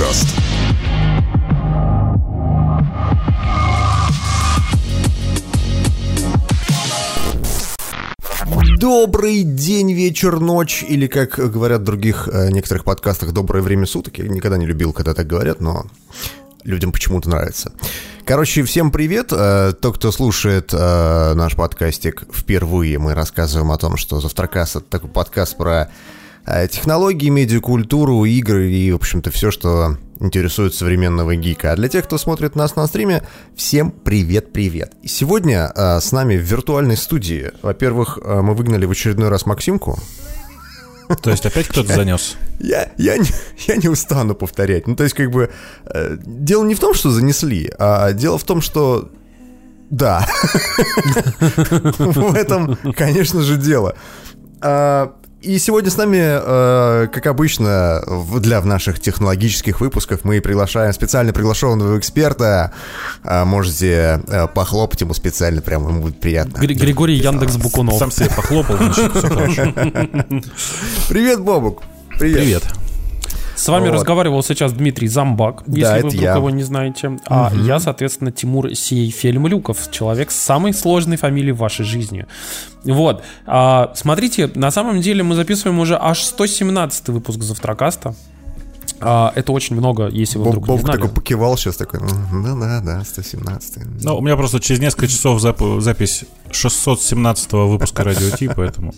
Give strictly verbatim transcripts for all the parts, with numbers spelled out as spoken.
Завтракаст. Добрый день, вечер, ночь, или, как говорят в других э, некоторых подкастах, доброе время суток. Я никогда не любил, когда так говорят, но людям почему-то нравится. Короче, всем привет. Э, тот, кто слушает э, наш подкастик впервые, мы рассказываем о том, что Завтракаст — это такой подкаст про э, технологии, медиакультуру, игры и, в общем-то, все, что интересует современного гика. А для тех, кто смотрит нас на стриме, всем привет-привет. И сегодня э, с нами в виртуальной студии, во-первых, э, мы выгнали в очередной раз Максимку. То есть опять кто-то занес? Я, я, не, я не устану повторять. Ну, то есть, как бы, э, дело не в том, что занесли, а дело в том, что да. В этом, конечно же, дело. И сегодня с нами, э, как обычно, для наших технологических выпусков мы приглашаем специально приглашенного эксперта. Э, можете э, похлопать ему специально, прямо ему будет приятно. Гри- Григорий Яндекс Букунов. Сам себе похлопал, значит, все хорошо. Привет, Бобук. Привет. Привет. С вами вот разговаривал сейчас Дмитрий Замбак, если да, вы вдруг я. его не знаете. А угу. я, соответственно, Тимур Сейфельмлюков, человек с самой сложной фамилией в вашей жизни. Вот. А, смотрите, на самом деле мы записываем уже аж сто семнадцатый выпуск Завтракаста. А, это очень много, если вы Боб, вдруг Боб не знали. такой покивал сейчас, такой, ну да-да-да, сто семнадцатый. Ну, у меня просто через несколько часов зап- запись шестьсот семнадцатого выпуска Радио Ти, поэтому...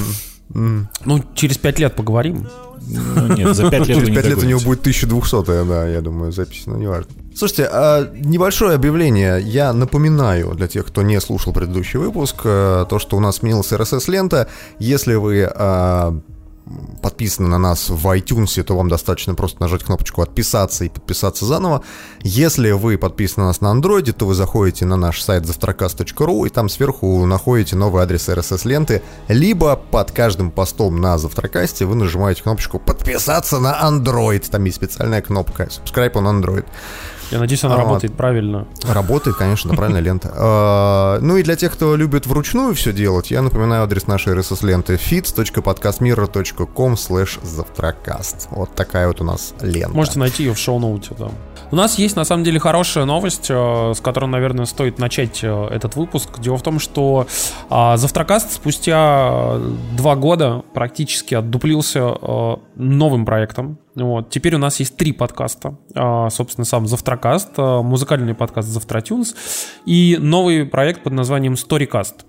Mm. Ну, через пять лет поговорим. Ну, нет, за пять лет Через пять лет у него будет тысяча двухсотая, да, я думаю, запись, но неважно. Слушайте, а небольшое объявление. Я напоминаю для тех, кто не слушал предыдущий выпуск, то, что у нас сменилась эр эс эс-лента. Если вы а, подписаны на нас в iTunes, то вам достаточно просто нажать кнопочку «Отписаться» и подписаться заново. Если вы подписаны на нас на Android, то вы заходите на наш сайт завтракаст точка ру и там сверху находите новый адрес эр эс эс-ленты, либо под каждым постом на Завтракасте вы нажимаете кнопочку «Подписаться на Android». Там есть специальная кнопка «Subscribe on Android». Я надеюсь, она а, работает правильно. Работает, конечно, правильная лента. А, ну и для тех, кто любит вручную все делать, я напоминаю адрес нашей эр эс эс-ленты фитс точка подкастмиррор точка ком слэш завтракаст. Вот такая вот у нас лента. Можете найти ее в шоу-ноуте, да. У нас есть, на самом деле, хорошая новость, с которой, наверное, стоит начать этот выпуск. Дело в том, что Завтракаст спустя два года практически отдуплился новым проектом. Вот. Теперь у нас есть три подкаста. Собственно, сам Завтракаст, музыкальный подкаст Завтратюнс и новый проект под названием Storycast.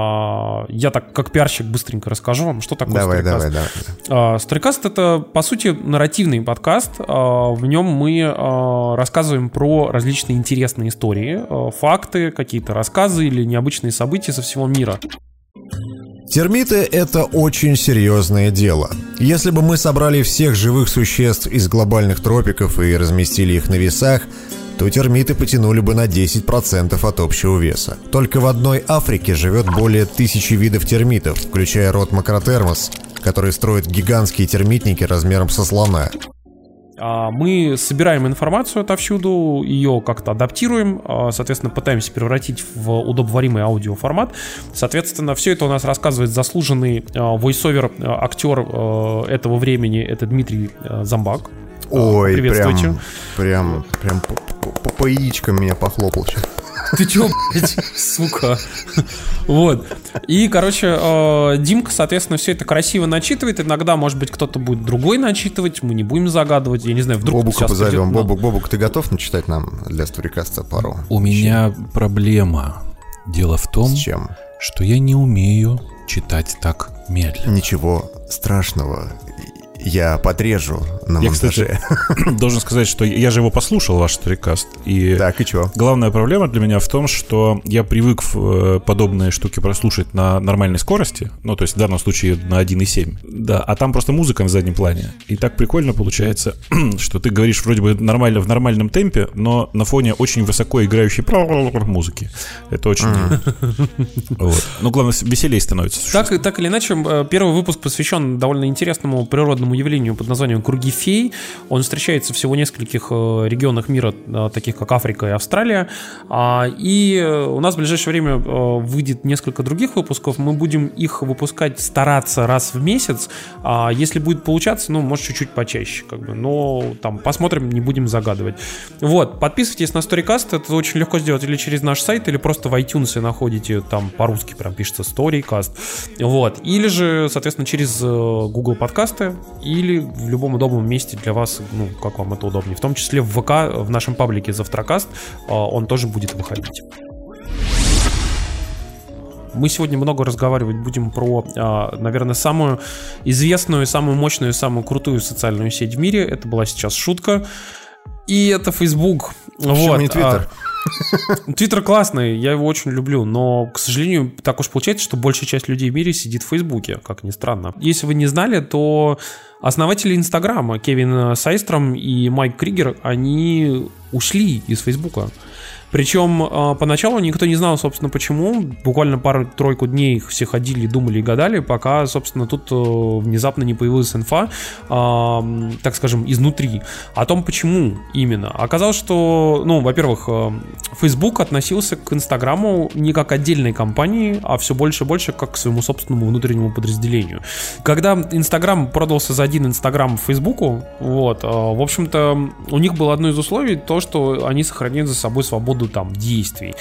Я так, как пиарщик, быстренько расскажу вам, что такое давай, Storycast. Давай, давай, давай. Storycast — это, по сути, нарративный подкаст. В нем мы рассказываем про различные интересные истории, факты, какие-то рассказы или необычные события со всего мира. Термиты — это очень серьезное дело. Если бы мы собрали всех живых существ из глобальных тропиков и разместили их на весах, то термиты потянули бы на десять процентов от общего веса. Только в одной Африке живет более тысячи видов термитов, включая род Макротермос, который строит гигантские термитники размером со слона. Мы собираем информацию отовсюду, ее как-то адаптируем, соответственно, пытаемся превратить в удобоваримый аудиоформат. Соответственно, все это у нас рассказывает заслуженный войсовер, актер этого времени, это Дмитрий Замбак. Ой, прям, прям, прям по, по, по яичкам меня похлопал сейчас. Ты чё, блядь, сука? Вот. И, короче, Димка, соответственно, все это красиво начитывает. Иногда, может быть, кто-то будет другой начитывать. Мы не будем загадывать. Я не знаю, вдруг... Бобука позовем. Придет... Бобук, Бобук, ты готов начитать нам для Storycast пару? У меня проблема. Дело в том, с чем? Что я не умею читать так медленно. Ничего страшного. Я подрежу на я, монтаже. Кстати, должен сказать, что я же его послушал, ваш Storycast. И так, и чё? Главная проблема для меня в том, что я привык подобные штуки прослушать на нормальной скорости. Ну, то есть в данном случае на один и семь. Да, а там просто музыка на заднем плане. И так прикольно получается, что ты говоришь вроде бы нормально в нормальном темпе, но на фоне очень высоко играющей музыки. Это очень... Ну, главное, веселее становится. Так или иначе, первый выпуск посвящен довольно интересному природному природному явлению под названием «Круги фей». Он встречается всего в нескольких регионах мира, таких как Африка и Австралия. И у нас в ближайшее время выйдет несколько других выпусков. Мы будем их выпускать, стараться раз в месяц. Если будет получаться, ну, может, чуть-чуть почаще, как бы. Но там посмотрим, не будем загадывать. Вот, подписывайтесь на StoryCast. Это очень легко сделать или через наш сайт, или просто в iTunes находите, там по-русски прям пишется StoryCast. Вот. Или же, соответственно, через Google подкасты, или в любом удобном месте для вас, ну, как вам это удобнее. В том числе в ВК, в нашем паблике Завтракаст, он тоже будет выходить. Мы сегодня много разговаривать будем про, наверное, самую известную, самую мощную, самую крутую социальную сеть в мире. Это была сейчас шутка. И это Facebook. Почему вот. не Twitter? Твиттер классный, я его очень люблю, но, к сожалению, так уж получается, что большая часть людей в мире сидит в Фейсбуке, как ни странно. Если вы не знали, то основатели Инстаграма, Кевин Сайстром и Майк Кригер, они ушли из Фейсбука. Причем э, поначалу никто не знал, собственно, почему. Буквально пару-тройку дней все ходили, думали и гадали, пока, собственно, тут э, внезапно не появилась инфа, э, так скажем, изнутри, о том, почему именно. Оказалось, что, ну, во-первых, э, Facebook относился к Инстаграму не как отдельной компании, а все больше и больше как к своему собственному внутреннему подразделению. Когда Инстаграм продался за один Инстаграм Фейсбуку, вот, э, в общем-то, у них было одно из условий, то, что они сохраняют за собой свободу там действий.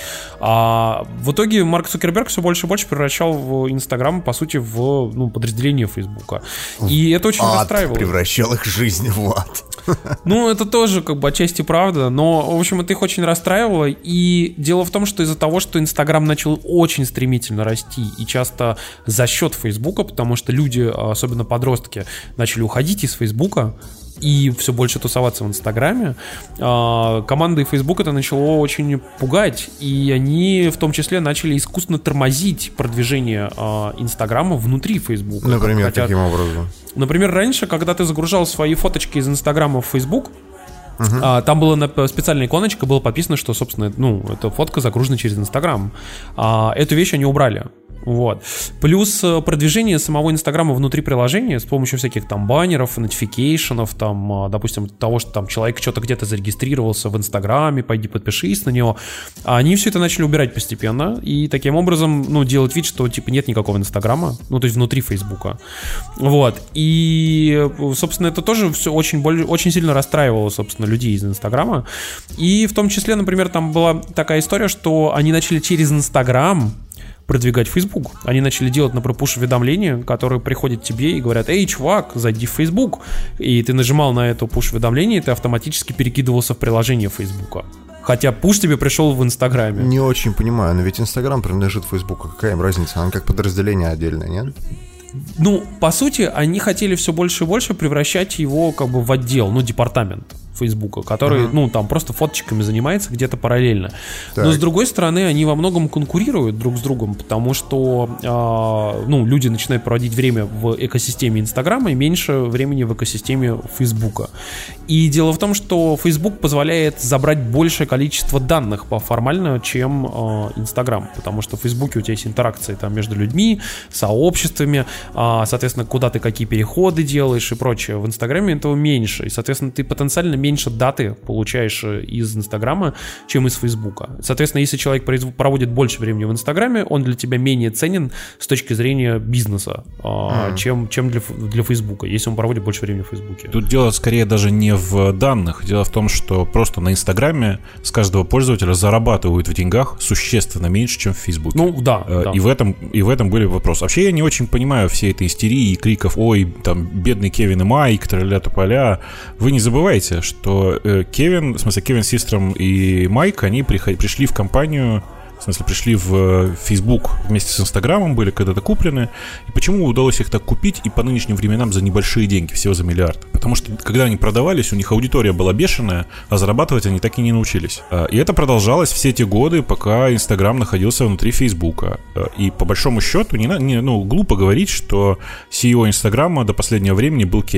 А в итоге Марк Цукерберг все больше и больше превращал в Инстаграм, по сути, в, ну, подразделение Фейсбука. И это очень ад расстраивало. Превращал их жизнь в ад. Ну, это тоже как бы отчасти правда, но, в общем, это их очень расстраивало. И дело в том, что из-за того, что Инстаграм начал очень стремительно расти, и часто за счет Фейсбука, потому что люди, особенно подростки, начали уходить из Фейсбука и все больше тусоваться в Инстаграме, командой Facebook это начало очень пугать, и они в том числе начали искусственно тормозить продвижение Инстаграма внутри Facebook. Например, хотят... каким образом? Например, раньше, когда ты загружал свои фоточки из Инстаграма в Facebook, Uh-huh. А, там была специальная иконочка, было подписано, что, собственно, ну, эта фотка загружена через Инстаграм. А, эту вещь они убрали. Вот. Плюс продвижение самого Инстаграма внутри приложения с помощью всяких там баннеров, нотификейшенов, там, допустим, того, что там человек что-то где-то зарегистрировался в Инстаграме, пойди подпишись на него. Они все это начали убирать постепенно и таким образом, ну, делать вид, что типа нет никакого Инстаграма, ну, то есть внутри Фейсбука. Вот. И, собственно, это тоже все очень, очень сильно расстраивало, собственно, людей из Инстаграма. И в том числе, например, там была такая история, что они начали через Инстаграм продвигать Facebook. Они начали делать, например, пуш-уведомления, которые приходят тебе и говорят: эй, чувак, зайди в Facebook. И ты нажимал на это пуш-уведомление, и ты автоматически перекидывался в приложение Facebook. Хотя пуш тебе пришел в Инстаграме. Не очень понимаю, но ведь Инстаграм принадлежит Фейсбуку. Какая им разница? Она как подразделение отдельное, нет? Ну, по сути, они хотели все больше и больше превращать его как бы в отдел, ну, департамент Фейсбука, который, uh-huh. ну, там просто фоточками занимается где-то параллельно. Так. Но, с другой стороны, они во многом конкурируют друг с другом, потому что, э, ну, люди начинают проводить время в экосистеме Инстаграма и меньше времени в экосистеме Фейсбука. И дело в том, что Facebook позволяет забрать большее количество данных по формально, чем Инстаграм, э, потому что в Фейсбуке у тебя есть интеракции там между людьми, сообществами, э, соответственно, куда ты какие переходы делаешь и прочее. В Инстаграме этого меньше, и, соответственно, ты потенциально меньше меньше даты получаешь из Инстаграма, чем из Фейсбука. Соответственно, если человек проводит больше времени в Инстаграме, он для тебя менее ценен с точки зрения бизнеса, mm. чем, чем для, для Фейсбука, если он проводит больше времени в Фейсбуке. Тут дело скорее даже не в данных. Дело в том, что просто на Инстаграме с каждого пользователя зарабатывают в деньгах существенно меньше, чем в Фейсбуке. Ну, да. И, да. В этом, и в этом были вопросы. Вообще, я не очень понимаю всей этой истерии и криков: ой, там, бедный Кевин и Майк, тра-ля-тополя. Вы не забывайте, что э, Кевин, в смысле, Кевин Систром и Майк, они приход, пришли в компанию, в смысле, пришли в Facebook вместе с Инстаграмом, были когда-то куплены. И почему удалось их так купить и по нынешним временам за небольшие деньги, всего за миллиард? Потому что, когда они продавались, у них аудитория была бешеная, а зарабатывать они так и не научились. И это продолжалось все те годы, пока Инстаграм находился внутри Фейсбука. И по большому счету, не, не, ну, глупо говорить, что си и о Инстаграма до последнего времени был Кевин.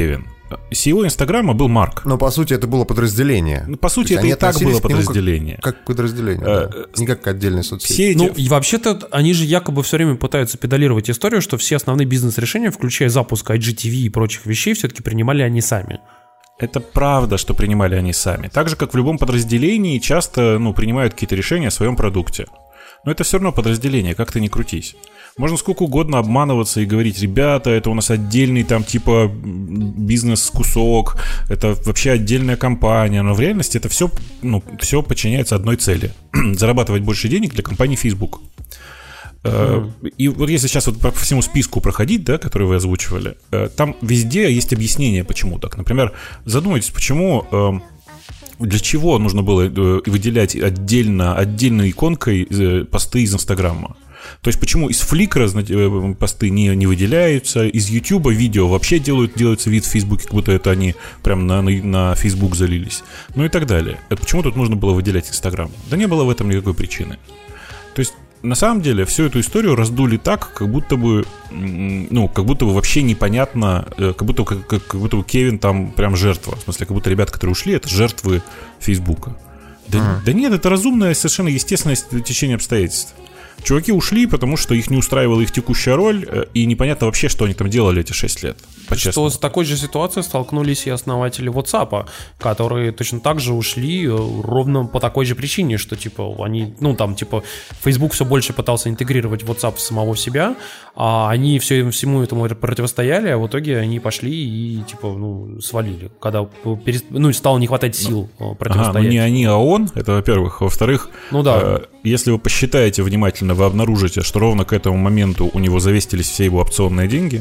си и о Инстаграма был Марк. Но, по сути, это было подразделение. Ну, по сути, это и так было подразделение. Как, как подразделение, а, да. Не как отдельная соцсеть. Все эти... Ну, и вообще-то они же якобы все время пытаются педалировать историю, что все основные бизнес-решения, включая запуск ай джи ти ви и прочих вещей, все-таки принимали они сами. Это правда, что принимали они сами. Так же, как в любом подразделении, часто ну, принимают какие-то решения о своем продукте. Но это все равно подразделение, как ты ни крутись. Можно сколько угодно обманываться и говорить: ребята, это у нас отдельный там типа бизнес-кусок, это вообще отдельная компания. Но в реальности это все, ну, все подчиняется одной цели: зарабатывать больше денег для компании Facebook. Mm-hmm. И вот если сейчас вот по всему списку проходить, да, который вы озвучивали, там везде есть объяснение, почему так. Например, задумайтесь, почему... Для чего нужно было выделять отдельно, отдельной иконкой посты из Инстаграма? То есть почему из Фликра посты не, не выделяются, из Ютуба видео вообще делают, делается вид в Фейсбуке, как будто это они прям на, на Фейсбук залились, ну и так далее. Почему тут нужно было выделять Инстаграм? Да не было в этом никакой причины. То есть на самом деле всю эту историю раздули так, как будто бы, ну, как будто бы вообще непонятно, как будто, как, как будто бы Кевин там прям жертва. В смысле, как будто ребята, которые ушли, это жертвы Фейсбука. Да, uh-huh. да нет, это разумное, совершенно естественное течение обстоятельств. Чуваки ушли, потому что их не устраивала их текущая роль, и непонятно вообще, что они там делали эти шесть лет. Что с такой же ситуацией столкнулись и основатели WhatsApp, которые точно так же ушли ровно по такой же причине, что типа они, ну там типа Facebook все больше пытался интегрировать WhatsApp в самого себя, а они все, всему этому противостояли, а в итоге они пошли и типа ну свалили, когда перест... ну стало не хватать сил ну, противостоять. Ага, ну не они, а он, это во-первых. Во-вторых, ну да. э, если вы посчитаете внимательно, вы обнаружите, что ровно к этому моменту у него завестились все его опционные деньги.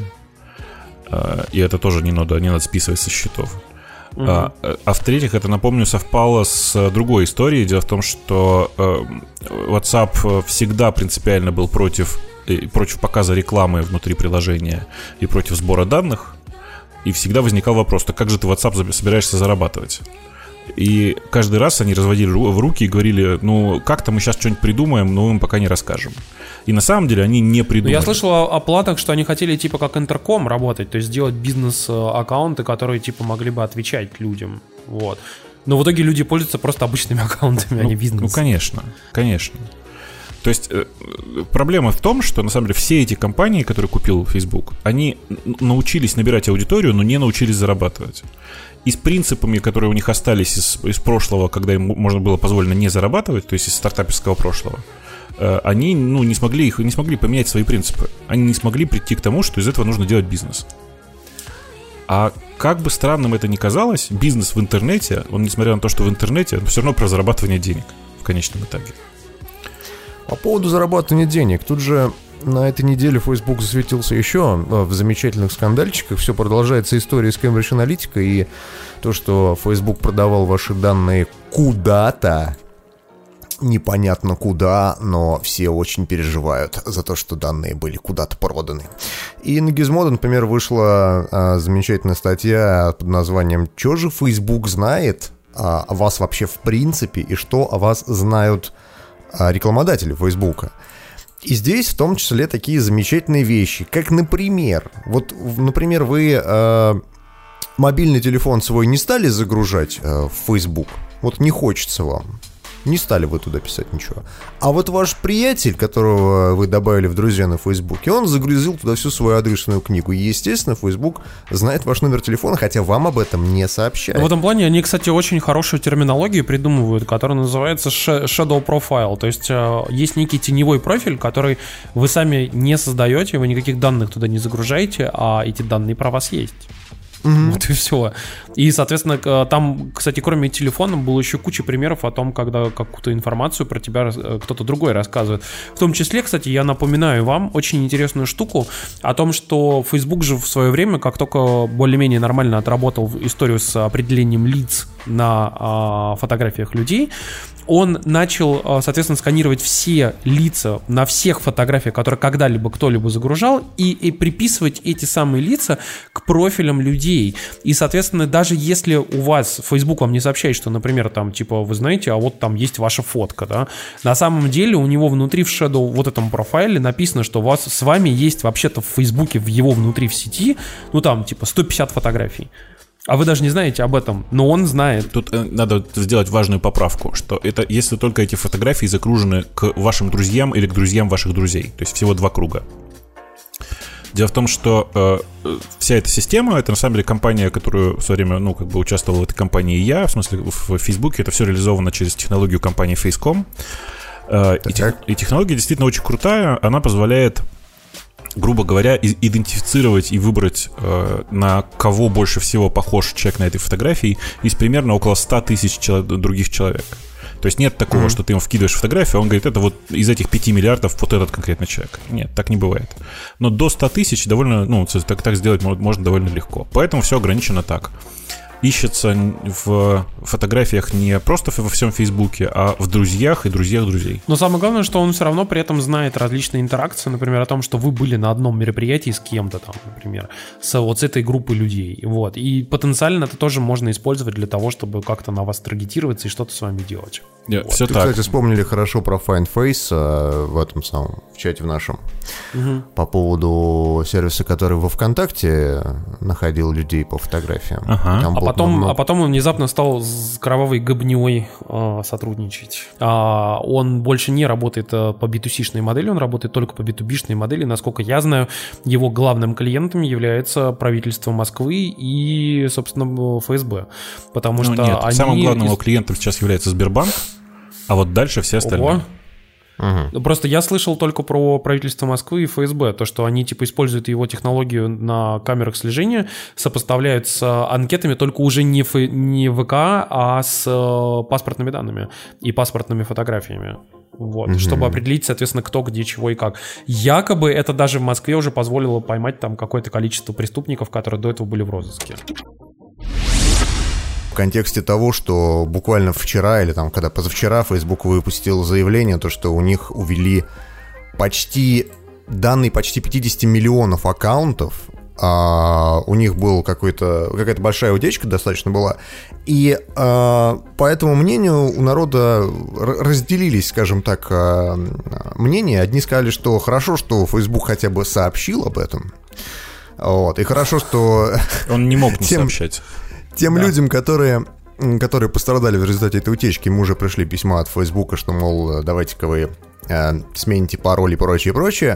И это тоже не надо, не надо списывать со счетов. Uh-huh. А, а в-третьих, это, напомню, совпало с другой историей. Дело в том, что WhatsApp всегда принципиально был против, против показа рекламы внутри приложения и против сбора данных. И всегда возникал вопрос: так как же ты WhatsApp собираешься зарабатывать? И каждый раз они разводили в руки и говорили: ну, как-то мы сейчас что-нибудь придумаем, но мы им пока не расскажем. И на самом деле они не придумали. Я слышал о, о платах, что они хотели типа как Интерком работать, то есть сделать бизнес-аккаунты, которые типа могли бы отвечать людям. Вот. Но в итоге люди пользуются просто обычными аккаунтами, ну, а не бизнесом. Ну, конечно, конечно. То есть э, проблема в том, что на самом деле все эти компании, которые купил Facebook, они научились набирать аудиторию, но не научились зарабатывать. И с принципами, которые у них остались из, из прошлого, когда им можно было позволено не зарабатывать, то есть из стартаперского прошлого, э, они ну, не смогли их, не смогли поменять свои принципы. Они не смогли прийти к тому, что из этого нужно делать бизнес. А как бы странным это ни казалось, бизнес в интернете, он, несмотря на то, что в интернете, он все равно про зарабатывание денег в конечном итоге. По поводу зарабатывания денег, тут же на этой неделе Facebook засветился еще в замечательных скандальчиках. Все продолжается история с Cambridge Analytica и то, что Facebook продавал ваши данные куда-то. Непонятно куда, но все очень переживают за то, что данные были куда-то проданы. И на Gizmodo, например, вышла а, замечательная статья под названием «Чё же Facebook знает а, о вас вообще в принципе и что о вас знают а, рекламодатели Фейсбука». И здесь в том числе такие замечательные вещи, как, например, вот, например, вы э, мобильный телефон свой не стали загружать э, в Facebook, вот не хочется вам, не стали вы туда писать ничего. А вот ваш приятель, которого вы добавили в друзья на Фейсбуке, он загрузил туда всю свою адресную книгу. И, естественно, Facebook знает ваш номер телефона, хотя вам об этом не сообщает. В этом плане они, кстати, очень хорошую терминологию придумывают, которая называется shadow profile. То есть есть некий теневой профиль, который вы сами не создаете, вы никаких данных туда не загружаете, а эти данные про вас есть. Mm-hmm. Вот и все. И, соответственно, там, кстати, кроме телефона, было еще куча примеров о том, когда какую-то информацию про тебя кто-то другой рассказывает. В том числе, кстати, я напоминаю вам очень интересную штуку о том, что Facebook же в свое время, как только более-менее нормально отработал историю с определением лиц на а, фотографиях людей, он начал, соответственно, сканировать все лица на всех фотографиях, которые когда-либо кто-либо загружал, и, и приписывать эти самые лица к профилям людей. И, соответственно, даже если у вас Facebook вам не сообщает, что, например, там, типа, вы знаете, а вот там есть ваша фотка, да, на самом деле у него внутри в Shadow вот этом профайле написано, что у вас с вами есть вообще-то в Фейсбуке, в его внутри в сети, ну там, типа, сто пятьдесят фотографий. А вы даже не знаете об этом, но он знает. Тут э, надо сделать важную поправку, что это если только эти фотографии загружены к вашим друзьям или к друзьям ваших друзей. То есть всего два круга. Дело в том, что э, вся эта система, это на самом деле компания, которую в свое время, ну, как бы участвовал в этой компании и я, в смысле в Фейсбуке, это все реализовано через технологию компании Facecom. Э, и, тех, и технология действительно очень крутая, она позволяет, грубо говоря, идентифицировать и выбрать, э, на кого больше всего похож человек на этой фотографии из примерно около ста тысяч человек, других человек. То есть нет такого, mm-hmm. что ты ему вкидываешь фотографию, а он говорит, это вот из этих пяти миллиардов вот этот конкретный человек. Нет, так не бывает. Но до ста тысяч довольно, ну, так, так сделать можно довольно легко. Поэтому все ограничено так. Ищется в фотографиях не просто во всем Фейсбуке, а в друзьях и друзьях друзей. Но самое главное, что он все равно при этом знает различные интеракции, например, о том, что вы были на одном мероприятии с кем-то там, например, с вот с этой группой людей. Вот. И потенциально это тоже можно использовать для того, чтобы как-то на вас таргетироваться и что-то с вами делать. Yeah, вот. Все Ты, так. Кстати, вспомнили хорошо про FindFace э, в этом самом, в чате в нашем, угу. по поводу сервиса, который во ВКонтакте находил людей по фотографиям. Ага. А, потом, много... а потом он внезапно стал с кровавой гобней э, сотрудничать. А, он больше не работает по би ту си-шной модели, он работает только по би ту би-шной модели. Насколько я знаю, его главным клиентом является правительство Москвы и, собственно, эф эс бэ. Потому ну, что нет, они... самым главным его клиентом сейчас является Сбербанк. А вот дальше все остальные. Угу. Просто я слышал только про правительство Москвы и эф эс бэ, то, что они типа используют его технологию на камерах слежения, сопоставляют с анкетами только уже не, ф... не ВК, а с паспортными данными и паспортными фотографиями. Вот, угу. Чтобы определить, соответственно, кто, где, чего и как. Якобы это даже в Москве уже позволило поймать там какое-то количество преступников, которые до этого были в розыске. В контексте того, что буквально вчера или там, когда позавчера Facebook выпустил заявление, то, что у них увели почти данные почти пятьдесят миллионов аккаунтов, а у них был какой-то, какая-то большая утечка достаточно была, и а, по этому мнению у народа разделились, скажем так, мнения. Одни сказали, что хорошо, что Facebook хотя бы сообщил об этом, вот, и хорошо, что... Он не мог не тем... сообщать. Тем да. людям, которые, которые пострадали в результате этой утечки, ему уже пришли письма от Фейсбука, что, мол, давайте-ка вы э, смените пароль и прочее, прочее.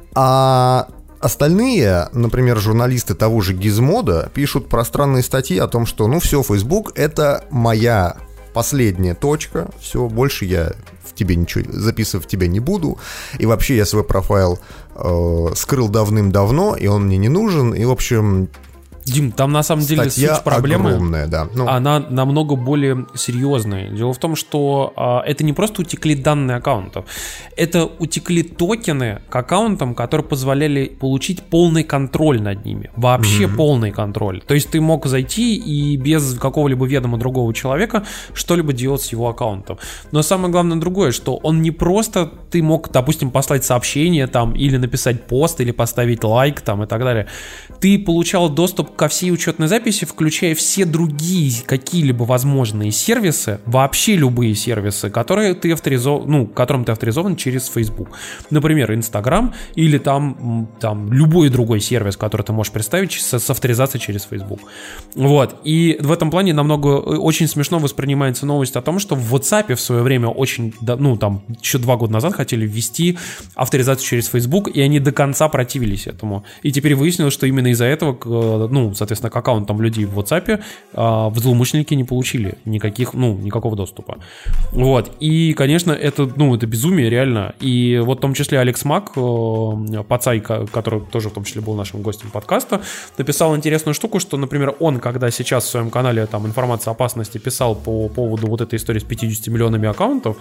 А остальные, например, журналисты того же Гизмода, пишут пространные статьи о том, что, ну все, Facebook — это моя последняя точка, все, больше я в тебе ничего записывать в тебя не буду, и вообще я свой профайл э, скрыл давным-давно, и он мне не нужен, и, в общем... Дим, там на самом деле статья суть проблемы, огромная, да. Ну. Она намного более серьезная. Дело в том, что а, это не просто утекли данные аккаунтов, это утекли токены к аккаунтам, которые позволяли получить полный контроль над ними. Вообще mm-hmm. полный контроль. То есть ты мог зайти и без какого-либо ведома другого человека что-либо делать с его аккаунтом. Но самое главное другое, что он не просто, ты мог, допустим, послать сообщение там, или написать пост, или поставить лайк там и так далее. Ты получал доступ ко всей учетной записи, включая все другие какие-либо возможные сервисы, вообще любые сервисы, которые ты авторизован, ну, которым ты авторизован через Facebook. Например, Instagram или там, там любой другой сервис, который ты можешь представить с, с авторизацией через Facebook. Вот. И в этом плане намного очень смешно воспринимается новость о том, что в WhatsApp в свое время очень, ну, там, еще два года назад хотели ввести авторизацию через Facebook, и они до конца противились этому. И теперь выяснилось, что именно из-за этого, ну, соответственно, к аккаунтам людей в WhatsApp а, злоумышленники не получили никаких, ну, никакого доступа. Вот. И, конечно, это, ну, это безумие, реально. И вот в том числе Алекс Мак, пацай, который тоже в том числе был нашим гостем подкаста, написал интересную штуку, что, например, он, когда сейчас в своем канале там «Информация опасности» писал по поводу вот этой истории с пятьюдесятью миллионами аккаунтов,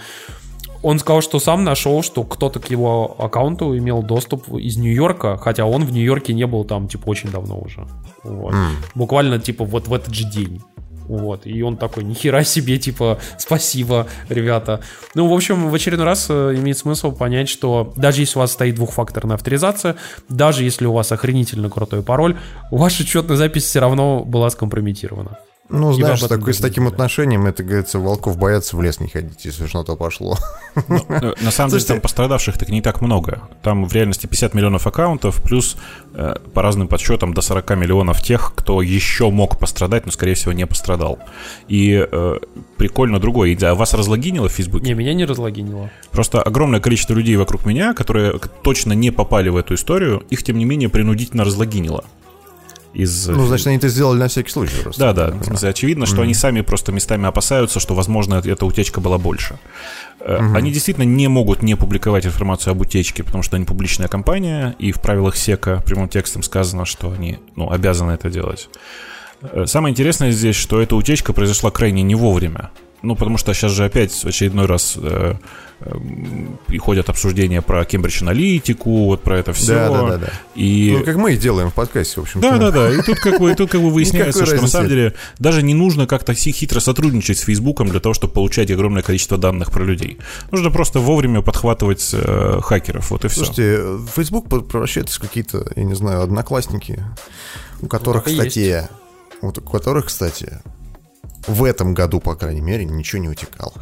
он сказал, что сам нашел, что кто-то к его аккаунту имел доступ из Нью-Йорка, хотя он в Нью-Йорке не был там, типа, очень давно уже. Вот. Mm. Буквально, типа, вот в этот же день. Вот. И он такой, нихера себе, типа, спасибо, ребята. Ну, в общем, в очередной раз имеет смысл понять, что даже если у вас стоит двухфакторная авторизация, даже если у вас охренительно крутой пароль, ваша учетная запись все равно была скомпрометирована. Ну, знаешь, с, такой, с таким отношением, это, говорится, волков боятся в лес не ходить, если уж на то пошло. Ну, на самом деле, там пострадавших так не так много. Там в реальности пятьдесят миллионов аккаунтов, плюс э, по разным подсчетам до сорок миллионов тех, кто еще мог пострадать, но, скорее всего, не пострадал. И э, прикольно другое. А вас разлогинило в Фейсбуке? Не, меня не разлогинило. Просто огромное количество людей вокруг меня, которые точно не попали в эту историю, их, тем не менее, принудительно разлогинило. Из... Ну, значит, они это сделали на всякий случай просто. Да, да, в смысле, очевидно, что mm-hmm. они сами просто местами опасаются, что, возможно, эта утечка была больше. Mm-hmm. Они действительно не могут не публиковать информацию об утечке, потому что они публичная компания, и в правилах сека прямым текстом сказано, что они, ну, обязаны это делать. Самое интересное здесь, что эта утечка произошла крайне не вовремя. Ну, потому что сейчас же опять в очередной раз э, э, приходят обсуждения про Кембридж Аналитику, вот про это все. Да, да, да, да. И... Ну, как мы и делаем в подкасте, в общем. Да, да, да. И тут как бы, и тут как бы выясняется, что на самом деле даже не нужно как-то хитро сотрудничать с Фейсбуком для того, чтобы получать огромное количество данных про людей. Нужно просто вовремя подхватывать э, хакеров, вот и все. Слушайте, Фейсбук превращается в какие-то, я не знаю, одноклассники, у которых, ну, кстати, вот, у которых, кстати... В этом году, по крайней мере, ничего не утекало.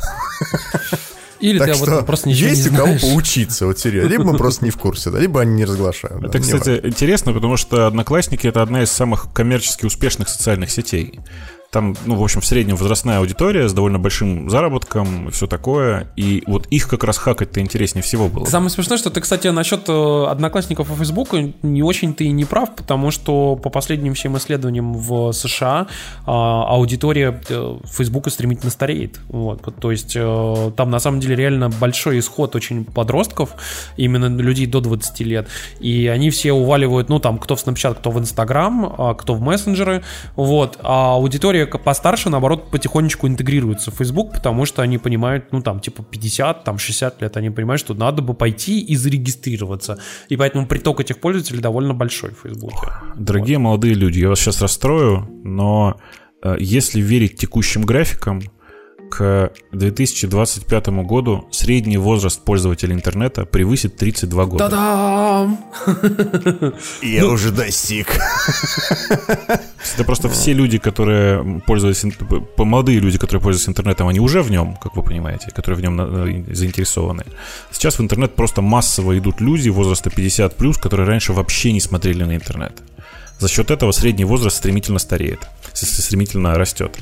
Или так ты что вот просто ничего есть не у кого знаешь. Поучиться, вот серьезно. Либо мы просто не в курсе, да, либо они не разглашают. Это, да, кстати, важно. Интересно, потому что Одноклассники — это одна из самых коммерчески успешных социальных сетей. Там, ну, в общем, в среднем возрастная аудитория с довольно большим заработком и все такое. И вот их как раз хакать-то интереснее всего было. Самое смешное, что ты, кстати, насчет Одноклассников и Фейсбука не очень ты и не прав, потому что по последним всем исследованиям в США аудитория Фейсбука стремительно стареет. Вот. То есть там на самом деле реально большой исход очень подростков, именно людей до двадцати лет. И они все уваливают, ну, там, кто в Snapchat, кто в Instagram, кто в мессенджеры. Вот. А аудитория постарше, наоборот, потихонечку интегрируется в Facebook, потому что они понимают, ну, там, типа пятьдесят, там, шестьдесят лет, они понимают, что надо бы пойти и зарегистрироваться. И поэтому приток этих пользователей довольно большой в Facebook. Дорогие вот. молодые люди, я вас сейчас расстрою, но э, если верить текущим графикам, к две тысячи двадцать пятому году средний возраст пользователя интернета превысит тридцать два года. Та-дам! Я ну, уже достиг. Это просто все люди, которые пользуются, молодые люди, которые пользуются интернетом, они уже в нем, как вы понимаете, которые в нем заинтересованы. Сейчас в интернет просто массово идут люди возраста пятьдесят плюс, которые раньше вообще не смотрели на интернет. За счет этого средний возраст стремительно стареет, стремительно растет.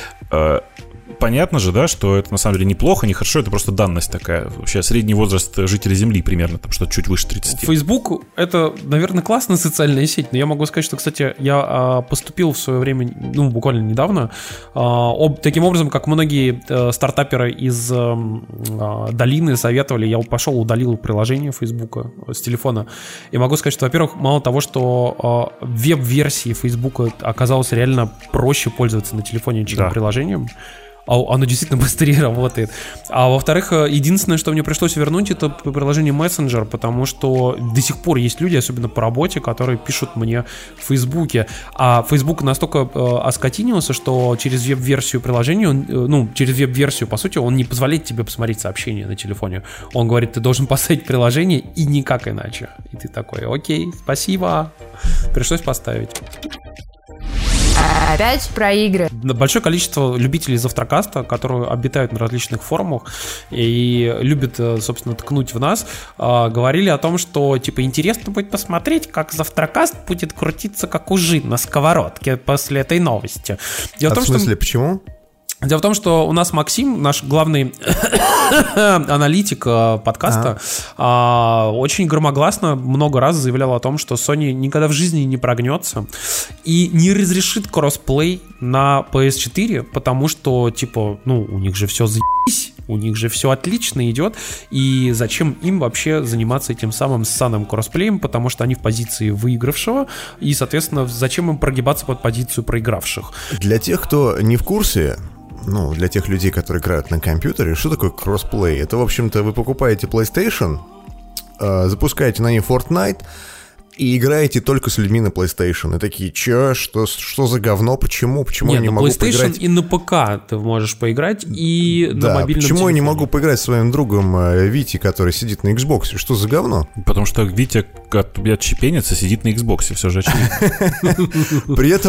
Понятно же, да, что это на самом деле неплохо, не хорошо, это просто данность такая. Вообще средний возраст жителей Земли примерно, там что-то чуть выше тридцати. Facebook — это, наверное, классная социальная сеть, но я могу сказать, что, кстати, я а, поступил в свое время, ну, буквально недавно, а, об, таким образом, как многие а, стартаперы из а, долины советовали, я пошел, удалил приложение Facebook с телефона. И могу сказать, что, во-первых, мало того, что а, веб-версии Facebook оказалось реально проще пользоваться на телефоне, чем да. приложением. Оно действительно быстрее работает. А во-вторых, единственное, что мне пришлось вернуть, это приложение Messenger, потому что до сих пор есть люди, особенно по работе, которые пишут мне в Фейсбуке. А Facebook настолько э, оскотинился, что через веб-версию приложения, он, э, ну, через веб-версию, по сути, он не позволяет тебе посмотреть сообщения на телефоне. Он говорит, ты должен поставить приложение и никак иначе. И ты такой, окей, спасибо. Пришлось поставить. Опять про игры. Большое количество любителей Завтракаста, которые обитают на различных форумах и любят, собственно, ткнуть в нас, говорили о том, что, типа, интересно будет посмотреть, как Завтракаст будет крутиться как ужин на сковородке после этой новости. Дело а в том, в смысле, что... почему? Дело в том, что у нас Максим, наш главный аналитик подкаста, а. очень громогласно много раз заявлял о том, что Sony никогда в жизни не прогнется и не разрешит кроссплей на пи эс четыре, потому что, типа, ну, у них же все заебись, у них же все отлично идет, и зачем им вообще заниматься этим самым ссаным кроссплеем, потому что они в позиции выигравшего, и, соответственно, зачем им прогибаться под позицию проигравших. Для тех, кто не в курсе... Ну, для тех людей, которые играют на компьютере, что такое кроссплей? Это, в общем-то, вы покупаете PlayStation, э, запускаете на ней Fortnite и играете только с людьми на PlayStation. И такие, чё, что, что за говно, почему, почему Нет, я не на могу PlayStation поиграть... и на ПК ты можешь поиграть, и да, на мобильном почему телефоне. Я не могу поиграть с своим другом э, Вити, который сидит на Xbox? Что за говно? Потому что Витя от отщепенится, сидит на Xbox, все же очевидно. При этом...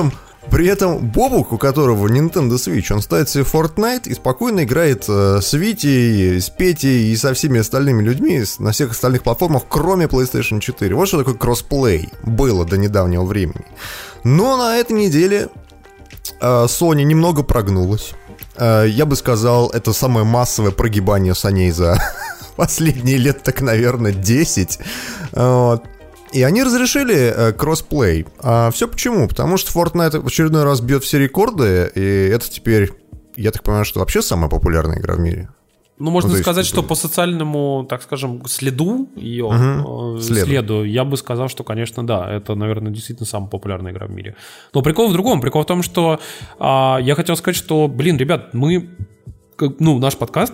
При этом Бобук, у которого Nintendo Switch, он ставит себе Fortnite и спокойно играет э, с Витей, с Петей и со всеми остальными людьми на всех остальных платформах, кроме PlayStation четыре. Вот что такое кроссплей было до недавнего времени. Но на этой неделе э, Sony немного прогнулась. Э, я бы сказал, это самое массовое прогибание Sony за последние лет, так, наверное, десять. Вот. И они разрешили э, кроссплей. А все почему? Потому что Fortnite в очередной раз бьет все рекорды, и это теперь, я так понимаю, что вообще самая популярная игра в мире. Ну, можно ну, сказать, есть, что по социальному, так скажем, следу ее, угу, э, следу. следу, я бы сказал, что, конечно, да, это, наверное, действительно самая популярная игра в мире. Но прикол в другом. Прикол в том, что э, я хотел сказать, что, блин, ребят, мы, ну, наш подкаст,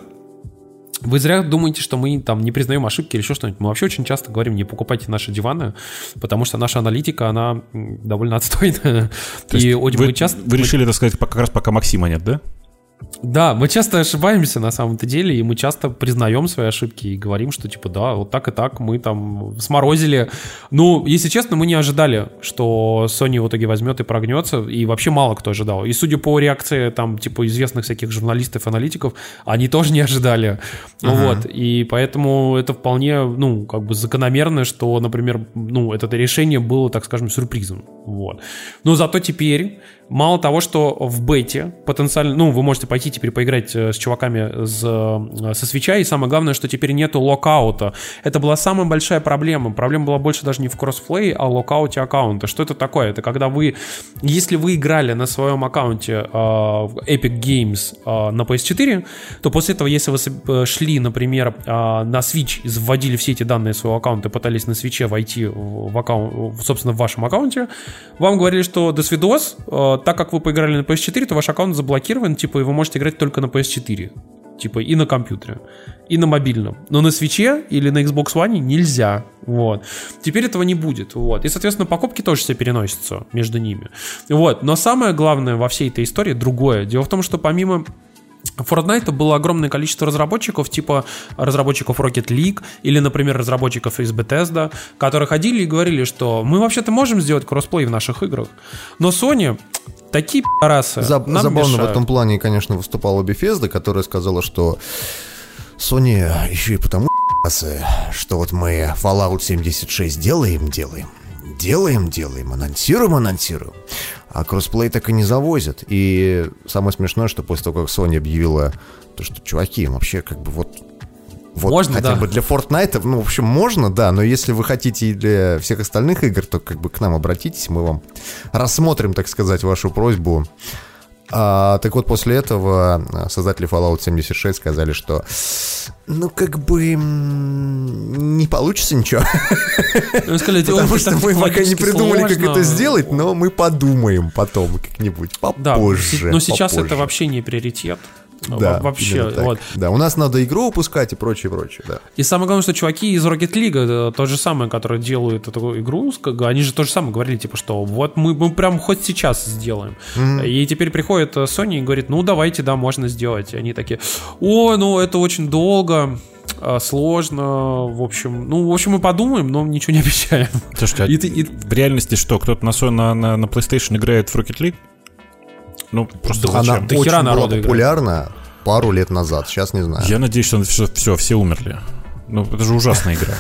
вы зря думаете, что мы там не признаем ошибки или еще что-нибудь. Мы вообще очень часто говорим, не покупайте наши диваны, потому что наша аналитика, она довольно отстойная. То есть и вы, мы часто... вы решили, так сказать, как раз пока Максима нет, да? Да, мы часто ошибаемся на самом-то деле, и мы часто признаем свои ошибки и говорим, что типа да, вот так и так мы там сморозили. Ну, если честно, мы не ожидали, что Sony в итоге возьмет и прогнется, и вообще мало кто ожидал. И судя по реакции там типа известных всяких журналистов, аналитиков, они тоже не ожидали. Uh-huh. Вот, и поэтому это вполне, ну, как бы закономерно, что, например, ну, это решение было, так скажем, сюрпризом. Вот. Но зато теперь мало того, что в бете потенциально, ну, вы можете пойти теперь поиграть с чуваками с, со свитча, и самое главное, что теперь нету локаута. Это была самая большая проблема. Проблема была больше даже не в кроссплее, а в локауте аккаунта. Что это такое? Это когда вы, если вы играли на своем аккаунте в uh, Epic Games uh, на пи эс четыре, то после этого, если вы шли, например, uh, на Switch и вводили все эти данные своего аккаунта и пытались на свитче войти в аккаунт, собственно, в вашем аккаунте, вам говорили, что до свидос, uh, так как вы поиграли на пи эс четыре, то ваш аккаунт заблокирован, типа, и вы можете играть только на пи эс четыре. Типа и на компьютере, и на мобильном. Но на свитче или на Xbox One нельзя. Вот. Теперь этого не будет. Вот. И, соответственно, покупки тоже все переносятся между ними. Вот. Но самое главное во всей этой истории другое. Дело в том, что помимо Fortnite было огромное количество разработчиков, типа разработчиков Rocket League или, например, разработчиков из Bethesda, которые ходили и говорили, что мы вообще-то можем сделать кроссплей в наших играх, но Sony такие пи***расы Заб- нам Забавно мешают. В этом плане, конечно, выступала Bethesda, которая сказала, что Sony еще и потому пи***расы, что вот мы Fallout семьдесят шесть делаем, делаем, делаем, делаем, анонсируем, анонсируем, а кроссплей так и не завозят. И самое смешное, что после того, как Sony объявила, то, что, чуваки, вообще как бы вот... Вот можно, хотя да. бы для Fortnite, ну, в общем, можно, да, но если вы хотите и для всех остальных игр, то как бы к нам обратитесь, мы вам рассмотрим, так сказать, вашу просьбу. А, так вот, после этого создатели Fallout семьдесят шесть сказали, что ну, как бы не получится ничего. Сказали, потому что мы пока не придумали, сложно. Как это сделать, но мы подумаем потом как-нибудь, попозже. Да, но сейчас попозже. Это вообще не приоритет. Да, вообще, вот. Да, у нас надо игру выпускать и прочее, прочее, да. И самое главное, что чуваки из Rocket League, то же самое, которые делают эту игру, они же то же самое говорили, типа, что вот мы, мы прям хоть сейчас сделаем. Mm-hmm. И теперь приходит Sony и говорит, ну давайте, да, можно сделать. И они такие, о, ну это очень долго, сложно, в общем, ну, в общем, мы подумаем, но ничего не обещаем. Слушайте, а и, и... в реальности что, кто-то на, на, на, на PlayStation играет в Rocket League? Ну, просто она зачем? Очень была народу популярна играет. Пару лет назад, сейчас не знаю. Я надеюсь, что все, все, все умерли. Ну, это же ужасная игра.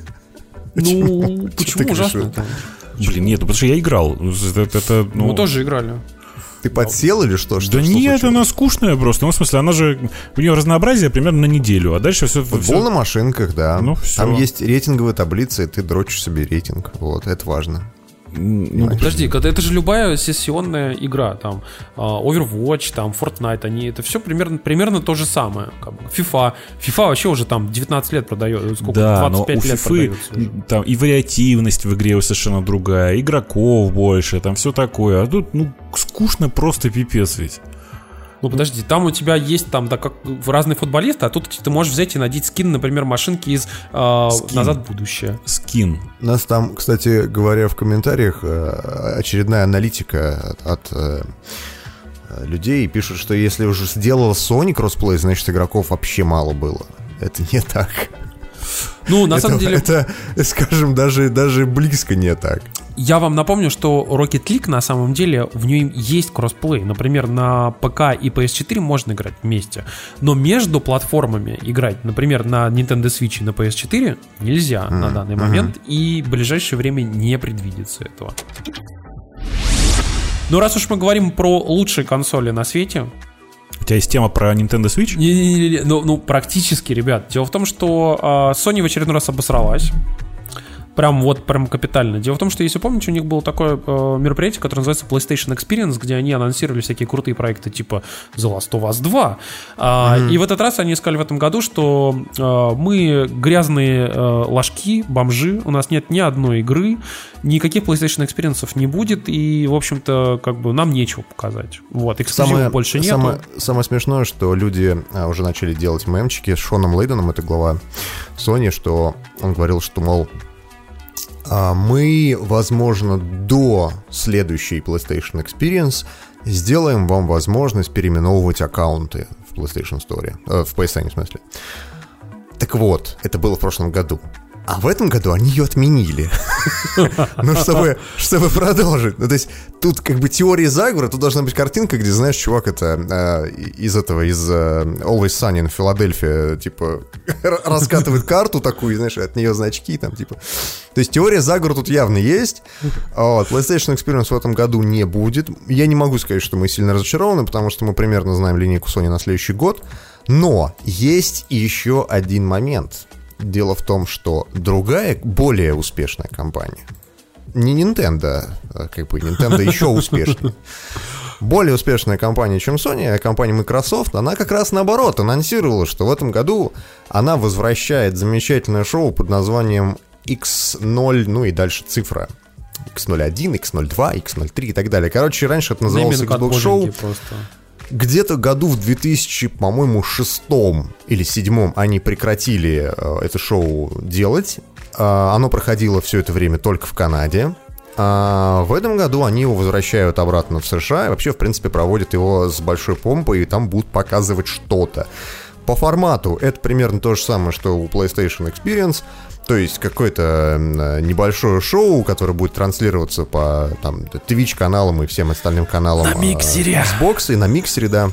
Ну, почему ужасно? Блин, нет, потому что я играл. Мы тоже играли. Ты подсел или что? Да нет, она скучная просто. Ну, в смысле, она же... У нее разнообразие примерно на неделю, а дальше все... Футбол на машинках, да. Там есть рейтинговые таблицы, и ты дрочишь себе рейтинг. Вот, это важно. Ну, подожди, когда это же любая сессионная игра, там Overwatch, там Fortnite, они это все примерно, примерно то же самое. Как бы. FIFA, FIFA вообще уже там девятнадцать лет продает, сколько? Да, двадцать пять но у лет FIFA продается уже. Там и вариативность в игре совершенно другая, игроков больше, там все такое. А тут, ну, скучно просто пипец ведь. Ну подожди, там у тебя есть там, да, как разные футболисты, а тут ты можешь взять и надеть скин, например, машинки из э, «Назад в будущее». Скин. У нас там, кстати говоря, в комментариях очередная аналитика от, от э, людей пишут, что если уже сделала Sony кроссплей, значит игроков вообще мало было. Это не так. Ну, на это, самом деле... Это, скажем, даже, даже близко не так. Я вам напомню, что Rocket League на самом деле в ней есть кроссплей. Например, на ПК и пи эс четыре можно играть вместе, но между платформами играть, например, на Nintendo Switch и на пи эс четыре нельзя mm-hmm. на данный момент, mm-hmm. и в ближайшее время не предвидится этого. Но раз уж мы говорим про лучшие консоли на свете... У тебя есть тема про Nintendo Switch? Не-не-не, ну, ну практически, ребят. Дело в том, что э, Sony в очередной раз обосралась. Прям вот, прям капитально. Дело в том, что, если помните, у них было такое э, мероприятие, которое называется PlayStation Experience, где они анонсировали всякие крутые проекты типа The Last of Us два. А, mm-hmm. И в этот раз они сказали в этом году, что э, мы грязные э, ложки, бомжи, у нас нет ни одной игры, никаких PlayStation Experience не будет, и, в общем-то, как бы нам нечего показать. Вот, эксклюзивов самое, больше нету. Самое, самое смешное, что люди а, уже начали делать мемчики с Шоном Лейденом, это глава Sony, что он говорил, что, мол, мы, возможно, до следующей PlayStation Experience сделаем вам возможность переименовывать аккаунты в PlayStation Store, э, в пи эс эн, в смысле. Так вот, это было в прошлом году. А в этом году они ее отменили. Ну, чтобы, чтобы продолжить. Ну, то есть, тут как бы теория заговора, тут должна быть картинка, где, знаешь, чувак это э, из этого, из э, Always Sunny in Philadelphia, типа, раскатывает карту такую, знаешь, от нее значки там, типа. То есть, теория заговора тут явно есть. Вот, PlayStation Experience в этом году не будет. Я не могу сказать, что мы сильно разочарованы, потому что мы примерно знаем линейку Sony на следующий год. Но есть еще один момент. Дело в том, что другая, более успешная компания, не Nintendo, а как бы Nintendo еще успешнее, более успешная компания, чем Sony, а компания Microsoft, она как раз наоборот анонсировала, что в этом году она возвращает замечательное шоу под названием икс ноль, ну и дальше цифра. икс ноль один, икс ноль два, икс ноль три и так далее. Короче, раньше это называлось Xbox Show. Где-то году в две тысячи, по-моему, шестом или седьмом они прекратили э, это шоу делать. Э, оно проходило все это время только в Канаде. А в этом году они его возвращают обратно в США и вообще, в принципе, проводят его с большой помпой, и там будут показывать что-то. По формату это примерно то же самое, что у PlayStation Experience. То есть какое-то небольшое шоу, которое будет транслироваться по там Twitch-каналам и всем остальным каналам на миксере. Xbox и на миксере, да.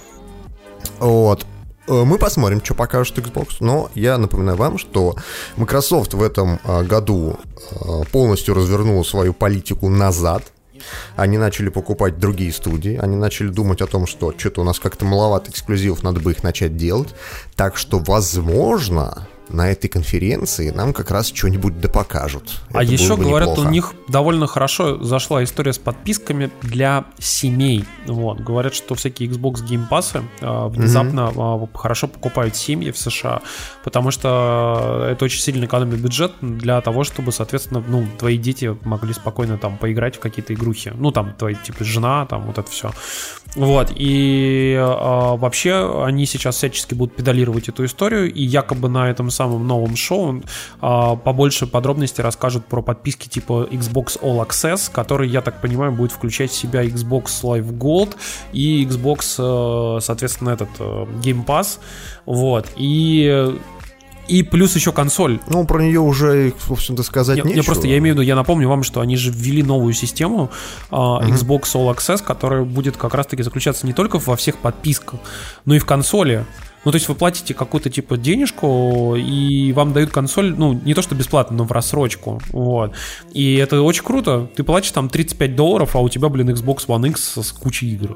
Вот. Мы посмотрим, что покажет Xbox. Но я напоминаю вам, что Microsoft в этом году полностью развернула свою политику назад. Они начали покупать другие студии. Они начали думать о том, что что-то у нас как-то маловато эксклюзивов, надо бы их начать делать. Так что, возможно, на этой конференции нам как раз что-нибудь допокажут. А это еще говорят, неплохо. У них довольно хорошо зашла история с подписками для семей. Вот. Говорят, что всякие Xbox Game Pass'ы э, внезапно mm-hmm. э, хорошо покупают семьи в США, потому что это очень сильно экономит бюджет для того, чтобы, соответственно, ну, твои дети могли спокойно там поиграть в какие-то игрухи. Ну, там, твои, типа, жена, там, вот это все. Вот. И э, вообще они сейчас всячески будут педалировать эту историю, и якобы на этом самом новом шоу а, побольше подробностей расскажут про подписки типа Xbox All Access, который, я так понимаю, будет включать в себя Xbox Live Gold и Xbox, соответственно, этот Game Pass. Вот. И... И плюс еще консоль. Ну, про нее уже, в общем-то, сказать я, нечего. Я просто, я имею в виду, я напомню вам, что они же ввели новую систему uh, uh-huh. Xbox All Access, которая будет как раз-таки заключаться не только во всех подписках, но и в консоли. Ну, то есть вы платите какую-то типа денежку, и вам дают консоль, ну, не то что бесплатно, но в рассрочку. Вот. И это очень круто. Ты платишь там тридцать пять долларов, а у тебя, блин, Xbox One X с кучей игр.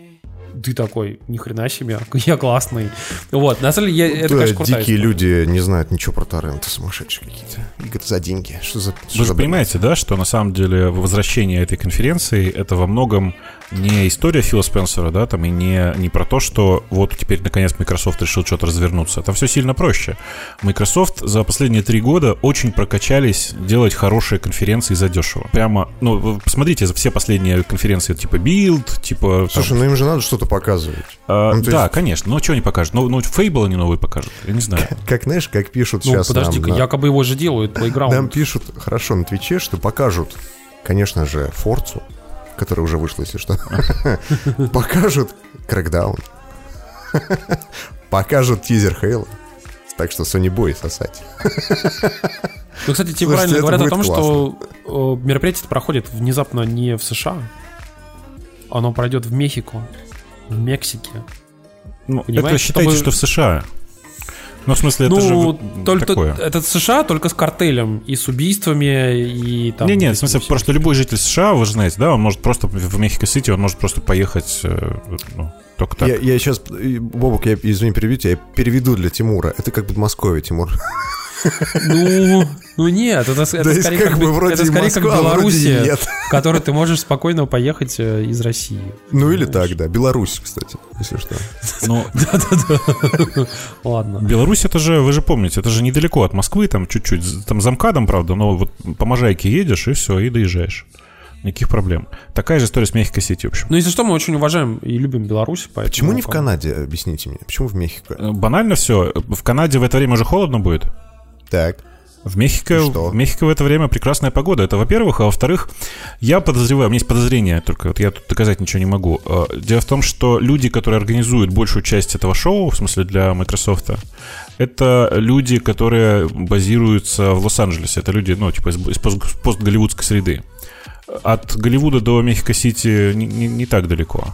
Ты такой, ни хрена себе, я классный. Вот, на самом деле, я, это, да, конечно, крутая дикие история. люди не знают ничего про торренты, сумасшедшие какие-то. Игры за деньги. Что за, что Вы же за понимаете, да, что на самом деле возвращение этой конференции — это во многом не история Фила Спенсера, да, там, и не, не про то, что вот теперь наконец Microsoft решил что-то развернуться. Там все сильно проще. Microsoft за последние три года очень прокачались делать хорошие конференции задешево. Прямо, ну, посмотрите, за все последние конференции, типа Build, типа... Слушай, там... ну им же надо что-то показывать. А, ну, да, есть... конечно, но что они покажут? Ну, ну Fable они новые покажут, я не знаю. Как, как знаешь, как пишут ну, сейчас подожди-ка, нам... якобы его же делают, Playground. Нам пишут, хорошо, на Твиче, что покажут, конечно же, Форцу, которая уже вышла, если что. Покажут Crackdown. Покажут тизер Halo. Так что Sony Boy сосать. Ну, кстати, тебе правильно говорят о том, что мероприятие проходит внезапно не в США. Оно пройдет в Мехико, в Мексике. Ну, это считайте, чтобы... что в США. Ну, в смысле, это ну, же только, такое. Это США только с картелем и с убийствами, и там... Не-не, в смысле, просто любой житель США, вы же знаете, да, он может просто в Мехико-Сити, он может просто поехать, ну, только так. Я, я сейчас, Бобок, я, извини, переведу тебя, я переведу для Тимура. Это как Подмосковье, Тимур. Ну, ну нет, это, это да скорее, как, как, бы, это скорее Москва, как Белоруссия, в которой ты можешь спокойно поехать из России. Ну или так, да. Беларусь, кстати, если что. Ну, да-да-да. Ладно. Беларусь, это же, вы же помните, это же недалеко от Москвы, там чуть-чуть, там за МКАДом, правда, но вот по Можайке едешь, и все, и доезжаешь. Никаких проблем. Такая же история с Мехико-Сити, в общем. Ну, если что, мы очень уважаем и любим Беларусь. Почему не в Канаде, объясните мне? Почему в Мехико? Банально все. В Канаде в это время уже холодно будет. Так. В Мехико, в Мехико в это время прекрасная погода. Это, во-первых. А во-вторых, я подозреваю, у меня есть подозрение, только вот я тут доказать ничего не могу. Дело в том, что люди, которые организуют большую часть этого шоу, в смысле для Microsoft, это люди, которые базируются в Лос-Анджелесе. Это люди, ну, типа из пост-голливудской среды. От Голливуда до Мехико-Сити не, не, не так далеко.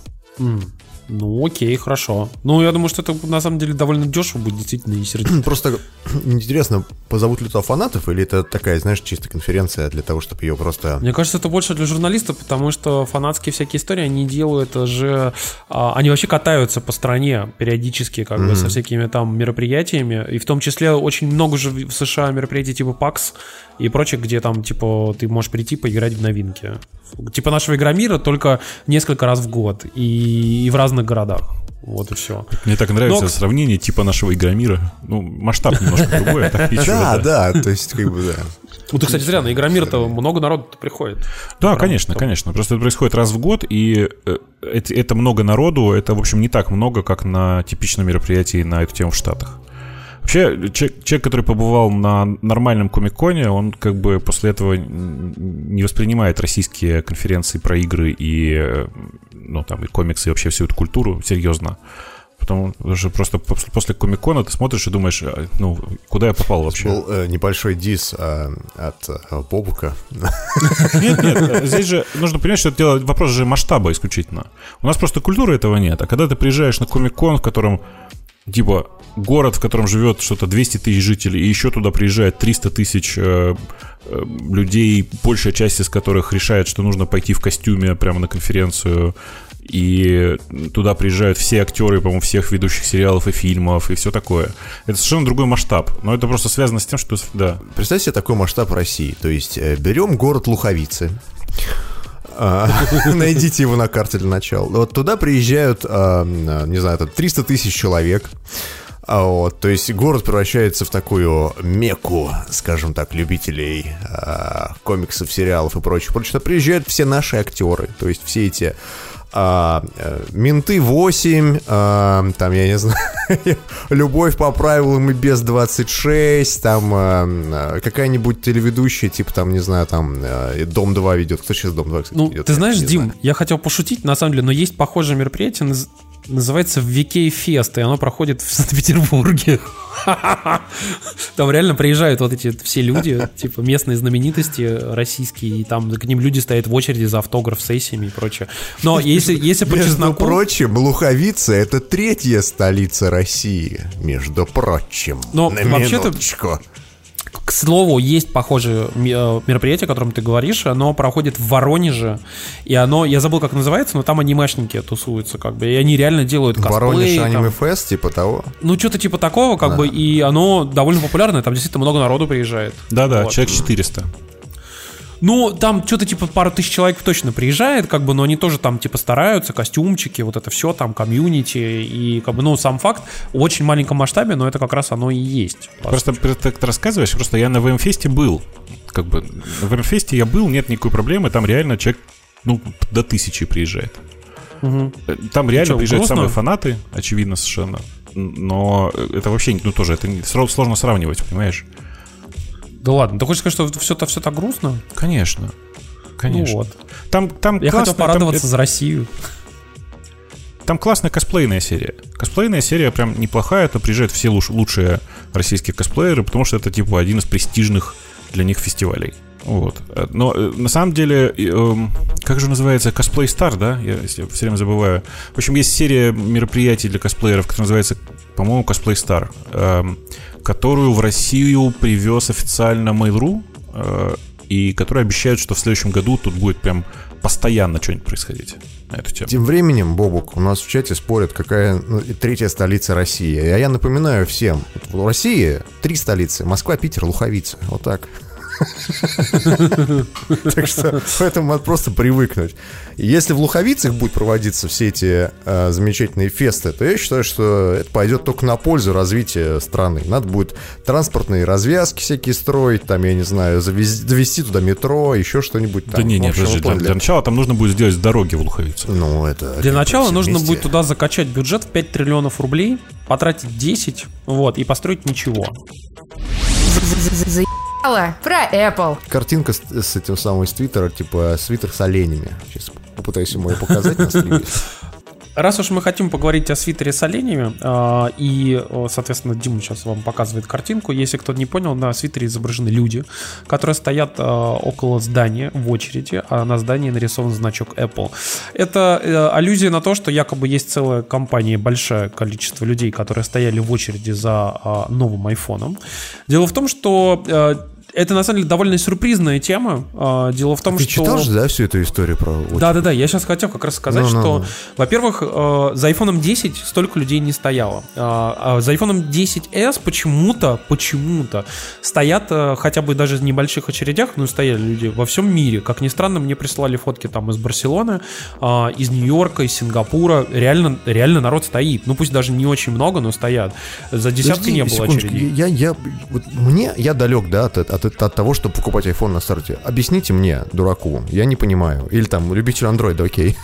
Mm. Ну, окей, хорошо. Ну, я думаю, что это на самом деле довольно дешево будет, действительно, и сердито. Просто интересно, позовут ли туда фанатов, или это такая, знаешь, чисто конференция для того, чтобы ее просто... Мне кажется, это больше для журналистов, потому что фанатские всякие истории, они делают же... Они вообще катаются по стране периодически, как mm-hmm. бы, со всякими там мероприятиями, и в том числе очень много же в США мероприятий типа пакс и прочих, где там, типа, ты можешь прийти поиграть в новинки. Типа нашего Игромира, только несколько раз в год и, и в разных городах. Вот и все. Мне так нравится Но... сравнение типа нашего Игромира. Ну, масштаб немножко другой. Да, да, то есть как бы да. Ну, ты, кстати, зря, на Игромир-то много народу приходит. Да, конечно, конечно. Просто это происходит раз в год, и это много народу, это, в общем, не так много, как на типичном мероприятии на эту тему в Штатах. Вообще, человек, человек, который побывал на нормальном комик-коне, он как бы после этого не воспринимает российские конференции про игры и, ну, там, и комиксы, и вообще всю эту культуру серьезно. Потому что просто после комик-кона ты смотришь и думаешь, ну, куда я попал вообще? Был э, небольшой дис э, от э, Бобука. Нет, нет, здесь же нужно понимать, что это дело, вопрос же масштаба исключительно. У нас просто культуры этого нет. А когда ты приезжаешь на комик-кон, в котором типа город, в котором живет что-то двести тысяч жителей, и еще туда приезжает триста тысяч э, э, людей, большая часть из которых решает, что нужно пойти в костюме прямо на конференцию, и туда приезжают все актеры, по-моему, всех ведущих сериалов и фильмов, и все такое. Это совершенно другой масштаб, но это просто связано с тем, что... Да. Представьте себе такой масштаб России, то есть э, берем город Луховицы, найдите его на карте для начала. Вот туда приезжают, не знаю, триста тысяч человек. Вот, то есть город превращается в такую мекку, скажем так, любителей а, комиксов, сериалов и прочих. Прочее, приезжают все наши актеры, то есть все эти а, менты восемь, а, там, я не знаю, любовь по правилам и без двадцать шесть, там а, какая-нибудь телеведущая, типа там, не знаю, там Дом два ведет. Кто сейчас Дом два, кстати, ну, ведет? Ты знаешь, Дим, знаю. Я хотел пошутить, на самом деле, но есть похожее мероприятие, называется ви кей Fest, и оно проходит в Санкт-Петербурге. Там реально приезжают вот эти все люди, типа местные знаменитости российские, и там к ним люди стоят в очереди за автограф-сессиями и прочее. Но если, если по между чесноку... прочим, Луховица — это третья столица России, между прочим. Но на вообще-то... минуточку. К слову, есть похожее мероприятие, о котором ты говоришь. Оно проходит в Воронеже. И оно, я забыл, как называется, но там анимешники тусуются, как бы. И они реально делают косплей. Воронеж аниме-фест, типа того? Ну, что-то типа такого, как да. бы. И оно довольно популярное. Там действительно много народу приезжает. Да-да, вот. человек четыреста. Ну, там что-то типа пару тысяч человек точно приезжает, как бы, но они тоже там типа стараются, костюмчики, вот это все, там комьюнити, и как бы, ну, сам факт в очень маленьком масштабе, но это как раз оно и есть. Просто ты рассказываешь, просто я на ви эм-фесте был, как бы, на ви эм-фесте я был, нет никакой проблемы, там реально человек, ну, до тысячи приезжает. Угу. Там реально что, приезжают грустно? Самые фанаты, очевидно совершенно, но это вообще, ну, тоже, это сложно сравнивать, понимаешь? Да ладно, ты хочешь сказать, что все, все так грустно? Конечно, конечно. Ну вот. Там, там Я классно, хотел порадоваться там, за Россию. Там классная косплейная серия. Косплейная серия прям неплохая, то приезжают все лучшие российские косплееры, потому что это, типа, один из престижных для них фестивалей. Вот. Но на самом деле, э, как же называется, Cosplay Star, да? Я, я все время забываю. В общем, есть серия мероприятий для косплееров, которая называется, по-моему, Cosplay Star, э, которую в Россию привез официально Mail.ru, э, и которые обещают, что в следующем году тут будет прям постоянно что-нибудь происходить на эту тему. Тем временем, Бобук, у нас в чате спорят, какая ну, третья столица России. А я напоминаю всем, в России три столицы: Москва, Питер, Луховицы. Вот так. Так что поэтому надо просто привыкнуть. Если в Луховицах будут проводиться все эти э, замечательные фесты, то я считаю, что это пойдет только на пользу развития страны. Надо будет транспортные развязки всякие строить, там, я не знаю, завез, довести туда метро, еще что-нибудь там. Да не, не, подожди, для, для начала там нужно будет сделать дороги в Луховицах. Ну, это... Для начала нужно вместе. Будет туда закачать бюджет в пять триллионов рублей, потратить десять, вот, и построить ничего. Про Apple. Картинка с, с этим самым из Твиттера, типа свитер с оленями. Сейчас попытаюсь ему ее показать на стриме. Раз уж мы хотим поговорить о свитере с оленями, э, и, соответственно, Дима сейчас вам показывает картинку. Если кто-то не понял, на свитере изображены люди, которые стоят э, около здания в очереди, а на здании нарисован значок Apple. Это э, аллюзия на то, что якобы есть целая компания, большое количество людей, которые стояли в очереди за э, новым айфоном. Дело в том, что... Э, Это, на самом деле, довольно сюрпризная тема. Дело в том, а ты что... Ты читал же, да, всю эту историю про... Да-да-да, я сейчас хотел как раз сказать, no, no, что, no. во-первых, за айфон десять столько людей не стояло. За айфон десять эс почему-то, почему-то стоят хотя бы даже в небольших очередях, ну, стояли люди во всем мире. Как ни странно, мне прислали фотки там из Барселоны, из Нью-Йорка, из Сингапура. Реально, реально народ стоит. Ну, пусть даже не очень много, но стоят. За десятки не было очередей. Я, я, вот мне, я далек, да, от, от от того, чтобы покупать iPhone на старте. Объясните мне, дураку, я не понимаю. Или там, любитель андроида, окей.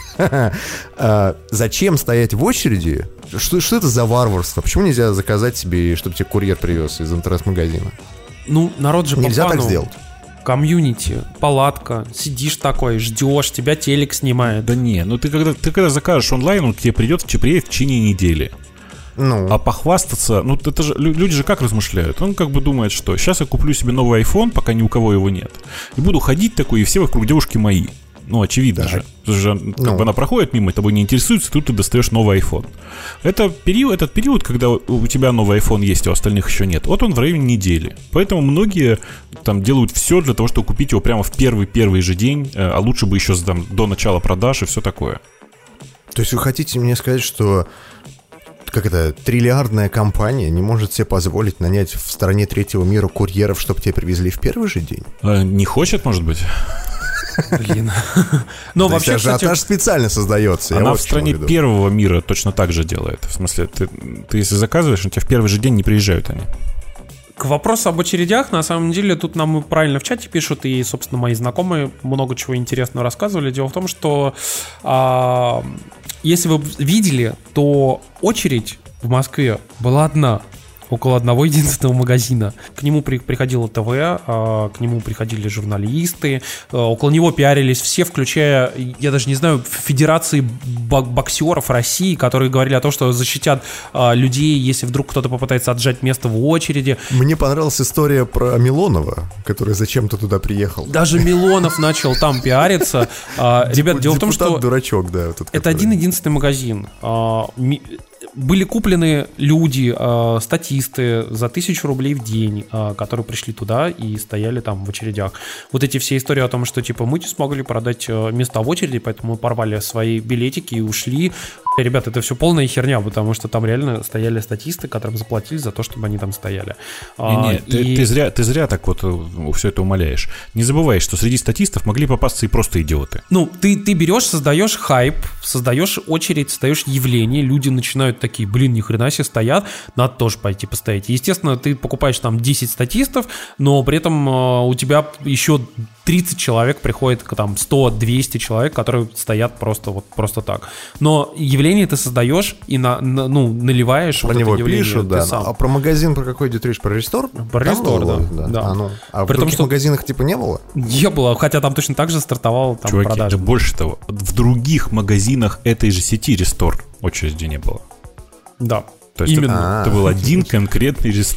а, зачем стоять в очереди? Что, что это за варварство? Почему нельзя заказать себе, чтобы тебе курьер привез из интернет-магазина? Ну, народ же нельзя так сделать. Комьюнити, палатка, сидишь такой, ждешь, тебя телек снимает. Да не, ну ты когда, ты когда закажешь онлайн, он к тебе придет, приедет в течение недели. Ну. А похвастаться, ну это же люди же как размышляют? Он как бы думает, что сейчас я куплю себе новый iPhone, пока ни у кого его нет, и буду ходить такой, и все вокруг девушки мои. Ну, очевидно да. же. же ну. Как бы она проходит мимо, тобой не интересуется, тут ты достаешь новый iPhone. Это период, этот период, когда у тебя новый iPhone есть, а у остальных еще нет, вот он в районе недели. Поэтому многие там делают все для того, чтобы купить его прямо в первый-первый же день, а лучше бы еще там, до начала продаж и все такое. То есть вы хотите мне сказать, что как это, триллиардная компания не может себе позволить нанять в стране третьего мира курьеров, чтобы тебе привезли в первый же день? А, не хочет, может быть? Блин. Но вообще, ажиотаж специально создается. Она в стране первого мира точно так же делает. В смысле, ты, ты если заказываешь, у тебя в первый же день не приезжают они. К вопросу об очередях, на самом деле, тут нам правильно в чате пишут, и, собственно, мои знакомые много чего интересного рассказывали. Дело в том, что а, если вы видели, то очередь в Москве была одна, около одного единственного магазина. К нему при, приходило ТВ, а, к нему приходили журналисты, а, около него пиарились все, включая, я даже не знаю, федерации боксеров России, которые говорили о том, что защитят а, людей, если вдруг кто-то попытается отжать место в очереди. Мне понравилась история про Милонова, который зачем-то туда приехал. Даже Милонов начал там пиариться. А, ребят, дело в том, что дурачок, да, этот, это который... один-единственный магазин. А, ми... Были куплены люди, э, статисты за тысячу рублей в день, э, которые пришли туда и стояли там в очередях. Вот эти все истории о том, что типа мы не смогли продать э, места в очереди, поэтому мы порвали свои билетики и ушли. Ребята, это все полная херня, потому что там реально стояли статисты, которым заплатили за то, чтобы они там стояли. Не, не, а, ты, и... ты, зря, ты зря так вот все это умаляешь. Не забывай, что среди статистов могли попасться и просто идиоты. Ну, ты, ты берешь, создаешь хайп, создаешь очередь, создаешь явление, люди начинают такие, блин, ни хрена себе стоят, надо тоже пойти постоять. Естественно, ты покупаешь там десять статистов, но при этом э, у тебя еще тридцать человек приходит, там сто-двести человек, которые стоят просто вот просто так. Но явление ты создаешь и на, на, ну, наливаешь про вот него это явление пишут, да. Сам. А про магазин, про какой идет речь? Про Рестор? Про Рестор, да. да. да. А, ну, а в других что... магазинах типа не было? Не было, хотя там точно так же стартовал там Чуваки, продажи. Да больше того, в других магазинах этой же сети Рестор очереди не было. Да, то есть именно. Это, это был один конкретный Рестор.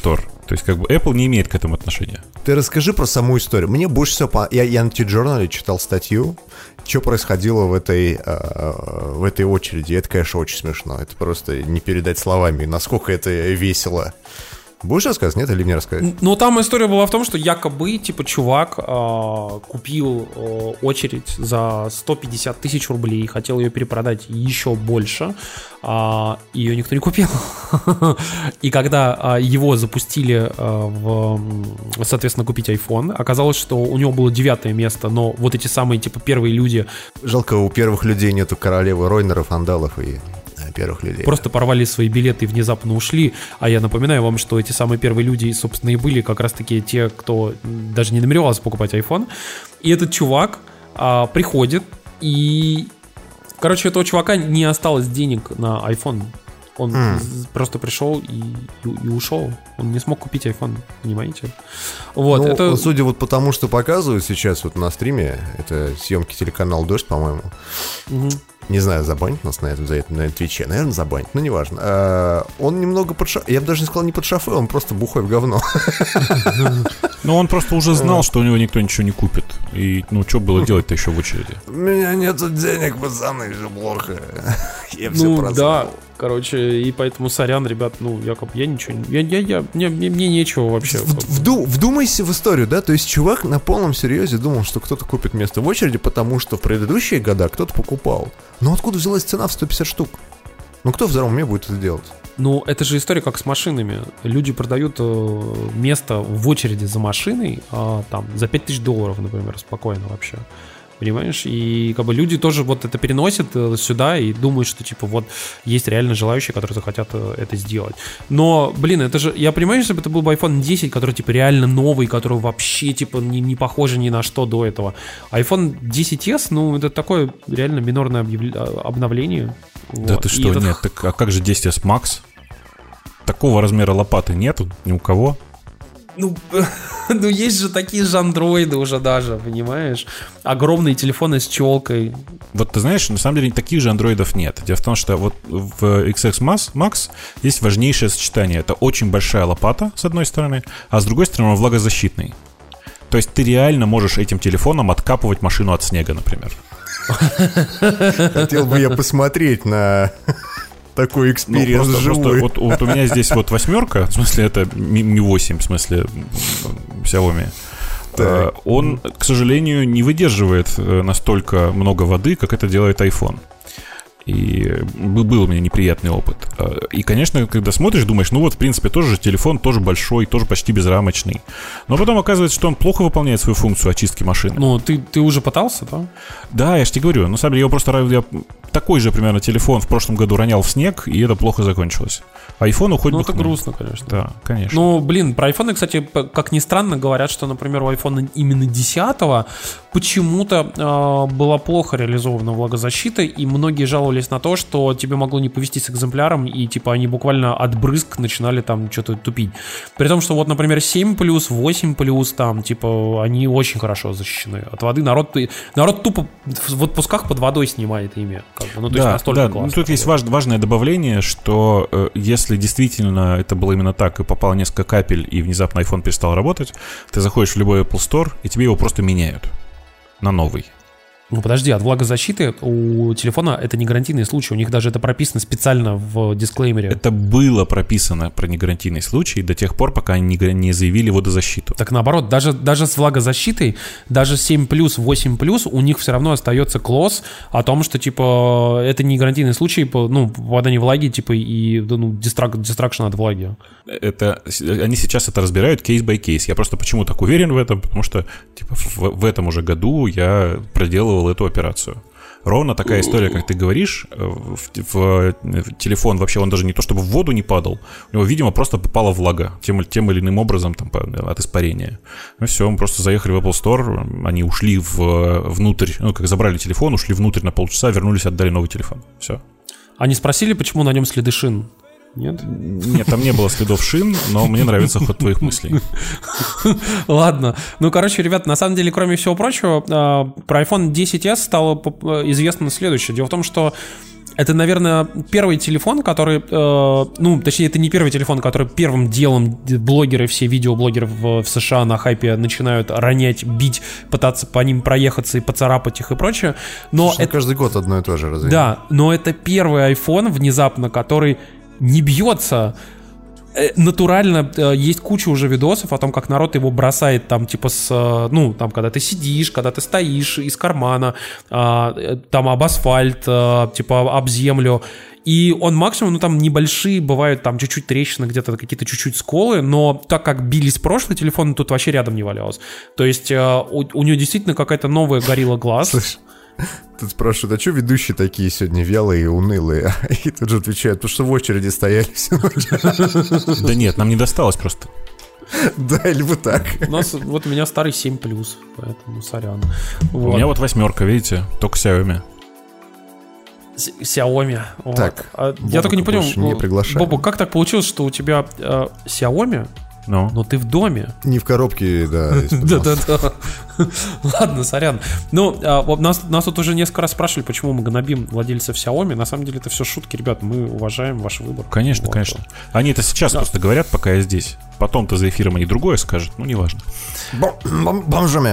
То есть как бы Apple не имеет к этому отношения. Ты расскажи про саму историю. Мне больше всего... По... Я, я на T-Journal читал статью, что происходило в этой, э, в этой очереди. Это, конечно, очень смешно. Это просто не передать словами, насколько это весело. Будешь рассказывать, нет, или мне рассказать? Ну, там история была в том, что якобы, типа, чувак э, купил э, очередь за сто пятьдесят тысяч рублей, хотел ее перепродать еще больше, э, ее никто не купил. И когда э, его запустили, э, в, соответственно, купить iPhone, оказалось, что у него было девятое место, но вот эти самые, типа, первые люди... Жалко, у первых людей нету королевы Ройнеров, Андалов и... первых людей. Просто порвали свои билеты и внезапно ушли. А я напоминаю вам, что эти самые первые люди, собственно, и были как раз-таки те, кто даже не намеревался покупать iPhone. И этот чувак а, приходит, и, короче, у этого чувака не осталось денег на iPhone. Он mm. просто пришел и, и, и ушел. Он не смог купить iPhone, понимаете? Вот, ну, это... Судя вот по тому, что показывают сейчас вот на стриме, это съемки телеканала «Дождь», по-моему. Mm-hmm. Не знаю, забанит нас на этом, за это, на Твиче. Наверное, забанит, но неважно. А, он немного под шафе. Я бы даже не сказал не под шафе, он просто бухой в говно. Ну, он просто уже знал, что у него никто ничего не купит. И, ну, что было делать-то еще в очереди? У меня нету денег, пацаны, же плохо. Я все ну, прозрел. Да, короче, и поэтому сорян, ребят, ну, Якоб, я ничего... Я, я, я, мне, мне, мне нечего вообще. В, вду, вдумайся в историю, да? То есть чувак на полном серьезе думал, что кто-то купит место в очереди, потому что в предыдущие года кто-то покупал. Но откуда взялась цена в сто пятьдесят штук? Ну, кто в здравом уме будет это делать? Ну, это же история как с машинами. Люди продают э, место в очереди за машиной э, там, за пять тысяч долларов, например, спокойно вообще. Понимаешь? И как бы люди тоже вот это переносят сюда и думают, что типа вот есть реально желающие, которые захотят это сделать. Но, блин, это же, я понимаю, если бы это был бы iPhone десять, который типа реально новый, который вообще типа не, не похож ни на что до этого. iPhone десять эс, ну, это такое реально минорное объявля... обновление. Да вот. ты что, этот... нет, так, а как же десять эс Max? Такого размера лопаты нету ни у кого. Ну, ну, есть же такие же андроиды уже даже, понимаешь? Огромные телефоны с челкой. Вот ты знаешь, на самом деле таких же андроидов нет. Дело в том, что вот в икс экс Max есть важнейшее сочетание. Это очень большая лопата, с одной стороны, а с другой стороны он влагозащитный. То есть ты реально можешь этим телефоном откапывать машину от снега, например. Хотел бы я посмотреть на... такой экспириенс ну, живой. Вот, вот у меня здесь вот восьмерка, в смысле это ми восемь, в смысле Xiaomi. Так. Он, к сожалению, не выдерживает настолько много воды, как это делает iPhone. И был у меня неприятный опыт. И, конечно, когда смотришь, думаешь, ну вот, в принципе, тоже же телефон, тоже большой, тоже почти безрамочный. Но потом оказывается, что он плохо выполняет свою функцию очистки машины. Ну, ты, ты уже пытался, да? Да, я же тебе говорю. На самом деле, я просто я такой же примерно телефон в прошлом году ронял в снег, и это плохо закончилось. Айфон уходит. Ну, бы это хм. грустно, конечно. Да, конечно. Ну, блин, про айфоны, кстати, как ни странно, говорят, что, например, у айфона именно десятого почему-то э, была плохо реализована влагозащита, и многие жаловались на то, что тебе могло не повезти с экземпляром, и типа они буквально от брызг начинали там что-то тупить. При том, что вот, например, семь плюс, восемь плюс, там, типа, они очень хорошо защищены от воды. Народ, народ тупо в отпусках под водой снимает ими. Как бы. Ну, то да, есть настолько да. классно. Ну, тут есть важ, важное добавление, что э, если действительно это было именно так, и попало несколько капель, и внезапно iPhone перестал работать, ты заходишь в любой Apple Store, и тебе его просто меняют на новый. Ну подожди, от влагозащиты у телефона это не гарантийный случай. У них даже это прописано специально в дисклеймере. Это было прописано про негарантийный случай до тех пор, пока они не заявили водозащиту. Так наоборот, даже, даже с влагозащитой, даже семь плюс, восемь плюс, у них все равно остается клосс о том, что типа это не гарантийный случай, ну, вода не влаги, типа, и ну, дистрак, дистракшн от влаги. Это, они сейчас это разбирают кейс бай кейс. Я просто почему так уверен в этом, потому что типа, в, в этом уже году я проделывал эту операцию. Ровно такая история, как ты говоришь, в, в, в телефон вообще он даже не то чтобы в воду не падал, у него, видимо, просто попала влага тем, тем или иным образом там, от испарения. Ну все, мы просто заехали в Apple Store, они ушли в, внутрь, ну как забрали телефон, ушли внутрь на полчаса, вернулись, отдали новый телефон. Все. Они спросили, почему на нем следы шин? Нет? Нет, там не было следов шин, но мне нравится ход твоих мыслей. Ладно. Ну, короче, ребят, на самом деле, кроме всего прочего, про iPhone десять эс стало известно следующее. Дело в том, что Это, наверное, первый телефон, который... Э, ну, точнее, это не первый телефон, который первым делом блогеры, все видеоблогеры в, в США на хайпе начинают ронять, бить, пытаться по ним проехаться и поцарапать их и прочее. Но Слушай, это... каждый год одно и то же, разве? Да, но это первый iPhone внезапно, который не бьется... Натурально есть куча уже видосов о том, как народ его бросает там, типа, с, ну, там, когда ты сидишь, когда ты стоишь из кармана, там, об асфальт, типа, об землю. И он максимум, ну, там небольшие бывают, там, чуть-чуть трещины, где-то какие-то чуть-чуть сколы, но так как бились прошлые телефоны, тут вообще рядом не валялось. То есть у, у него действительно какая-то новая Gorilla Glass. Слышь, тут спрашивают, а что ведущие такие сегодня вялые и унылые? И тут же отвечают, потому что в очереди стояли всю ночь. Да нет, нам не досталось просто. Да, или бы так. У нас, вот у меня старый семь плюс, поэтому сорян. У меня вот восьмерка, видите, только Xiaomi. Xiaomi. Вот. Так, а я только не понял, не приглашаем. Бобу, как так получилось, что у тебя э, Xiaomi, ну. но ты в доме? Не в коробке, да. Да-да-да. Ладно, сорян. Ну, нас, нас тут уже несколько раз спрашивали, почему мы гнобим владельцев Xiaomi. На самом деле это все шутки, ребят, мы уважаем ваш выбор. Конечно, вот. конечно. Они это сейчас да. просто говорят, пока я здесь. Потом-то за эфиром они другое скажут, ну, неважно. Бомжами.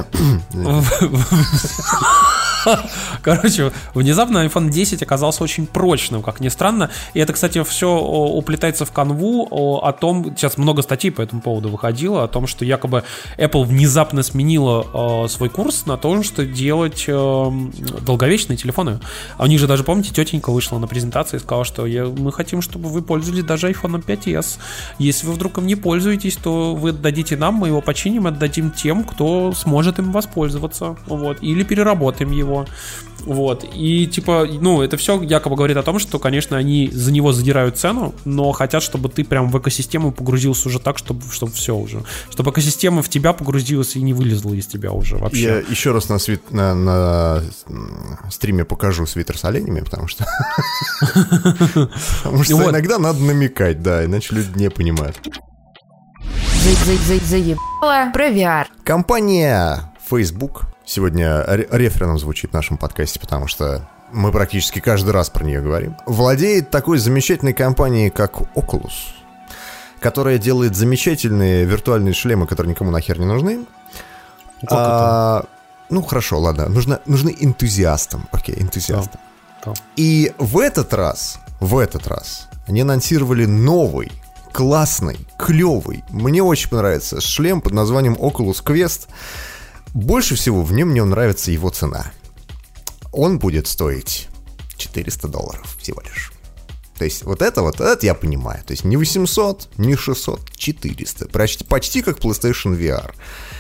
Короче, внезапно iPhone десять оказался очень прочным, как ни странно. И это, кстати, все уплетается в канву о том, сейчас много статей по этому поводу выходило, о том, что якобы Apple внезапно сменила э, свой курс на то, что делать э, долговечные телефоны. А у них же даже, помните, тетенька вышла на презентации и сказала, что я, мы хотим, чтобы вы пользовались даже iPhone пять эс. Если вы вдруг им не пользуетесь, то вы отдадите нам, мы его починим, отдадим тем, кто сможет им воспользоваться. Вот. Или переработаем его. Вот. И типа, ну, это все якобы говорит о том, что, конечно, они за него задирают цену, но хотят, чтобы ты прям в экосистему погрузился уже так, чтобы, чтобы все уже. Чтобы экосистема в тебя погрузилась и не вылезла из тебя уже вообще. Я еще раз на, свит... на, на стриме покажу свитер с оленями, потому что потому что иногда надо намекать, да, иначе люди не понимают. Заебала про ви ар. Компания Facebook сегодня рефреном звучит в нашем подкасте, потому что мы практически каждый раз про нее говорим. Владеет такой замечательной компанией, как Oculus, которая делает замечательные виртуальные шлемы, которые никому нахер не нужны. А, ну, хорошо, ладно. Нужно, нужны энтузиастам. Окей, энтузиастам. Да, да. И в этот раз, в этот раз они анонсировали новый, классный, клевый, мне очень понравится шлем под названием Oculus Quest. Больше всего в нем мне нравится его цена. Он будет стоить четыреста долларов всего лишь. То есть вот это вот, это я понимаю. То есть не восемьсот, не шестьсот, четыреста. Почти, почти как PlayStation ви ар.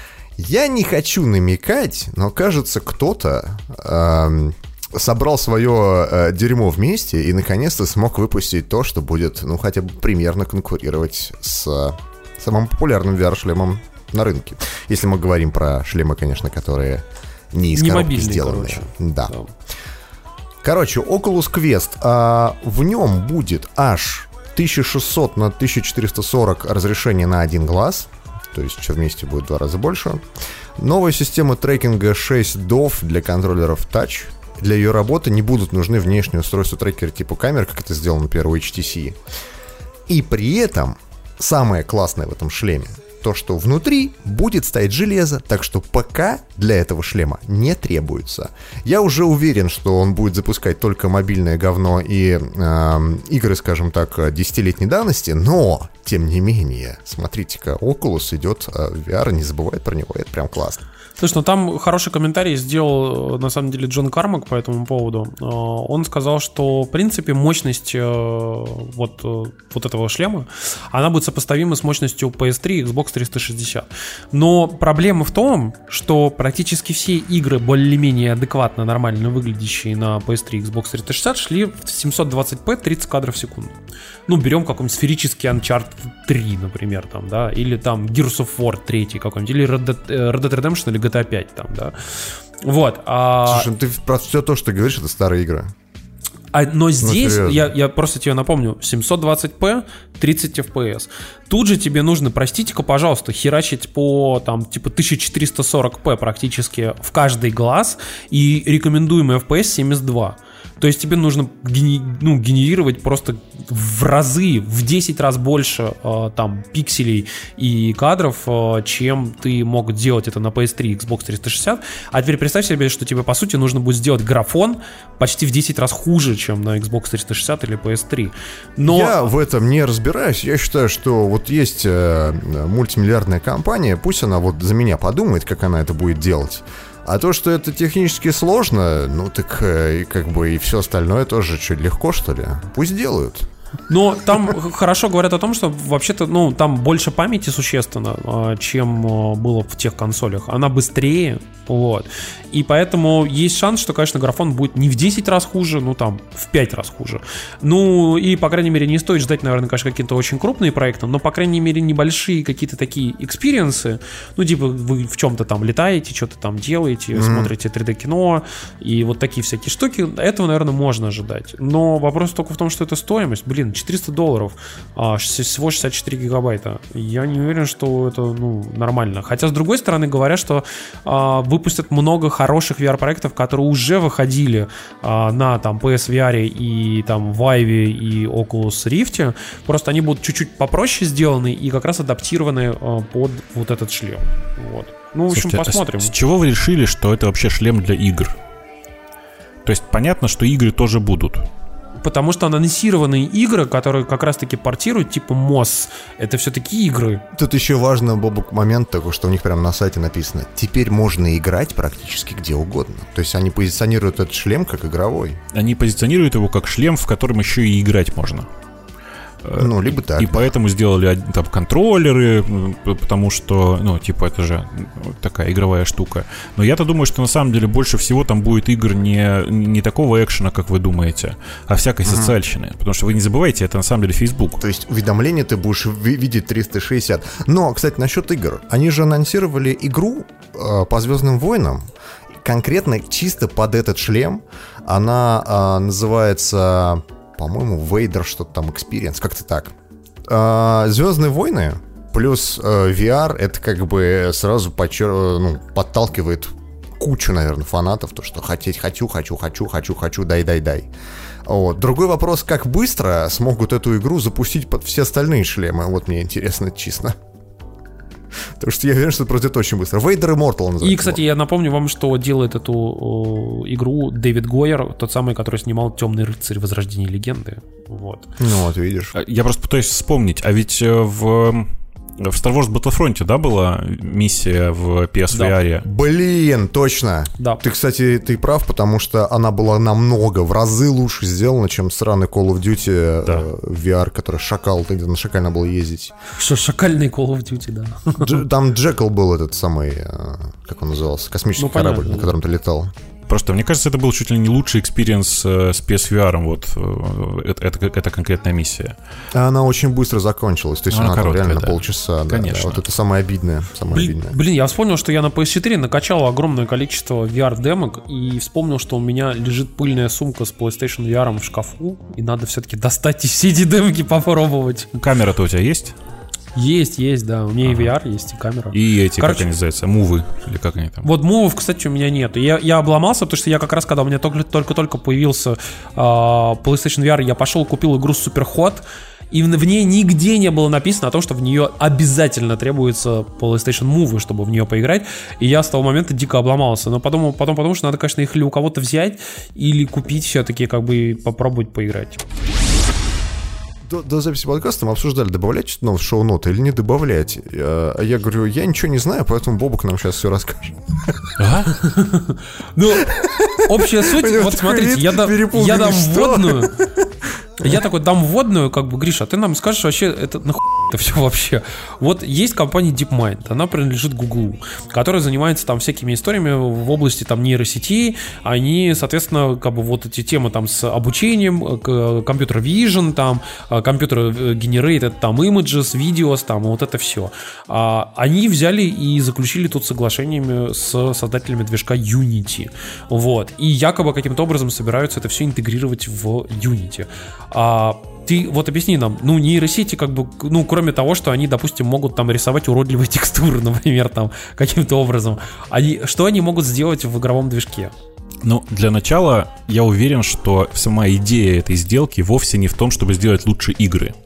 Я не хочу намекать, но кажется, кто-то эм, собрал свое э, дерьмо вместе и наконец-то смог выпустить то, что будет, ну, хотя бы примерно конкурировать с э, самым популярным ви ар-шлемом на рынке. Если мы говорим про шлемы, конечно, которые не из не коробки сделаны. Да. да. Короче, Oculus Quest, а, в нем будет аж тысяча шестьсот на тысяча четыреста сорок разрешение на один глаз. То есть все вместе будет в два раза больше. Новая система трекинга шесть ди о эф для контроллеров Touch. Для ее работы не будут нужны внешние устройства трекера типа камер, как это сделано, например, у эйч ти си. И при этом самое классное в этом шлеме то, что внутри будет стоять железо, так что ПК для этого шлема не требуется. Я уже уверен, что он будет запускать только мобильное говно и э, игры, скажем так, десятилетней давности, но, тем не менее, смотрите-ка, Oculus идет в ви ар, не забывает про него, это прям классно. Слушай, ну там хороший комментарий сделал, на самом деле, Джон Кармак по этому поводу. Он сказал, что, в принципе, мощность вот, вот этого шлема, она будет сопоставима с мощностью пи эс три и Xbox триста шестьдесят. Но проблема в том, что практически все игры более-менее адекватно, нормально выглядящие на пи эс три и Xbox триста шестьдесят шли в семьсот двадцать пэ тридцать кадров в секунду. Ну, берем какой-нибудь сферический Uncharted три, например, там, да, или там Gears of War три какой-нибудь, или Red Dead, Red Dead Redemption, или джи ти эй пять там, да. Вот. А... Слушай, ты про все то, что ты говоришь, это старая игра. А, но здесь, ну, я, я просто тебе напомню, семьсот двадцать пэ, тридцать эф пи эс. Тут же тебе нужно, простите-ка, пожалуйста, херачить по там типа тысяча четыреста сорок пэ практически в каждый глаз, и рекомендуемый эф пи эс семьдесят два. То есть тебе нужно гени, ну, генерировать просто в разы, в десять раз больше э, там пикселей и кадров, э, чем ты мог делать это на пи эс три, Xbox триста шестьдесят. А теперь представь себе, что тебе по сути нужно будет сделать графон почти в десять раз хуже, чем на Xbox триста шестьдесят или пи эс три. Но... Я в этом не разбираюсь. Я считаю, что вот есть э, мультимиллиардная компания, пусть она вот за меня подумает, как она это будет делать. А то, что это технически сложно, ну так э, как бы и все остальное тоже чуть легко, что ли. Пусть делают. Но там хорошо говорят о том, что вообще-то, ну, там больше памяти существенно, чем было в тех консолях. Она быстрее, вот. И поэтому есть шанс, что, конечно, графон будет не в десять раз хуже, ну, там, в пять раз хуже. Ну, и, по крайней мере, не стоит ждать, наверное, конечно, какие-то очень крупные проекты, но, по крайней мере, небольшие какие-то такие экспириенсы, ну, типа, вы в чем-то там летаете, что-то там делаете, mm-hmm. смотрите три дэ-кино и вот такие всякие штуки, этого, наверное, можно ожидать. Но вопрос только в том, что это стоимость, блин, четыреста долларов, а, всего шестьдесят четыре гигабайта. Я не уверен, что это, ну, нормально. Хотя, с другой стороны, говорят, что а, выпустят много хороших ви ар-проектов, которые уже выходили а, на там пи эс ви ар и там Vive и Oculus Rift. Просто они будут чуть-чуть попроще сделаны и как раз адаптированы а, под вот этот шлем. Вот. Ну, в общем, Слушайте, посмотрим. А с, с чего вы решили, что это вообще шлем для игр? То есть понятно, что игры тоже будут. Потому что анонсированные игры, которые как раз-таки портируют, типа моз, это все-таки игры. Тут еще важный, Бобок, момент такой, что у них прямо на сайте написано: теперь можно играть практически где угодно. То есть они позиционируют этот шлем как игровой. Они позиционируют его как шлем, в котором еще и играть можно. Ну, либо так. И да. поэтому сделали там контроллеры, потому что, ну, типа, это же такая игровая штука. Но я-то думаю, что на самом деле больше всего там будет игр не, не такого экшена, как вы думаете, а всякой mm-hmm. социальщины. Потому что вы не забывайте, это на самом деле Facebook. То есть уведомления ты будешь видеть триста шестьдесят. Но, кстати, насчет игр. Они же анонсировали игру э, по Звездным войнам, конкретно чисто под этот шлем. Она э, называется... по-моему, Вейдер, что-то там, Experience, как-то так. А, Звездные войны плюс а, ви ар, это как бы сразу подчер... ну, подталкивает кучу, наверное, фанатов, то, что хотеть хочу, хочу, хочу, хочу, хочу, дай, дай, дай. Вот. Другой вопрос, как быстро смогут эту игру запустить под все остальные шлемы, вот мне интересно, честно. Потому что я уверен, что это пройдет очень быстро. Vader Immortal называется. И, кстати, я напомню вам, что делает эту о, игру Дэвид Гойер, тот самый, который снимал «Темный рыцарь. Возрождение легенды». Вот. Ну вот, видишь. Я просто пытаюсь вспомнить, а ведь в... В Star Wars Battlefront, да, была миссия в пи эс ви ар? Да. Блин, точно. Да. Ты, кстати, ты прав, потому что она была намного, в разы лучше сделана, чем сраный Call of Duty да. э, ви ар, который шакал, ты на шакаль надо было ездить. Что, шакальный Call of Duty, да. Дж, там Джекал был этот самый, э, как он назывался, космический ну, корабль, понятно. На котором ты летал. Просто, мне кажется, это был чуть ли не лучший экспириенс э, с пи эс ви ар, вот, э, это, это, это конкретная миссия. Она очень быстро закончилась, то есть она, она там реально да. полчаса. Конечно. Да, вот это самое обидное. Самое блин, обидное. Блин, я вспомнил, что я на пи эс четыре накачал огромное количество ви ар-демок и вспомнил, что у меня лежит пыльная сумка с PlayStation ви ар в шкафу, и надо все-таки достать и все эти демки попробовать. Камера-то у тебя есть? Есть, есть, да. У меня ага. и ви ар есть, и камера. И эти, Короче, как они называются, мувы, или как они там? Вот мувов, кстати, у меня нет. Я, я обломался, потому что я как раз, когда у меня только-только появился э, PlayStation ви ар, я пошел купил игру Superhot, и в, в ней нигде не было написано о том, что в нее обязательно требуется PlayStation Move, чтобы в нее поиграть. И я с того момента дико обломался. Но подумал, потом подумал, что надо, конечно, их или у кого-то взять, или купить все-таки, как бы попробовать поиграть. До, до записи подкаста мы обсуждали, добавлять что-то в шоу-ноты или не добавлять. Я, я говорю, я ничего не знаю, поэтому Бобок нам сейчас все расскажет. Ну, общая суть, вот смотрите, я дам вводную. Я такой дам вводную, как бы, Гриша, а ты нам скажешь вообще, это нахуй это все вообще. Вот есть компания DeepMind, она принадлежит Google, которая занимается там всякими историями в области там нейросетей. Они, соответственно, как бы вот эти темы там с обучением, компьютер vision, там, компьютер generated, там, images, видеос, там, вот это все. Они взяли и заключили тут соглашениями с создателями движка Unity. Вот. И якобы каким-то образом собираются это все интегрировать в Unity. А ты вот объясни нам, ну, нейросети как бы, ну, кроме того, что они, допустим, могут там рисовать уродливые текстуры, например, там, каким-то образом, они, что они могут сделать в игровом движке? Ну, для начала я уверен, что сама идея этой сделки вовсе не в том, чтобы сделать лучше игры.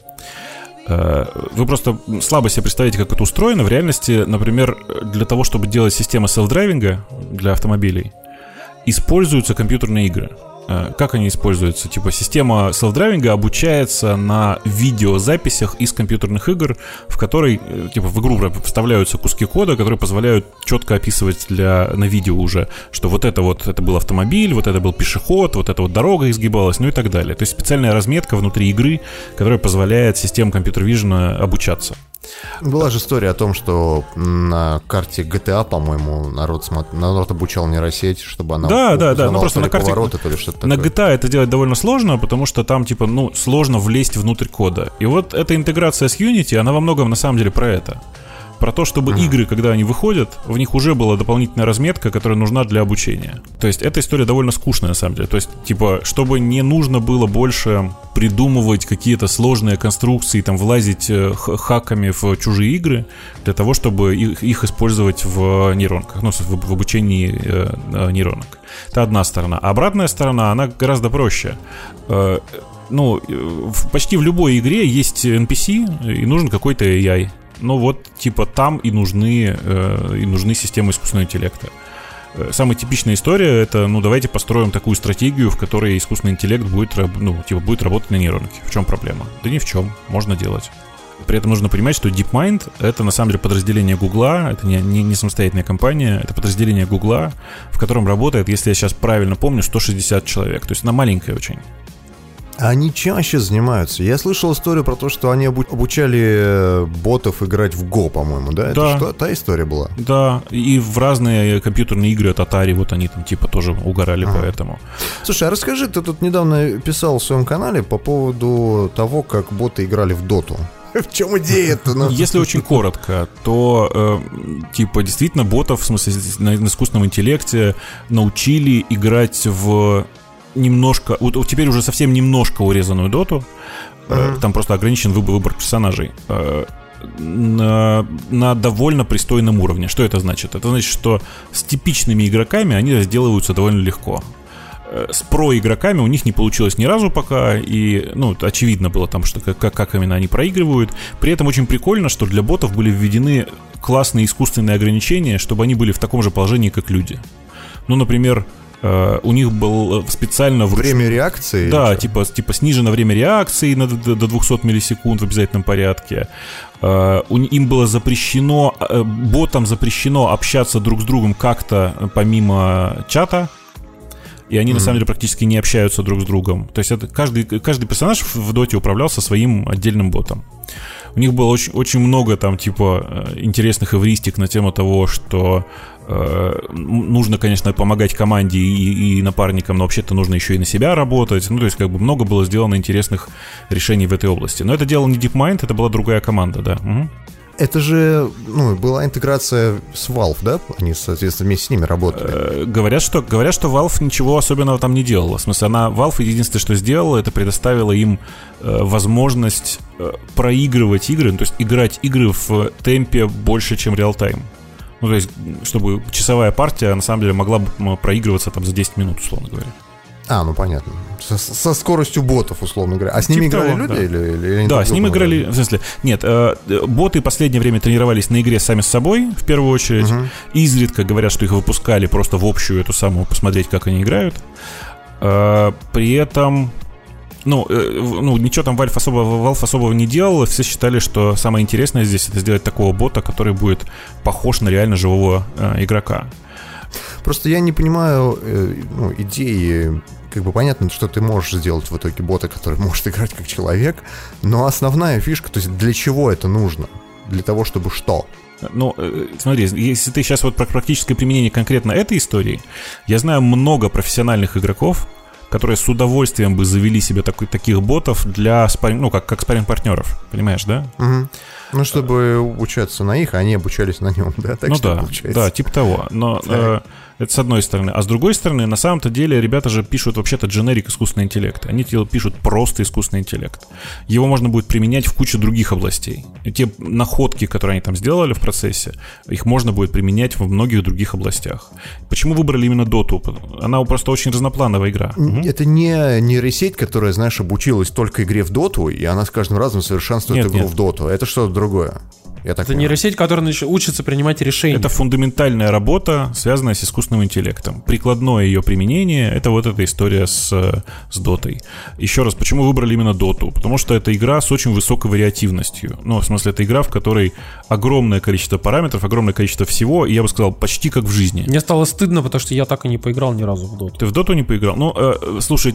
Вы просто слабо себе представляете, как это устроено. В реальности, например, для того, чтобы делать систему селф-драйвинга для автомобилей, используются компьютерные игры. Как они используются? Типа система селф-драйвинга обучается на видеозаписях из компьютерных игр, в которой, типа, в игру вставляются куски кода, которые позволяют четко описывать для, на видео уже, что вот это вот это был автомобиль, вот это был пешеход, вот эта вот дорога изгибалась, ну и так далее. То есть специальная разметка внутри игры, которая позволяет системе компьютер-вижена обучаться. Была же история о том, что на карте джи ти эй, по-моему, народ, смотр... народ обучал нейросеть, чтобы она да, да, да, ну просто на карте повороты, то ли что-то на такое. джи ти эй это делать довольно сложно, потому что там типа ну сложно влезть внутрь кода. И вот эта интеграция с Unity, она во многом на самом деле про это. Про то, чтобы mm-hmm. игры, когда они выходят, в них уже была дополнительная разметка, которая нужна для обучения. То есть эта история довольно скучная на самом деле. То есть, типа, чтобы не нужно было больше придумывать какие-то сложные конструкции, там, влазить э, хаками в чужие игры, для того, чтобы их, их использовать в нейронках, ну, в, в обучении э, э, нейронок. Это одна сторона. А обратная сторона, она гораздо проще. Э, ну, в, почти в любой игре есть эн пи си, и нужен какой-то эй ай. Ну вот, типа, там и нужны, э, и нужны системы искусственного интеллекта. Самая типичная история — это, ну, давайте построим такую стратегию, в которой искусственный интеллект будет, ну, типа, будет работать на нейронке. В чем проблема? Да ни в чем, можно делать. При этом нужно понимать, что DeepMind — это, на самом деле, подразделение Гугла, это не, не, не самостоятельная компания, это подразделение Гугла, в котором работает, если я сейчас правильно помню, сто шестьдесят человек. То есть она маленькая очень. Они чаще занимаются. Я слышал историю про то, что они обучали ботов играть в Go, по-моему, да? Да. Это что, та история была? Да, и в разные компьютерные игры от Atari, вот они там типа тоже угорали ага. по этому. Слушай, а расскажи, ты тут недавно писал в своем канале по поводу того, как боты играли в Доту. В чем идея-то? Ну? Если очень коротко, то э, типа действительно ботов, в смысле на, на искусственном интеллекте научили играть в немножко, вот теперь уже совсем немножко урезанную доту. Uh-huh. Там просто ограничен выбор, выбор персонажей на, на довольно пристойном уровне. Что это значит? Это значит, что с типичными игроками они разделываются довольно легко. С про-игроками у них не получилось ни разу пока. И, ну, очевидно было там, что как, как именно они проигрывают. При этом очень прикольно, что для ботов были введены классные искусственные ограничения, чтобы они были в таком же положении, как люди. Ну, например, Uh, у них был специально вруч... время реакции? Да, типа, типа снижено время реакции на, до, до двухсот миллисекунд в обязательном порядке. Uh, у, им было запрещено, uh, ботам запрещено общаться друг с другом как-то помимо чата. И они, mm-hmm. на самом деле, практически не общаются друг с другом. То есть это каждый, каждый персонаж в доте управлялся своим отдельным ботом. У них было очень, очень много там, типа, интересных эвристик на тему того, что э, нужно, конечно, помогать команде и, и напарникам, но вообще-то нужно еще и на себя работать. Ну, то есть, как бы, много было сделано интересных решений в этой области. Но это делал не DeepMind, это была другая команда, да. Угу. Это же, ну, была интеграция с Valve, да? Они, соответственно, вместе с ними работали. Говорят, что, говорят, что Valve ничего особенного там не делала. В смысле, она, Valve единственное, что сделала, это предоставила им э, возможность э, проигрывать игры, ну, то есть играть игры в темпе больше, чем реал-тайм. Ну, то есть, чтобы часовая партия, на самом деле, могла бы проигрываться там за десять минут, условно говоря. А, ну понятно. Со, со скоростью ботов, условно говоря. А с ними типа играли того, люди? Да, или, или, или да с ними играли, в смысле, нет, э, боты в последнее время тренировались на игре сами с собой, в первую очередь. Uh-huh. Изредка говорят, что их выпускали просто в общую эту самую, посмотреть, как они играют. Э, при этом, ну, э, ну ничего там Valve особого, Valve особого не делал. Все считали, что самое интересное здесь — это сделать такого бота, который будет похож на реально живого э, игрока. Просто я не понимаю э, ну, идеи. Как бы понятно, что ты можешь сделать в итоге бота, который может играть как человек, но основная фишка, то есть для чего это нужно? Для того, чтобы что? Ну, смотри, если ты сейчас вот про практическое применение конкретно этой истории, я знаю много профессиональных игроков, которые с удовольствием бы завели себе такой, таких ботов для спарринг, ну, как, как спарринг-партнеров, понимаешь, да? Угу. Ну, чтобы учаться на их, а они обучались на нем, да? Так ну что да, получается? Да, типа того. Но э, Это с одной стороны. А с другой стороны, на самом-то деле, ребята же пишут вообще-то дженерик искусственный интеллект. Они пишут просто искусственный интеллект. Его можно будет применять в куче других областей. И те находки, которые они там сделали в процессе, их можно будет применять во многих других областях. Почему выбрали именно Доту? Она просто очень разноплановая игра. Это не нейросеть, которая, знаешь, обучилась только игре в Доту, и она с каждым разом совершенствует нет, игру нет. в Доту. Это что-то другое. Я так это понимаю. нейросеть, которая учится принимать решения. Это фундаментальная работа, связанная с искусственным интеллектом. Прикладное ее применение — это вот эта история с, с дотой. Еще раз, почему выбрали именно доту? Потому что это игра с очень высокой вариативностью. Ну, в смысле, это игра, в которой огромное количество параметров, огромное количество всего, и я бы сказал, почти как в жизни. Мне стало стыдно, потому что я так и не поиграл ни разу в доту. Ты в доту не поиграл? Ну, э, слушай,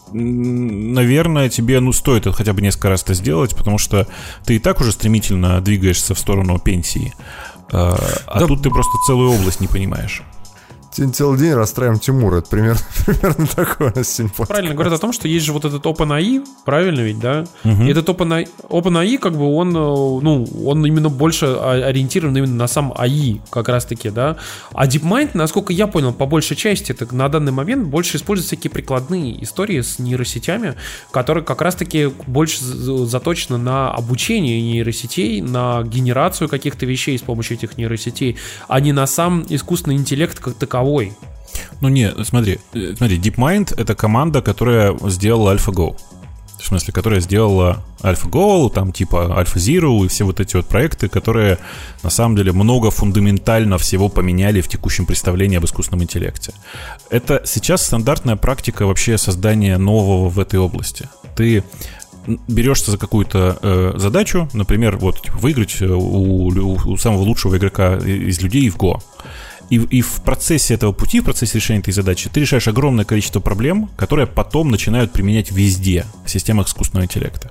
наверное, тебе, ну, стоит это хотя бы несколько раз это сделать, потому что ты и так уже стремительно двигаешься в сторону пенсии. А, а да. Тут ты просто целую область не понимаешь. Целый день расстраиваем Тимура. Это примерно, примерно такое у нас сегодня. Правильно говорят о том, что есть же вот этот OpenAI, правильно ведь, да? Угу. И этот OpenAI, OpenAI, как бы он, ну, он именно больше ориентирован именно на сам эй ай, как раз-таки, да? А DeepMind, насколько я понял, по большей части, это на данный момент больше используют всякие прикладные истории с нейросетями, которые как раз-таки больше заточены на обучение нейросетей, на генерацию каких-то вещей с помощью этих нейросетей, а не на сам искусственный интеллект как таковой. Ну не, смотри, смотри, DeepMind — это команда, которая сделала AlphaGo. В смысле, которая сделала AlphaGo, там типа AlphaZero и все вот эти вот проекты, которые на самом деле много фундаментально всего поменяли в текущем представлении об искусственном интеллекте. Это сейчас стандартная практика вообще создания нового в этой области. Ты берешься за какую-то э, задачу, например, вот типа, выиграть у, у самого лучшего игрока из людей в Go. И, и в процессе этого пути, в процессе решения этой задачи, ты решаешь огромное количество проблем, которые потом начинают применять везде в системах искусственного интеллекта.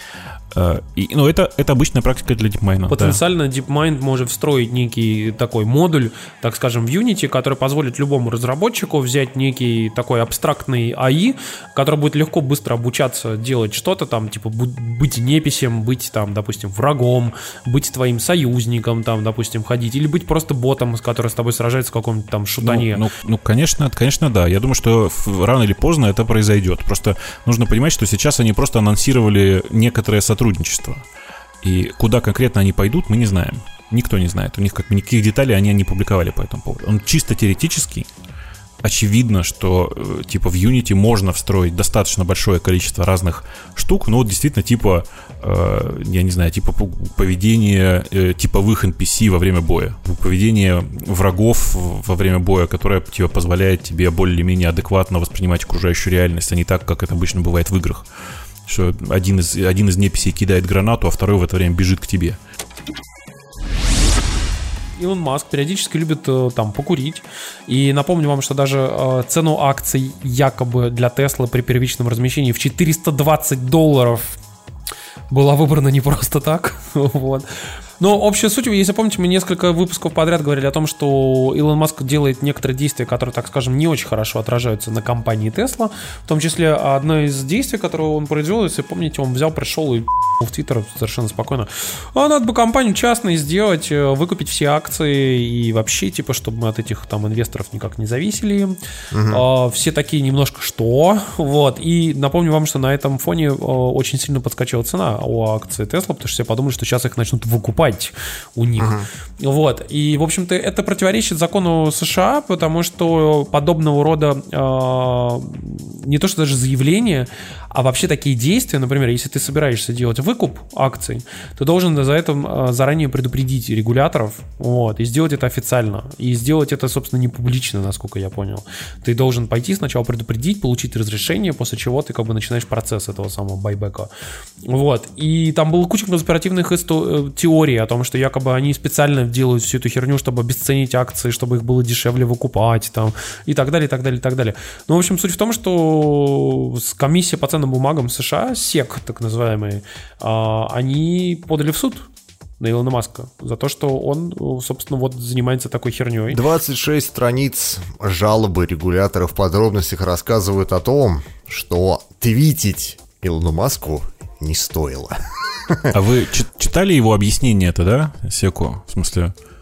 И, ну, это, это обычная практика для DeepMind. Потенциально да. DeepMind может встроить некий такой модуль, так скажем, в Unity, который позволит любому разработчику взять некий такой абстрактный эй ай, который будет легко, быстро обучаться делать что-то там, типа быть неписем, быть там, допустим, врагом, быть твоим союзником, там, допустим, ходить, или быть просто ботом, который с тобой сражается в каком-то там шутане. Ну, ну, ну конечно, конечно, да. Я думаю, что рано или поздно это произойдет. Просто нужно понимать, что сейчас они просто анонсировали некоторые сотрудничество. сотрудничество. И куда конкретно они пойдут, мы не знаем. Никто не знает. У них как никаких деталей они не публиковали по этому поводу. Он чисто теоретический. Очевидно, что типа в Unity можно встроить достаточно большое количество разных штук, но вот действительно типа, э, я не знаю, типа поведение э, типовых эн пи си во время боя, поведение врагов во время боя, которое типа позволяет тебе более-менее адекватно воспринимать окружающую реальность, а не так, как это обычно бывает в играх. Что один из, один из неписей кидает гранату, а второй в это время бежит к тебе. Илон Маск периодически любит там покурить. И напомню вам, что даже э, цену акций якобы для Tesla при первичном размещении в четыреста двадцать долларов была выбрана не просто так. Вот. Но общая суть, если помните, мы несколько выпусков подряд говорили о том, что Илон Маск делает некоторые действия, которые, так скажем, не очень хорошо отражаются на компании Tesla. В том числе одно из действий, которое он произвел, если помните, он взял, пришел и в Твиттер совершенно спокойно. А надо бы компанию частной сделать, выкупить все акции и вообще, типа, чтобы мы от этих там инвесторов никак не зависели. Угу. А, все такие немножко что? Вот. И напомню вам, что на этом фоне очень сильно подскочила цена у акций Tesla, потому что все подумали, что сейчас их начнут выкупать у них. Uh-huh. Вот. И, в общем-то, это противоречит закону США, потому что подобного рода э, не то что даже заявления, а вообще такие действия, например, если ты собираешься делать выкуп акций, ты должен за это э, заранее предупредить регуляторов, вот, и сделать это официально. И сделать это, собственно, не публично, насколько я понял. Ты должен пойти сначала предупредить, получить разрешение, после чего ты как бы начинаешь процесс этого самого байбека. Вот. И там была куча конспиративных исто- теорий о том, что якобы они специально делают всю эту херню, чтобы обесценить акции, чтобы их было дешевле выкупать, там, и так далее, и так далее, и так далее. Ну, в общем, суть в том, что комиссия по ценным бумагам США, сек, так называемые, они подали в суд на Илона Маска за то, что он, собственно, вот занимается такой херней. двадцать шесть страниц жалобы регуляторов в подробностях рассказывают о том, что твитить Илону Маску не стоило. А вы читали его объяснение это, да, Секу? В смысле...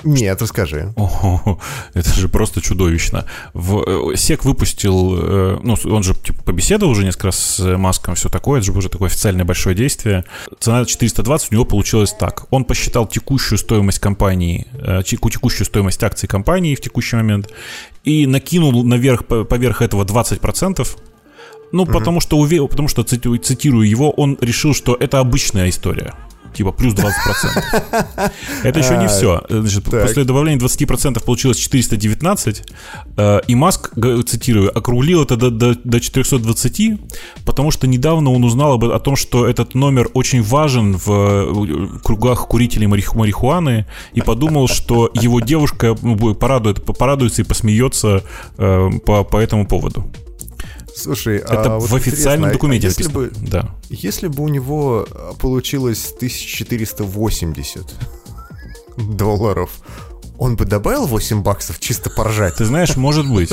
Нет, расскажи. О, это же просто чудовищно. В, сек выпустил, ну, он же типа побеседовал уже несколько раз с Маском, все такое, это же уже такое официальное большое действие. Цена четыреста двадцать у него получилась так. Он посчитал текущую стоимость компании, текущую стоимость акций компании в текущий момент и накинул наверх, поверх этого двадцать процентов. Ну, угу. потому что, потому что, цитирую его, он решил, что это обычная история. Типа плюс двадцать процентов. Это еще не все. Значит, после добавления двадцать процентов получилось четыреста девятнадцать. И Маск, цитирую, округлил это до, до, до четыреста двадцать, потому что недавно он узнал об, о том, что этот номер очень важен в кругах курителей марихуаны, и подумал, что его девушка порадует, порадуется и посмеется по, по этому поводу. Слушай, это а в вот официальном документе а если написано. бы, да. Если бы у него получилось тысяча четыреста восемьдесят долларов, он бы добавил восемь баксов чисто поржать? Ты знаешь, может быть.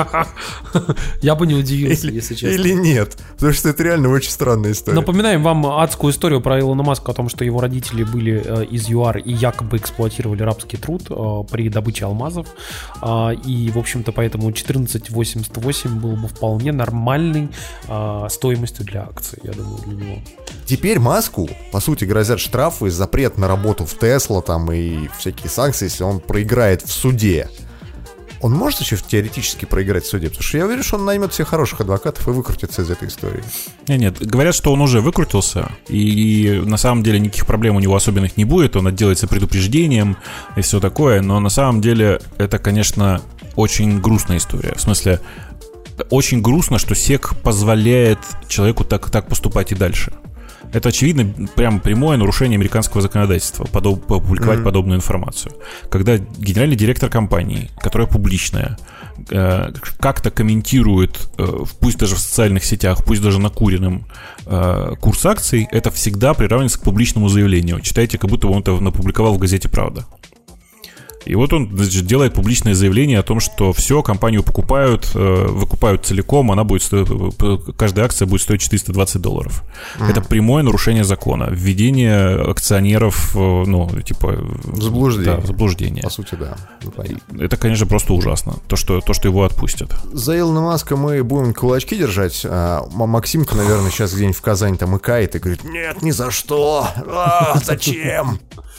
Я бы не удивился, или, если честно. Или нет, потому что это реально очень странная история. Напоминаем вам адскую историю про Илона Маска о том, что его родители были э, из ЮАР и якобы эксплуатировали рабский труд э, при добыче алмазов. Э, и, в общем-то, поэтому четырнадцать восемьдесят восемь был бы вполне нормальной э, стоимостью для акций, я думаю, для него. Теперь Маску, по сути, грозят штрафы, запрет на работу в Тесла там и всякие санкции, если он проиграет в суде. Он может еще теоретически проиграть в суде? Потому что я уверен, что он наймет всех хороших адвокатов и выкрутится из этой истории. Нет, нет, говорят, что он уже выкрутился, и на самом деле никаких проблем у него особенных не будет, он отделается предупреждением и все такое, но на самом деле это, конечно, очень грустная история. В смысле, очень грустно, что сек позволяет человеку так, так поступать и дальше. Это, очевидно, прям прямое нарушение американского законодательства подоб, публиковать mm-hmm. подобную информацию. Когда генеральный директор компании, которая публичная, э, как-то комментирует, э, пусть даже в социальных сетях, пусть даже накуренным, э, курс акций, это всегда приравнивается к публичному заявлению. Читайте, как будто он это напубликовал в газете «Правда». И вот он, значит, делает публичное заявление о том, что все, компанию покупают, э, выкупают целиком, она будет стоить, каждая акция будет стоить четыреста двадцать долларов. Mm. Это прямое нарушение закона, введение акционеров, э, ну, типа... Заблуждение. Да, заблуждение. По сути, да. Это, конечно, просто ужасно, то что, то, что его отпустят. За Илона Маска мы будем кулачки держать, а Максимка, наверное, сейчас где-нибудь в Казани там икает и говорит: нет, ни за что, а, зачем?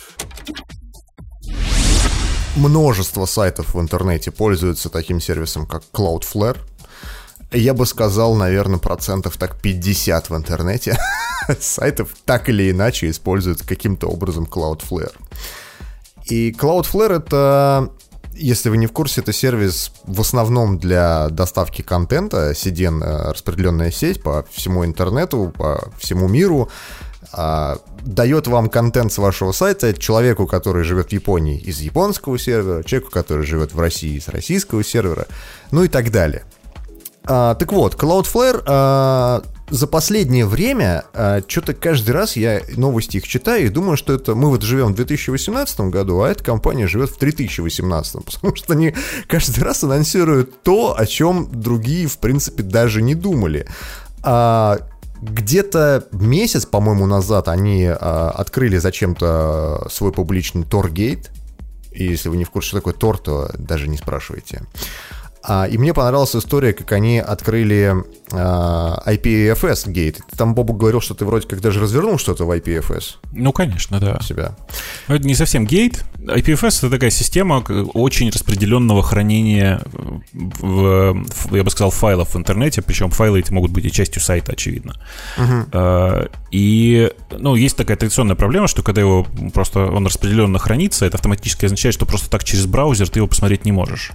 Множество сайтов в интернете пользуются таким сервисом, как Cloudflare. Я бы сказал, наверное, процентов так пятьдесят в интернете сайтов так или иначе используют каким-то образом Cloudflare. И Cloudflare — это, если вы не в курсе, это сервис в основном для доставки контента, си ди эн, распределенная сеть по всему интернету, по всему миру. А, дает вам контент с вашего сайта человеку, который живет в Японии, из японского сервера, человеку, который живет в России, из российского сервера, ну и так далее. А, так вот, Cloudflare а, за последнее время а, что-то каждый раз я новости их читаю и думаю, что это мы вот живем в две тысячи восемнадцатом году, а эта компания живет в три тысячи восемнадцатом, потому что они каждый раз анонсируют то, о чем другие, в принципе, даже не думали. А, Где-то месяц, по-моему, назад они а, открыли зачем-то свой публичный Tor-гейт. И если вы не в курсе, что такое Tor, то даже не спрашивайте. А, и мне понравилась история, как они открыли а, ай пи эф эс-гейт. Там Бобук говорил, что ты вроде как даже развернул что-то в ай пи эф эс. Ну, конечно, да. Себя. Но это не совсем гейт. ай пи эф эс — это такая система очень распределенного хранения, в, в, я бы сказал, файлов в интернете. Причем файлы эти могут быть и частью сайта, очевидно. Uh-huh. А, и, ну, есть такая традиционная проблема, что когда его просто он распределенно хранится, это автоматически означает, что просто так через браузер ты его посмотреть не можешь.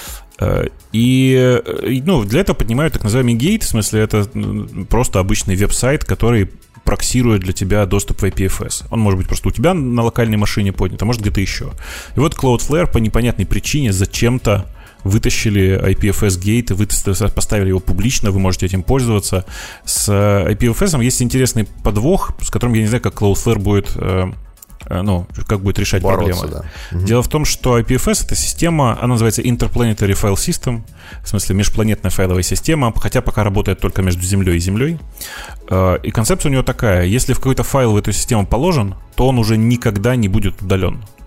И, ну, для этого поднимают так называемый гейт, в смысле это просто обычный веб-сайт, который проксирует для тебя доступ в ай пи эф эс. Он может быть просто у тебя на локальной машине поднят, а может где-то еще. И вот Cloudflare по непонятной причине зачем-то вытащили ай пи эф эс-гейт, вы поставили его публично, вы можете этим пользоваться. С ай пи эф эс есть интересный подвох, с которым я не знаю, как Cloudflare будет... ну, как будет решать бороться, проблемы. Да. Дело в том, что ай пи эф эс — это система, она называется Interplanetary File System, в смысле межпланетная файловая система, хотя пока работает только между Землей и Землей. И концепция у нее такая: если в какой-то файл в эту систему положен, то он уже никогда не будет удален.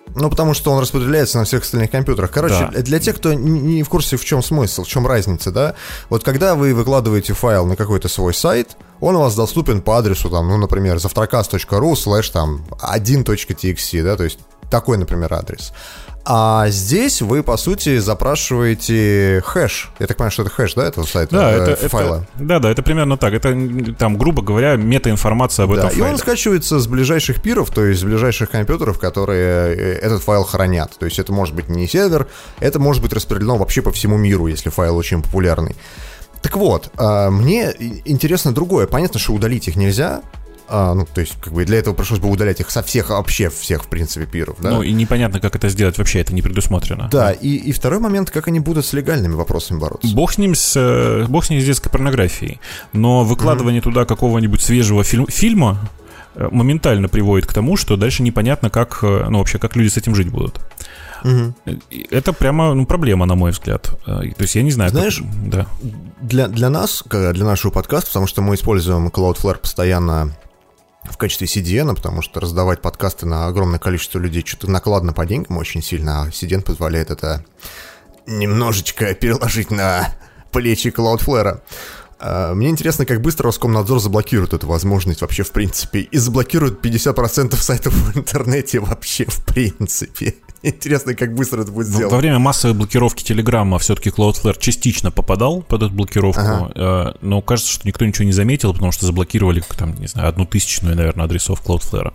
Ну, потому что он распределяется на всех остальных компьютерах. Короче, да. Для тех, кто не в курсе, в чем смысл, в чем разница, да, вот когда вы выкладываете файл на какой-то свой сайт, он у вас доступен по адресу, там, ну, например, завтракаст точка ру слэш там один точка ти экс ти, да, то есть такой, например, адрес. А здесь вы, по сути, запрашиваете хэш. Я так понимаю, что это хэш, да, этого сайта, да, э, это, файла? Это, да, да, это примерно так. Это, там, грубо говоря, метаинформация об да, этом файле. И он скачивается с ближайших пиров, то есть с ближайших компьютеров, которые этот файл хранят. То есть это может быть не сервер, это может быть распределено вообще по всему миру, если файл очень популярный. Так вот, мне интересно другое. Понятно, что удалить их нельзя. А, ну, то есть, как бы для этого пришлось бы удалять их со всех, вообще всех, в принципе, пиров, да? Ну, и непонятно, как это сделать, вообще это не предусмотрено. Да, и, и второй момент, как они будут с легальными вопросами бороться. Бог с ним, с, бог с ним с детской порнографией, но выкладывание mm-hmm. туда какого-нибудь свежего фильм, фильма моментально приводит к тому, что дальше непонятно, как, ну, вообще, как люди с этим жить будут. Mm-hmm. Это прямо, ну, проблема, на мой взгляд. То есть я не знаю. Знаешь, как... да. для, для нас, для нашего подкаста, потому что мы используем Cloudflare постоянно в качестве си ди эн, потому что раздавать подкасты на огромное количество людей что-то накладно по деньгам очень сильно, а си ди эн позволяет это немножечко переложить на плечи Cloudflare. Мне интересно, как быстро Роскомнадзор заблокирует эту возможность вообще в принципе и заблокирует пятьдесят процентов сайтов в интернете вообще в принципе. Интересно, как быстро это будет сделано. Во время массовой блокировки Телеграма все-таки Cloudflare частично попадал под эту блокировку, ага. но кажется, что никто ничего не заметил, потому что заблокировали, там, не знаю, одну тысячную, наверное, адресов Cloudflare.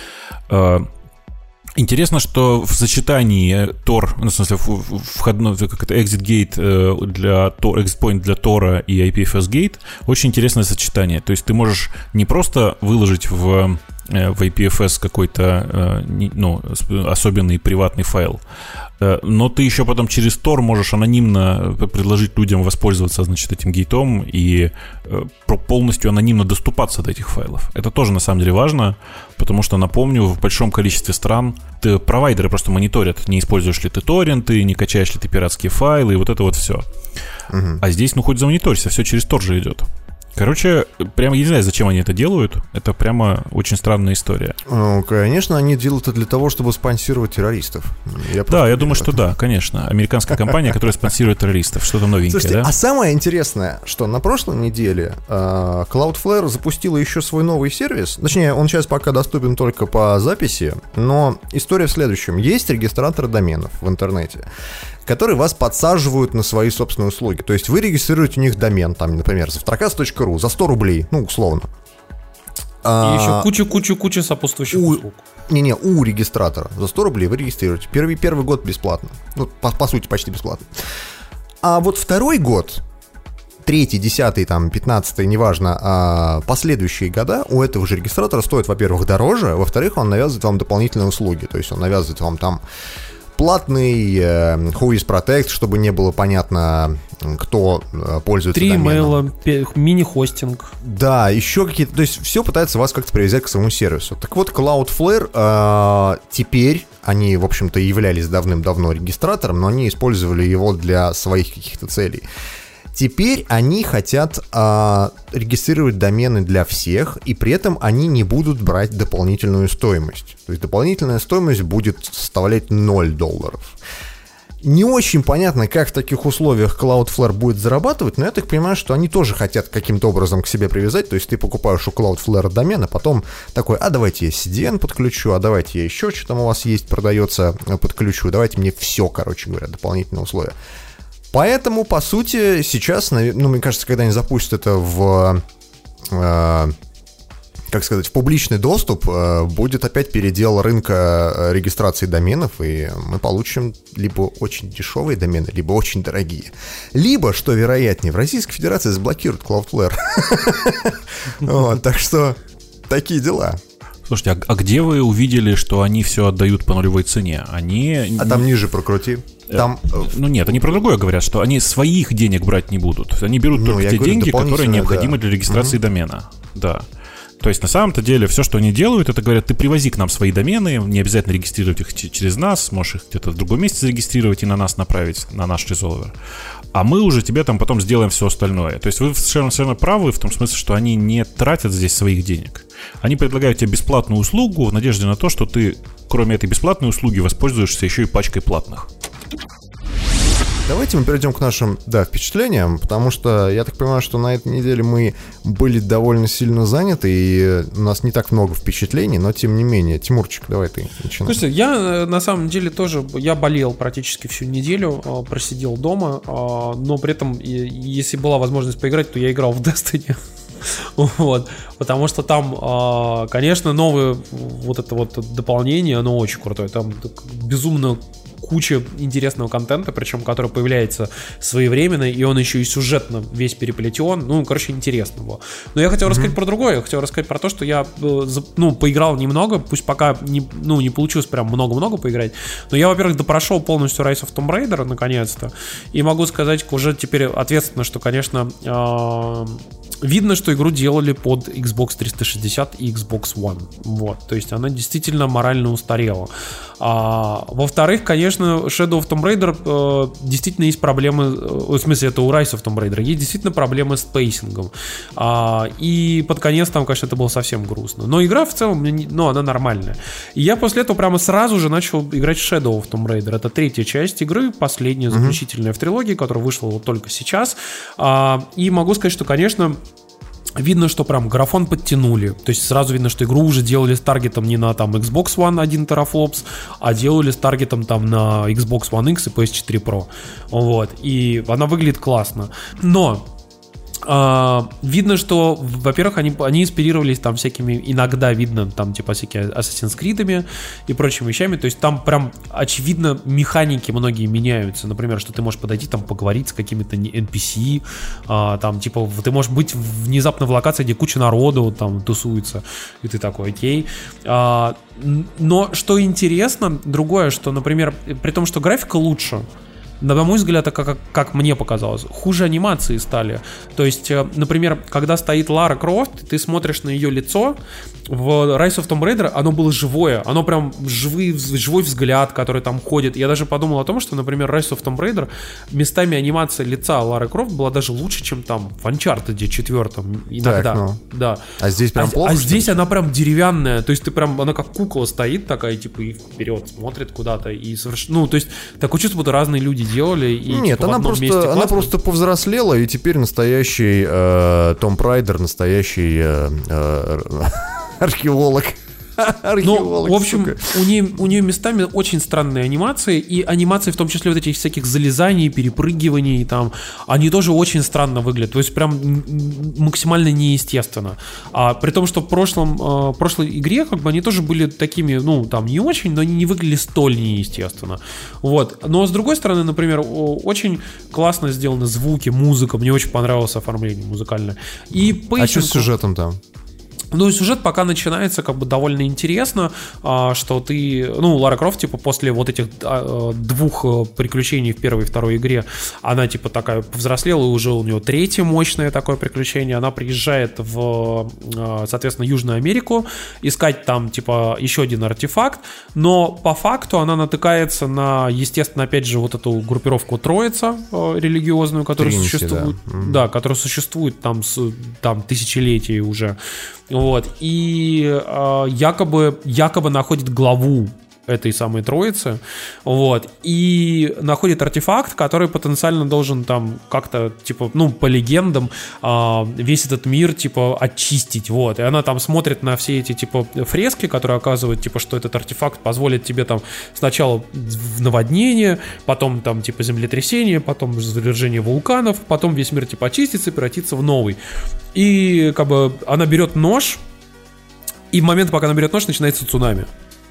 Интересно, что в сочетании Tor, ну, в смысле, входной, как это, exit gate для Tor, exit point для Tor и ай пи эф эс gate очень интересное сочетание. То есть ты можешь не просто выложить в, в ай пи эф эс какой-то, ну, особенный приватный файл, но ты еще потом через Tor можешь анонимно предложить людям воспользоваться, значит, этим гейтом и полностью анонимно доступаться до этих файлов. Это тоже, на самом деле, важно, потому что, напомню, в большом количестве стран ты, провайдеры просто мониторят, не используешь ли ты торренты, не качаешь ли ты пиратские файлы, и вот это вот все. Угу. А здесь, ну, хоть замониторься, все через Tor же идет. Короче, прямо я не знаю, зачем они это делают. Это прямо очень странная история. Ну, конечно, они делают это для того, чтобы спонсировать террористов. Я да, я думаю, что да, конечно. Американская компания, которая спонсирует террористов. Что-то новенькое, Слушайте, да? А самое интересное, что на прошлой неделе uh, Cloudflare запустила еще свой новый сервис. Точнее, он сейчас пока доступен только по записи. Но история в следующем. Есть регистраторы доменов в интернете, которые вас подсаживают на свои собственные услуги. То есть вы регистрируете у них домен, там, например, завтракаст точка ру за сто рублей, ну, условно. И а, еще кучу-кучу-кучу сопутствующих у, услуг. Не-не, у регистратора за сто рублей вы регистрируете. Первый, первый год бесплатно. Ну, по, по сути, почти бесплатно. А вот второй год, третий, десятый, там, пятнадцатый, неважно, а последующие года у этого же регистратора стоят, во-первых, дороже, во-вторых, он навязывает вам дополнительные услуги. То есть он навязывает вам там платный э, Whois Protect, чтобы не было понятно, кто э, пользуется Три доменом. Три имейла, мини-хостинг. Да, еще какие-то... То есть все пытается вас как-то привязать к своему сервису. Так вот, Cloudflare э, теперь, они, в общем-то, являлись давным-давно регистратором, но они использовали его для своих каких-то целей. Теперь они хотят а, регистрировать домены для всех, и при этом они не будут брать дополнительную стоимость. То есть дополнительная стоимость будет составлять ноль долларов. Не очень понятно, как в таких условиях Cloudflare будет зарабатывать, но я так понимаю, что они тоже хотят каким-то образом к себе привязать. То есть ты покупаешь у Cloudflare домен, а потом такой, а давайте я си ди эн подключу, а давайте я еще что там у вас есть, продается, подключу, давайте мне все, короче говоря, дополнительные условия. Поэтому, по сути, сейчас, ну, мне кажется, когда они запустят это в, э, как сказать, в публичный доступ, э, будет опять передел рынка регистрации доменов, и мы получим либо очень дешевые домены, либо очень дорогие. Либо, что вероятнее, в Российской Федерации заблокируют Cloudflare. Так что, такие дела. Слушайте, а, а где вы увидели, что они все отдают по нулевой цене? Они... А там ниже прокрути. Там... Ну нет, они про другое говорят, что они своих денег брать не будут. Они берут ну, только те говорю, деньги, которые необходимы да. для регистрации угу. домена. Да. То есть на самом-то деле все, что они делают, это говорят, ты привози к нам свои домены, не обязательно регистрировать их через нас, можешь их где-то в другом месте зарегистрировать и на нас направить, на наш резолвер. А мы уже тебе там потом сделаем все остальное. То есть вы совершенно, совершенно правы в том смысле, что они не тратят здесь своих денег. Они предлагают тебе бесплатную услугу в надежде на то, что ты, кроме этой бесплатной услуги, воспользуешься еще и пачкой платных. Давайте мы перейдем к нашим, да, впечатлениям, потому что я так понимаю, что на этой неделе мы были довольно сильно заняты, и у нас не так много впечатлений, но тем не менее. Тимурчик, давай ты начинай. Слушайте, я на самом деле тоже, я болел практически всю неделю, просидел дома, но при этом, если была возможность поиграть, то я играл в Destiny. Вот, потому что там, конечно, новое вот это вот дополнение, оно очень крутое, там безумно куча интересного контента, причем который появляется своевременно, и он еще и сюжетно весь переплетен, ну, короче, интересно было. Но я хотел mm-hmm. рассказать про другое, я хотел рассказать про то, что я, ну, поиграл немного, пусть пока не, ну, не получилось прям много-много поиграть, но я, во-первых, допрошел полностью Rise of Tomb Raider, наконец-то, и могу сказать уже теперь ответственно, что, конечно, видно, что игру делали под Xbox триста шестьдесят и Xbox One. Вот. То есть она действительно морально устарела. А, во-вторых, конечно, Shadow of Tomb Raider э, действительно есть проблемы. В смысле, это у Rise of Tomb Raider. Есть действительно проблемы с пейсингом. А, и под конец там, конечно, это было совсем грустно. Но игра в целом, ну, она нормальная. И я после этого прямо сразу же начал играть в Shadow of Tomb Raider. Это третья часть игры, последняя, заключительная mm-hmm. в трилогии, которая вышла вот только сейчас. А, и могу сказать, что, конечно, видно, что прям графон подтянули. То есть сразу видно, что игру уже делали с таргетом не на там Xbox One один терафлопс, а делали с таргетом там на Xbox One X и пи эс четыре Pro. Вот. И она выглядит классно. Но Uh, видно, что, во-первых, они, они инспирировались там всякими, иногда видно там типа всякие Assassin's Creed'ами и прочими вещами, то есть там прям очевидно механики многие меняются, например, что ты можешь подойти там поговорить с какими-то эн пи си, uh, там типа ты можешь быть внезапно в локации, где куча народу там тусуется, и ты такой, окей. Uh, но что интересно, другое, что, например, при том, что графика лучше, на мой взгляд, это как, как мне показалось, хуже анимации стали. То есть, например, когда стоит Лара Крофт, ты смотришь на ее лицо, в Rise of Tomb Raider оно было живое, оно прям живый, живой взгляд, который там ходит. Я даже подумал о том, что, например, Rise of Tomb Raider местами анимация лица Лары Крофт была даже лучше, чем там в Uncharted четвертом иногда. Так, ну. Да. А здесь прям а, плохо? А здесь она прям деревянная, то есть ты прям, она как кукла стоит такая, типа, и вперед смотрит куда-то, и совершенно, ну, то есть такое чувство, будто разные люди делали. И, Нет, типа, она, просто, она просто повзрослела, и теперь настоящий э, Том Прайдер, настоящий э, э, археолог. Ну, в общем, у нее, у нее местами очень странные анимации, и анимации, в том числе вот этих всяких залезаний, перепрыгиваний, там, они тоже очень странно выглядят, то есть прям максимально неестественно. А при том, что в прошлом, э, прошлой игре как бы они тоже были такими, ну, там, не очень, но они не выглядели столь неестественно. Вот. Но, с другой стороны, например, очень классно сделаны звуки, музыка, мне очень понравилось оформление музыкальное. И а что с сюжетом там? Ну, сюжет пока начинается как бы довольно интересно, что ты, ну, Лара Крофт, типа, после вот этих двух приключений в первой и второй игре, она, типа, такая повзрослела, и уже у нее третье мощное такое приключение, она приезжает в, соответственно, Южную Америку, искать там, типа, еще один артефакт, но по факту она натыкается на, естественно, опять же, вот эту группировку Троица религиозную, которая Тринити, существует, да. Mm-hmm. да, которая существует там, с, там тысячелетия уже. Вот, и э, якобы, якобы находит главу этой самой троицы, вот, и находит артефакт, который потенциально должен там как-то, типа, ну, по легендам, э, весь этот мир, типа, очистить, вот, и она там смотрит на все эти, типа, фрески, которые оказывают, типа, что этот артефакт позволит тебе там сначала наводнение, потом там, типа, землетрясение, потом извержение вулканов, потом весь мир, типа, очистится и превратится в новый. И, как бы, она берет нож, и в момент, пока она берет нож, начинается цунами.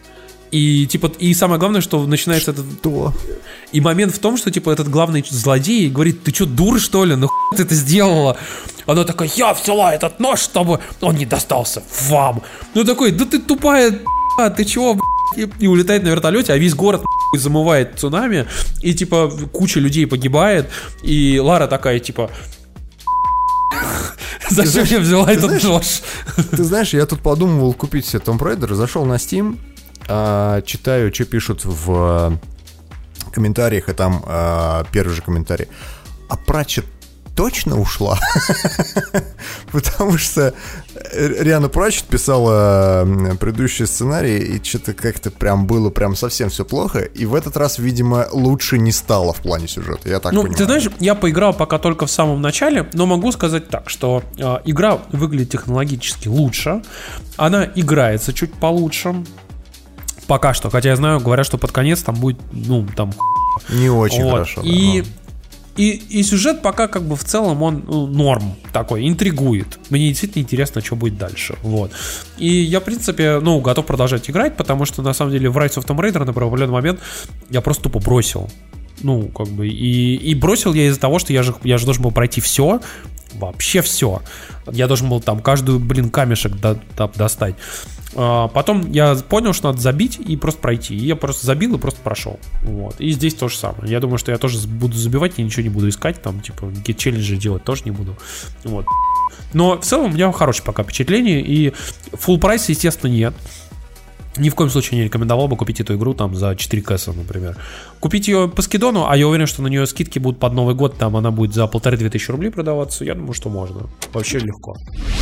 И, типа, и самое главное, что начинается что? этот... И момент в том, что, типа, этот главный злодей говорит: ты что, дура, что ли? Нахуй ты это сделала? Она такая: я взяла этот нож, чтобы он не достался вам. Ну, такой: да ты тупая, ты чего, и, и улетает на вертолете, а весь город замывает цунами, и, типа, куча людей погибает, и Лара такая, типа... Зачем я взяла этот нож? Ты знаешь, я тут подумывал купить себе Tomb Raider, зашел на Steam, читаю, что пишут в комментариях, и там первый же комментарий. А Пратчетт точно ушла? Потому что Рианна Пратчетт писала предыдущий сценарий, и что-то как-то прям было прям совсем все плохо, и в этот раз, видимо, лучше не стало в плане сюжета, я так ну, понимаю. Ты знаешь, я поиграл пока только в самом начале, но могу сказать так, что э, игра выглядит технологически лучше, она играется чуть получше, пока что, хотя я знаю, говорят, что под конец там будет, ну, там... Не очень вот. хорошо. И... Да, но... И, и сюжет пока как бы в целом он ну, норм такой, интригует. Мне действительно интересно, что будет дальше. Вот. И я, в принципе, ну, готов продолжать играть, потому что, на самом деле, в Rise of Tomb Raider, например, в определенный момент я просто тупо бросил. Ну, как бы, и, и бросил я из-за того, что я же, я же должен был пройти все, вообще все. Я должен был там каждую, блин, камешек до, до, достать. А потом я понял, что надо забить и просто пройти. И я просто забил и просто прошел. Вот. И здесь то же самое. Я думаю, что я тоже буду забивать и ничего не буду искать. Там, типа, какие-то челленджи делать тоже не буду. Вот. Но в целом у меня хорошее пока впечатление. И full прайс, естественно, нет. Ни в коем случае не рекомендовал бы купить эту игру там за четыре кэса, например. Купить ее по скидону, а я уверен, что на нее скидки будут под Новый год. Там она будет за полторы-две тысячи рублей продаваться. Я думаю, что можно. Вообще легко.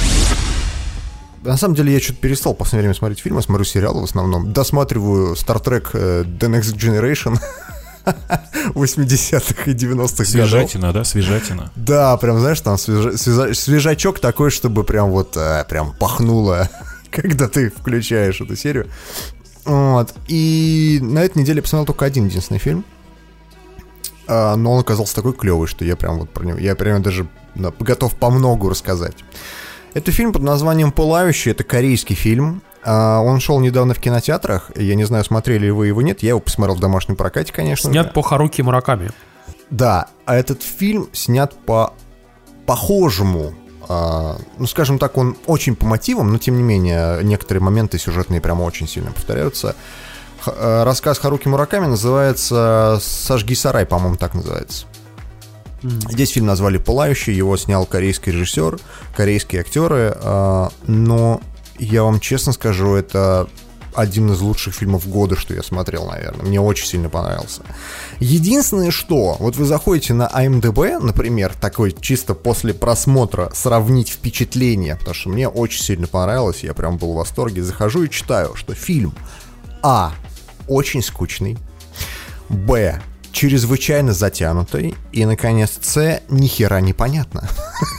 На самом деле я что-то перестал в последнее время смотреть фильмы, смотрю сериалы в основном. Досматриваю Star Trek The Next Generation восьмидесятых и девяностых годов. Свежатина, да? Свежатина. Да, прям, знаешь, там свежа, свежа, свежачок такой, чтобы прям вот а, прям пахнуло, когда ты включаешь эту серию. Вот. И на этой неделе я посмотрел только один единственный фильм. А, но он оказался такой клевый, что я прям вот про него, я прям даже да, готов по многу рассказать. Это фильм под названием «Пылающий», это корейский фильм. Он шел недавно в кинотеатрах. Я не знаю, смотрели ли вы его, нет. Я его посмотрел в домашнем прокате, конечно. Снят по Харуки Мураками. Да, а этот фильм снят по похожему. Ну, скажем так, он очень по мотивам, но тем не менее некоторые моменты сюжетные прямо очень сильно повторяются. Рассказ Харуки Мураками называется «Сожги сарай», по-моему, так называется. Mm. Здесь фильм назвали «Пылающий», его снял корейский режиссер, корейские актеры, э, но я вам честно скажу, это один из лучших фильмов года, что я смотрел, наверное. Мне очень сильно понравился. Единственное, что, вот вы заходите на ай эм ди би, например, такой чисто после просмотра сравнить впечатления, потому что мне очень сильно понравилось, я прям был в восторге, захожу и читаю, что фильм А. очень скучный, Б. чрезвычайно затянутый, и, наконец, С. нихера непонятно.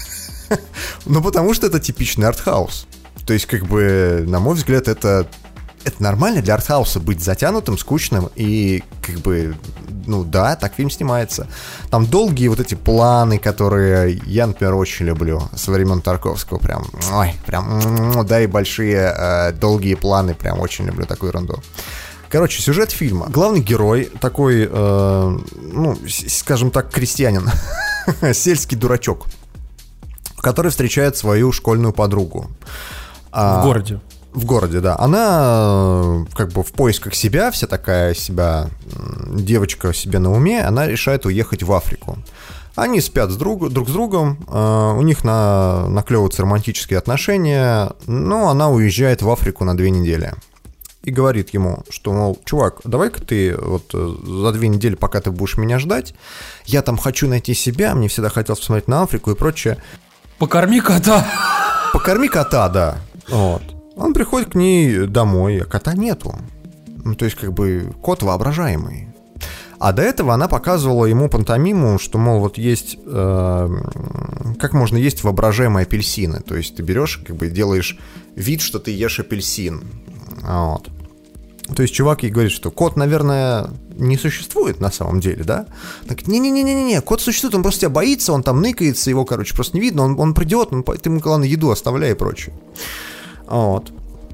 Ну, потому что это типичный артхаус. То есть, как бы, на мой взгляд, это, это нормально для артхауса быть затянутым, скучным, и, как бы, ну да, так фильм снимается. Там долгие вот эти планы, которые я, например, очень люблю, со времен Тарковского, прям, ой, прям, да, и большие э, долгие планы, прям очень люблю такую ерунду. Короче, сюжет фильма. Главный герой такой, э, ну, скажем так, крестьянин, сельский дурачок, который встречает свою школьную подругу. В городе. В городе, да. Она как бы в поисках себя, вся такая себя девочка себе на уме, она решает уехать в Африку. Они спят с друг, друг с другом, э, у них на, наклевываются романтические отношения, но она уезжает в Африку на две недели. И говорит ему, что, мол, чувак, давай-ка ты вот за две недели, пока ты будешь меня ждать, я там хочу найти себя, мне всегда хотелось посмотреть на Африку и прочее. Покорми кота. Покорми кота, да. Вот. Он приходит к ней домой, а кота нету. Ну, то есть, как бы, кот воображаемый. А до этого она показывала ему пантомиму, что, мол, вот есть... Э, как можно есть воображаемые апельсины. То есть, ты берешь, как бы, делаешь вид, что ты ешь апельсин. Вот. То есть чувак ей говорит, что кот, наверное, не существует на самом деле, да? Так, не-не-не-не-не, кот существует, он просто тебя боится, он там ныкается, его, короче, просто не видно, он, он придет, он, ты ему, главное, еду оставляй и прочее. Вот.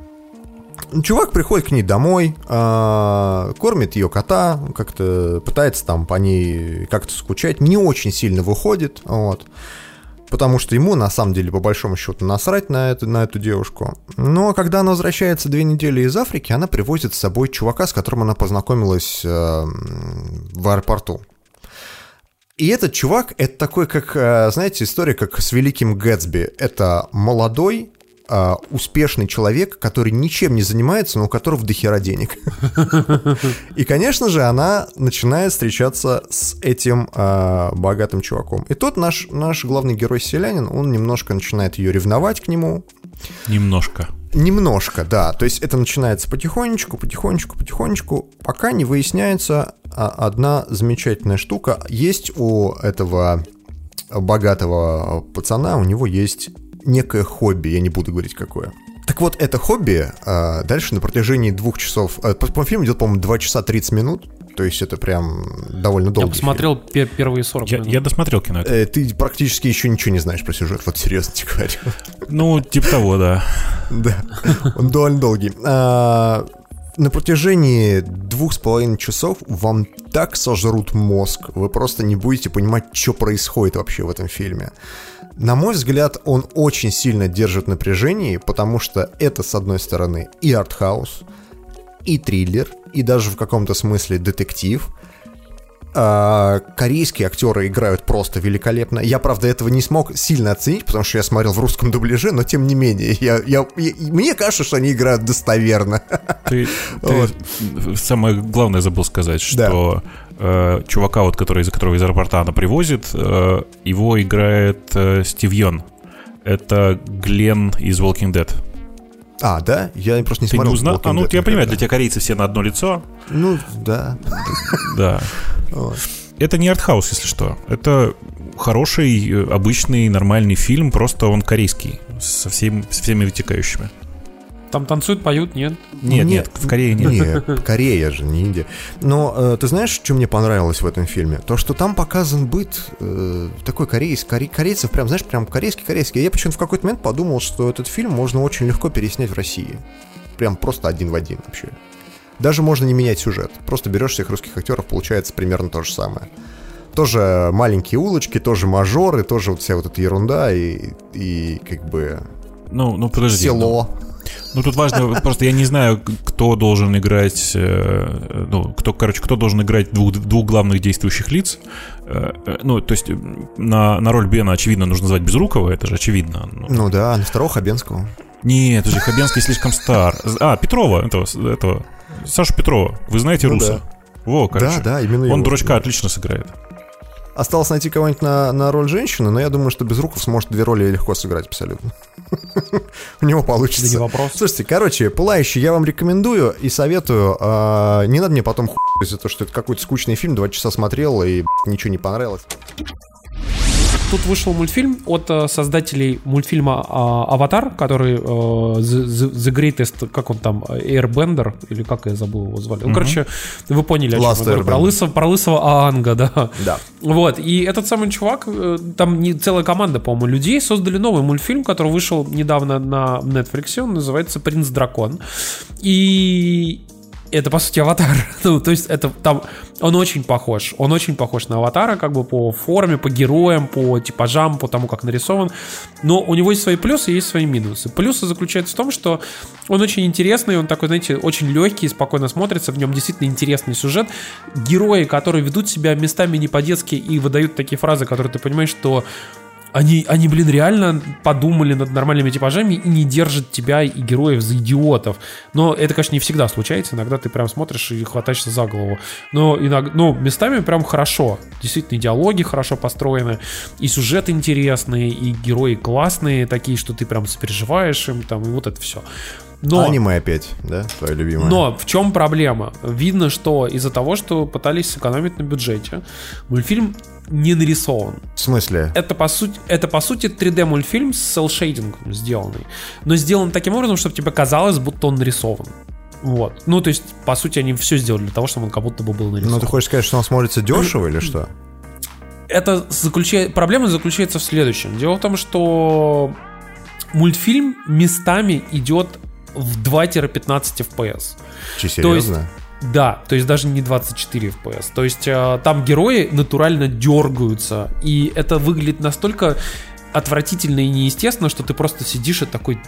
Чувак приходит к ней домой, э, кормит ее кота, как-то пытается там по ней как-то скучать, не очень сильно выходит, вот. Потому что ему, на самом деле, по большому счету, насрать на эту, на эту девушку. Но когда она возвращается две недели из Африки, она привозит с собой чувака, с которым она познакомилась э, в аэропорту. И этот чувак, это такой, как, знаете, история, как с Великим Гэтсби. Это молодой, успешный человек, который ничем не занимается, но у которого дохера денег. И, конечно же, она начинает встречаться с этим э, богатым чуваком. И тут наш, наш главный герой селянин, он немножко начинает ее ревновать к нему. Немножко. Немножко, да. То есть это начинается потихонечку, потихонечку, потихонечку, пока не выясняется одна замечательная штука. Есть у этого богатого пацана, у него есть некое хобби, я не буду говорить какое. Так вот, это хобби а, дальше на протяжении двух часов... А, по, по фильму идет, по-моему, два часа тридцать минут. То есть это прям довольно долго. Я посмотрел пер- первые сорок я, минут. Я досмотрел кино. Э, ты практически еще ничего не знаешь про сюжет, вот серьезно тебе говорю. Ну, типа того, да. Да, он довольно долгий. На протяжении двух с половиной часов вам так сожрут мозг, вы просто не будете понимать, что происходит вообще в этом фильме. На мой взгляд, он очень сильно держит напряжение, потому что это, с одной стороны, и артхаус, и триллер, и даже в каком-то смысле детектив. А, корейские актеры играют просто великолепно. Я, правда, этого не смог сильно оценить, потому что я смотрел в русском дубляже, но тем не менее, я, я, я, мне кажется, что они играют достоверно. Ты, вот. ты самое главное забыл сказать, что да. э, чувака, вот, который, из-за которого из аэропорта она привозит, э, его играет э, Стив Йон. Это Глен из Walking Dead. А, да? Я просто не Ты смотрел. Не узнал? А, ну, я понимаю, для тебя корейцы все на одно лицо. Ну, да. Да. Вот. Это не артхаус, если что. Это хороший, обычный, нормальный фильм, просто он корейский, со, всем, со всеми вытекающими. Там танцуют, поют, нет? Нет, нет, в Корее нет. Нет, Корея же, не Индия. Но э, ты знаешь, что мне понравилось в этом фильме? То, что там показан быт э, такой корейский, коре, корейцев, прям, знаешь, прям корейский-корейский. Я почему-то в какой-то момент подумал, что этот фильм можно очень легко переснять в России. Прям просто один в один вообще. Даже можно не менять сюжет. Просто берешь всех русских актеров, получается примерно то же самое. Тоже маленькие улочки, тоже мажоры, тоже вот вся вот эта ерунда и, и как бы... Ну, ну подожди. Село. Ну... Ну, тут важно, просто я не знаю, кто должен играть, э, ну, кто, короче, кто должен играть двух, двух главных действующих лиц. Э, э, ну, то есть на, на роль Бена, очевидно, нужно звать Безрукова, это же очевидно. Ну, ну да, на второго Хабенского. Нет, уже Хабенский слишком стар. А, Петрова, этого, этого Сашу Петрова, вы знаете, ну, Руса? Да. Во, короче. Да, да, именно Он его. дурачка отлично сыграет. Осталось найти кого-нибудь на, на роль женщины, но я думаю, что Безруков сможет две роли легко сыграть абсолютно. У него получится. Да не вопрос. Слушайте, короче, «Пылающий» я вам рекомендую и советую. А, не надо мне потом хуй за то, что это какой-то скучный фильм, два часа смотрел и ничего не понравилось. Тут вышел мультфильм от э, создателей мультфильма э, «Аватар», который э, the, the Greatest, как он там, Airbender, или как я забыл его звали. Mm-hmm. Ну, короче, вы поняли, о чем я говорю. Про лысого, про лысого Аанга, да. Да. Вот, и этот самый чувак, э, там не целая команда, по-моему, людей, создали новый мультфильм, который вышел недавно на Netflix, он называется «Принц Дракон». И... это, по сути, «Аватар». Ну, то есть, это там... Он очень похож. Он очень похож на «Аватара», как бы по форме, по героям, по типажам, по тому, как нарисован. Но у него есть свои плюсы и есть свои минусы. Плюсы заключаются в том, что он очень интересный, он такой, знаете, очень легкий, спокойно смотрится. В нем действительно интересный сюжет. Герои, которые ведут себя местами не по-детски и выдают такие фразы, которые ты понимаешь, что... Они, они, блин, реально подумали над нормальными типажами и не держат тебя и героев за идиотов. Но это, конечно, не всегда случается. Иногда ты прям смотришь и хватаешься за голову. Но иногда, ну, местами прям хорошо. Действительно, диалоги хорошо построены. И сюжет интересный, и герои классные, такие, что ты прям сопереживаешь им, там, и вот это все. Но, аниме опять, да, твоя любимая. Но в чем проблема? Видно, что из-за того, что пытались сэкономить на бюджете, мультфильм не нарисован. В смысле? Это по сути, это по сути три дэ мультфильм с селл-шейдингом сделанный, но сделан таким образом, чтобы тебе казалось, будто он нарисован. Вот. Ну, то есть, по сути, они все сделали для того, чтобы он как будто бы был нарисован. Ну, ты хочешь сказать, что он смотрится дешево или что? Это заключает... Проблема заключается в следующем. Дело в том, что мультфильм местами идет в два-пятнадцать эф пи эс. Че, серьезно? То есть, да, то есть даже не двадцать четыре эф пи эс. То есть э, там герои натурально дергаются. И это выглядит настолько отвратительно и неестественно, что ты просто сидишь и такой...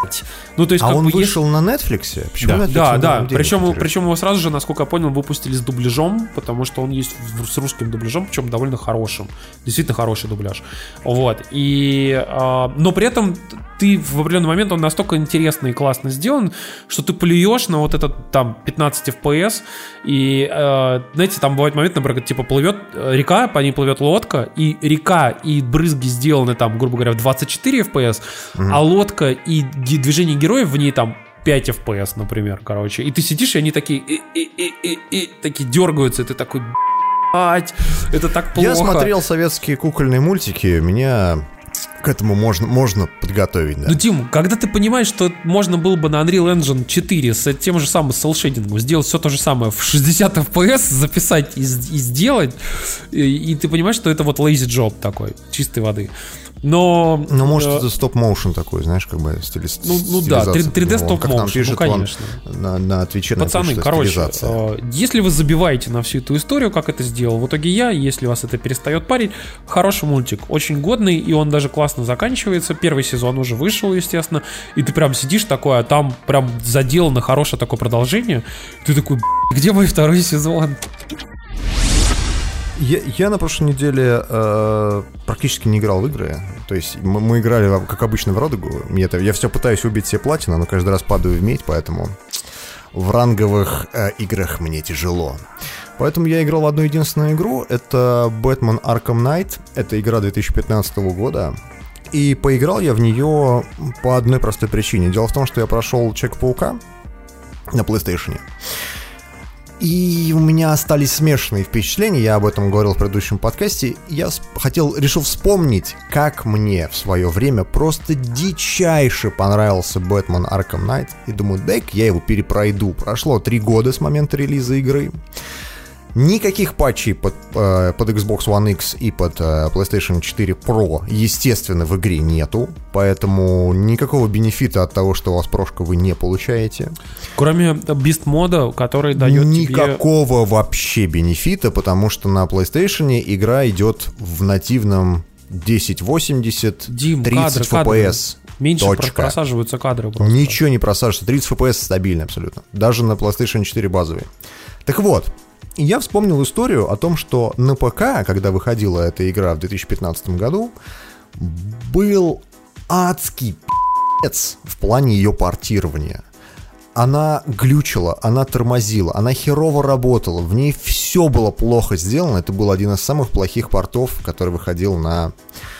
Ну, то есть, а как он бы вышел есть... на Netflix? Почему Да, Netflix да, не да. дал денег, Причем, интересно? причем его сразу же, насколько я понял, выпустили с дубляжом, потому что он есть в- с русским дубляжом, причем довольно хорошим. Действительно хороший дубляж. Вот. И, э, но при этом ты в определенный момент, он настолько интересно и классно сделан, что ты плюешь на вот этот там пятнадцать эф пи эс, и, э, знаете, там бывает момент, например, типа плывет река, по ней плывет лодка, и река и брызги сделаны там, грубо говоря, в двадцать четыре эф пи эс, mm-hmm. а лодка и ге- движение героев в ней там пять эф пи эс, например, короче. И ты сидишь, и они такие, и, и, и, и, и, такие дергаются, и ты такой, блядь, это так плохо. Я смотрел советские кукольные мультики, меня к этому можно, можно подготовить, да. Ну, Тим, когда ты понимаешь, что можно было бы на Unreal Engine четыре с тем же самым селшейдингом сделать все то же самое в шестьдесят эф пи эс, записать и, и сделать, и, и ты понимаешь, что это вот lazy job такой, чистой воды. Но... Ну, может, э, это стоп-моушен такой, знаешь, как бы стили... Ну, ну да, три дэ стоп-моушен, ну, конечно. На, на Твиче Пацаны, короче, э, если вы забиваете на всю эту историю, как это сделал в итоге я, если вас это перестает парить, хороший мультик, очень годный, и он даже классно заканчивается. Первый сезон уже вышел, естественно, и ты прям сидишь такой, а там прям заделано хорошее такое продолжение. Ты такой, где мой второй сезон? Я, я на прошлой неделе э, практически не играл в игры. То есть мы, мы играли, как обычно, в Родегу. Я, я все пытаюсь убить все платины, но каждый раз падаю в медь, поэтому в ранговых э, играх мне тяжело. Поэтому я играл в одну единственную игру. Это Batman Arkham Knight. Это игра две тысячи пятнадцатого года. И поиграл я в нее по одной простой причине. Дело в том, что я прошел Человека-паука на PlayStation. И у меня остались смешанные впечатления, я об этом говорил в предыдущем подкасте. Я хотел, решил вспомнить, как мне в свое время просто дичайше понравился Batman Arkham Knight. И думаю, дай-ка я его перепройду. Прошло три года с момента релиза игры. Никаких патчей под, э, под Xbox One X и под э, PlayStation четыре Pro, естественно, в игре нету. Поэтому никакого бенефита от того, что у вас прошка, вы не получаете. Кроме Beast мода, который дает Никакого тебе... вообще бенефита, потому что на PlayStation игра идет в нативном десять восемьдесят, Дим, тридцать кадры, эф пи эс. Кадры. Меньше Точка. просаживаются кадры просто. Ничего не просаживается, тридцать эф пи эс стабильно абсолютно. Даже на PlayStation четыре базовый. Так вот, я вспомнил историю о том, что на ПК, когда выходила эта игра в две тысячи пятнадцатом году, был адский пи***ц в плане ее портирования. Она глючила, она тормозила, она херово работала, в ней все было плохо сделано. Это был один из самых плохих портов, который выходил на,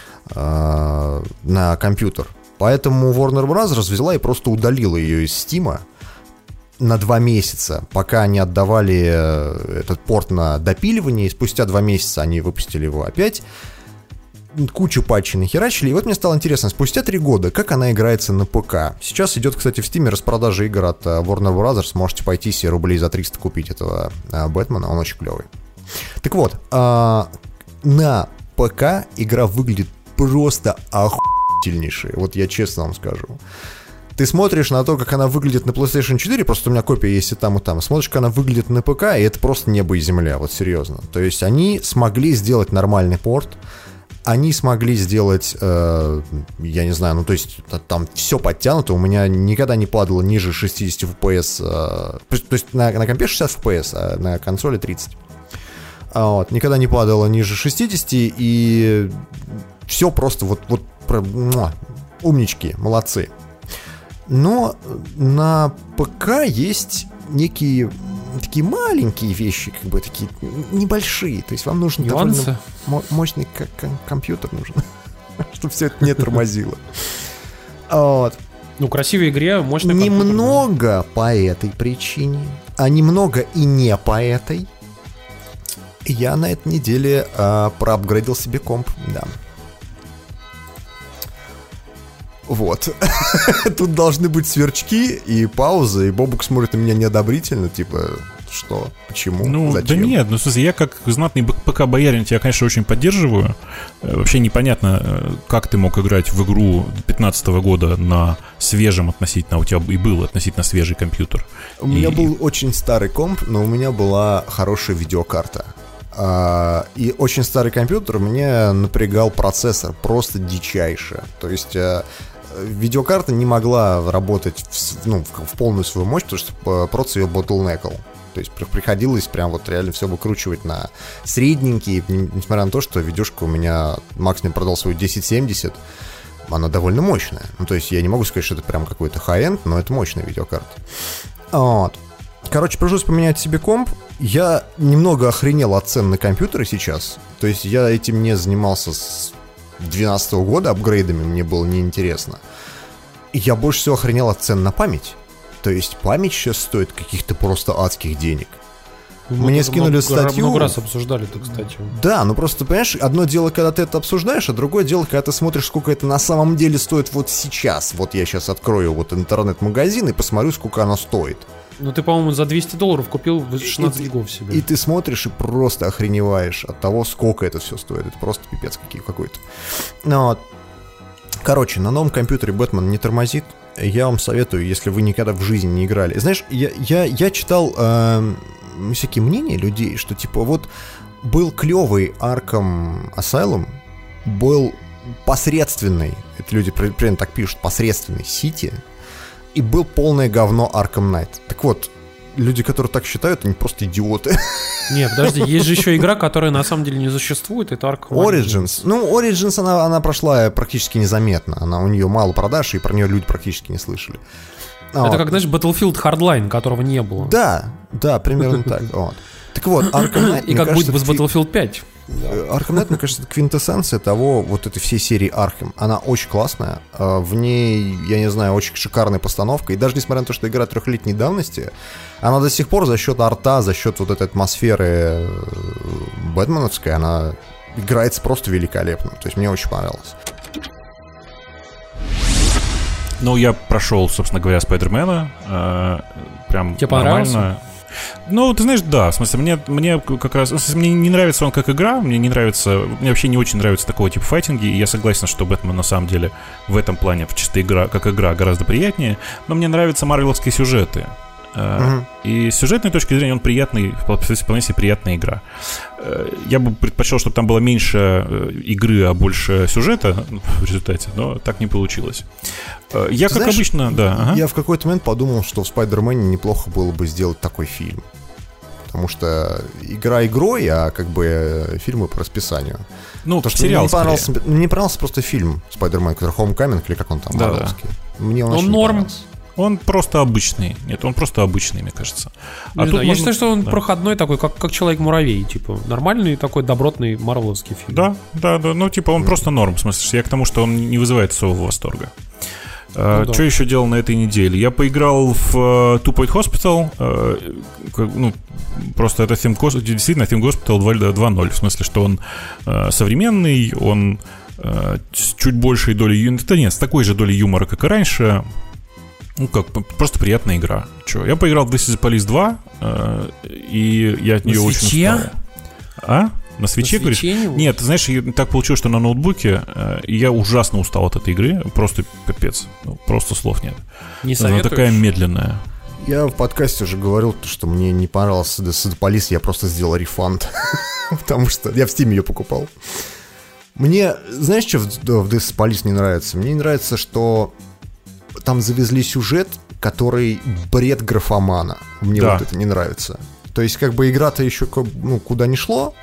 э, на компьютер. Поэтому Warner Bros. Взяла и просто удалила ее из Steam на два месяца, пока они отдавали этот порт на допиливание, и спустя два месяца они выпустили его опять. Кучу патчей нахерачили, и вот мне стало интересно, спустя три года, как она играется на ПК. Сейчас идет, кстати, в Steam распродажа игр от Warner Bros. Можете пойти себе рублей за триста купить этого Бэтмена, он очень клевый. Так вот, на ПК игра выглядит просто охуительнейшая, вот я честно вам скажу. Ты смотришь на то, как она выглядит на PlayStation четыре, просто у меня копия есть и там, и там. Смотришь, как она выглядит на ПК, и это просто небо и земля, вот серьезно. То есть они смогли сделать нормальный порт, они смогли сделать, э, я не знаю, ну то есть там все подтянуто, у меня никогда не падало ниже шестьдесят эф пи эс, э, то есть на, на компе шестьдесят эф пи эс, а на консоли тридцать. Вот, никогда не падало ниже шестидесяти, и все просто вот, вот про, муа, умнички, молодцы. Но на ПК есть некие такие маленькие вещи, как бы такие небольшие. То есть вам нужен нюансы. Довольно мощный к- к- компьютер нужен, чтобы все это не тормозило. Вот. Ну, красивой игре мощный компьютер. Немного по этой причине, а немного и не по этой. Я на этой неделе а, проапгрейдил себе комп, да. Вот. Тут должны быть сверчки и паузы, и Бобук смотрит на меня неодобрительно, типа, что, почему, ну, зачем? Да нет, ну, в смысле, я как знатный ПК-боярин тебя, конечно, очень поддерживаю. Вообще непонятно, как ты мог играть в игру пятнадцатого года на свежем относительно, у тебя и был относительно свежий компьютер. У и... меня был очень старый комп, но у меня была хорошая видеокарта. Uh, и очень старый компьютер мне напрягал процессор просто дичайше. То есть uh, видеокарта не могла работать в, ну, в, в полную свою мощь, потому что процессор ее bottleneck'ал. То есть приходилось прям вот реально все выкручивать на средненький, несмотря на то, что видюшка у меня максимум продал свою десять семьдесят, она довольно мощная. Ну, то есть я не могу сказать, что это прям какой-то хай-энд, но это мощная видеокарта. Вот. Короче, пришлось поменять себе комп. Я немного охренел от цен на компьютеры сейчас. То есть я этим не занимался с две тысячи двенадцатого года, апгрейдами мне было неинтересно. И я больше всего охренел от цен на память. То есть память сейчас стоит каких-то просто адских денег. Мы Мне скинули много, статью. Много раз обсуждали это, кстати. Да, ну просто, понимаешь, одно дело, когда ты это обсуждаешь, а другое дело, когда ты смотришь, сколько это на самом деле стоит вот сейчас. Вот я сейчас открою вот интернет-магазин и посмотрю, сколько оно стоит. Ну ты, по-моему, за двести долларов купил шестнадцать и, гигов себе. И ты смотришь и просто охреневаешь от того, сколько это все стоит. Это просто пипец какой-то. Ну вот. Короче, на новом компьютере Бэтмен не тормозит. Я вам советую, если вы никогда в жизни не играли. Знаешь, я, я, я читал э, всякие мнения людей, что типа вот был клевый Arkham Asylum, был посредственный, это люди примерно так пишут, посредственный City, и был полное говно Arkham Knight. Так вот, люди, которые так считают, они просто идиоты. Не, подожди, есть же еще игра, которая на самом деле не существует, это Arkham Origins. Origins. Ну, Origins, она, она прошла практически незаметно. Она, у нее мало продаж, и про нее люди практически не слышали. Это вот. Как, знаешь, Battlefield Hardline, которого не было. Да, да, примерно так. Вот. Так вот, Arkham Knight... И как будет с Battlefield пять. Arkham Knight, мне кажется, это квинтэссенция того, вот этой всей серии Arkham. Она очень классная. В ней, я не знаю, очень шикарная постановка. И даже несмотря на то, что игра трехлетней давности, она до сих пор за счет арта, за счет вот этой атмосферы бэтменовской, она играется просто великолепно. То есть мне очень понравилось. Ну, я прошел, собственно говоря, Спайдермена. Э, прям Тебе нормально. Понравился? Ну, ты знаешь, да, в смысле, мне, мне как раз, в смысле, мне не нравится он как игра, мне не нравится, мне вообще не очень нравятся такого типа файтинги, и я согласен, что Бэтмен на самом деле в этом плане, в чисто игра, как игра, гораздо приятнее, но мне нравятся марвеловские сюжеты. Uh-huh. И с сюжетной точки зрения он приятный, вполне себе приятная игра. Я бы предпочел, чтобы там было меньше игры, а больше сюжета в результате, но так не получилось. Я, Ты как знаешь, обычно, да. Ага. Я в какой-то момент подумал, что в Спайдермене неплохо было бы сделать такой фильм. Потому что игра игрой, а как бы фильмы по расписанию. Ну, то, что сериал мне, не понравился, мне понравился просто фильм Спайдермен, который Homecoming, или как он там, да, да. Мне он, он очень норм. Он просто обычный. Нет, он просто обычный, мне кажется. А тут можно... Я считаю, что он да. проходной такой, как, как Человек-муравей. Типа, нормальный такой добротный марвеловский фильм. Да, да, да. Ну, типа, он mm. просто норм. В смысле, я к тому, что он не вызывает особого восторга. Ну, а, да. Что еще делал на этой неделе? Я поиграл в uh, Two Point Hospital. Uh, ну, просто это Theme, действительно Theme Hospital два ноль. В смысле, что он uh, современный, он uh, с чуть большей долей... Да нет, с такой же долей юмора, как и раньше. Ну как, просто приятная игра. Че, я поиграл в This is Police два, э, и я от нее на очень свече? устал. А? На свече, на говоришь? Не Нет, ты знаешь, так получилось, что на ноутбуке, э, и я ужасно устал от этой игры. Просто пипец. Ну, просто слов нет. Не советуешь? Она такая медленная. Я в подкасте уже говорил, что мне не понравился This is Police, я просто сделал рефанд. Потому что я в Steam ее покупал. Мне, знаешь, что в This is Police не нравится? Мне не нравится, что там завезли сюжет, который бред графомана. Мне да. вот это не нравится. То есть, как бы игра-то еще ну, куда ни шло.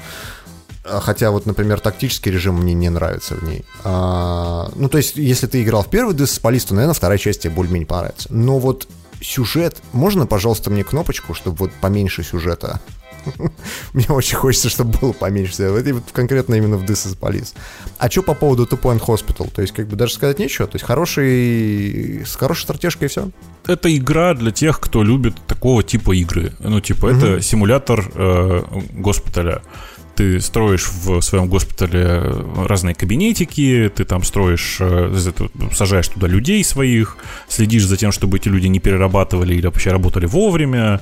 Хотя вот, например, тактический режим мне не нравится в ней. А, ну, то есть, если ты играл в первый This is Police, то, наверное, вторая часть тебе более-менее понравится. Но вот сюжет... Можно, пожалуйста, мне кнопочку, чтобы вот поменьше сюжета? Мне очень хочется, чтобы было поменьше. Это конкретно именно в This is Police. А что по поводу Two Point Hospital? То есть, как бы даже сказать нечего. То есть, хороший, с хорошей стратежкой и все. Это игра для тех, кто любит такого типа игры. Ну, типа, mm-hmm. это симулятор э, госпиталя. Ты строишь в своем госпитале разные кабинетики, ты там строишь, сажаешь туда людей своих, следишь за тем, чтобы эти люди не перерабатывали или вообще работали вовремя.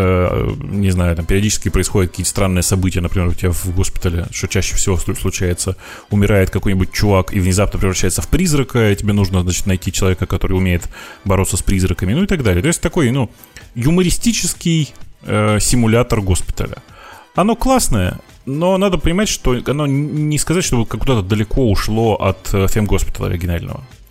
Не знаю, там периодически происходят какие-то странные события, например, у тебя в госпитале, что чаще всего случается, умирает какой-нибудь чувак и внезапно превращается в призрака, и тебе нужно, значит, найти человека, который умеет бороться с призраками, ну и так далее. То есть такой, ну, юмористический э, симулятор госпиталя. Оно классное, но надо понимать, что оно не сказать, что куда-то далеко ушло от Theme Hospital оригинального.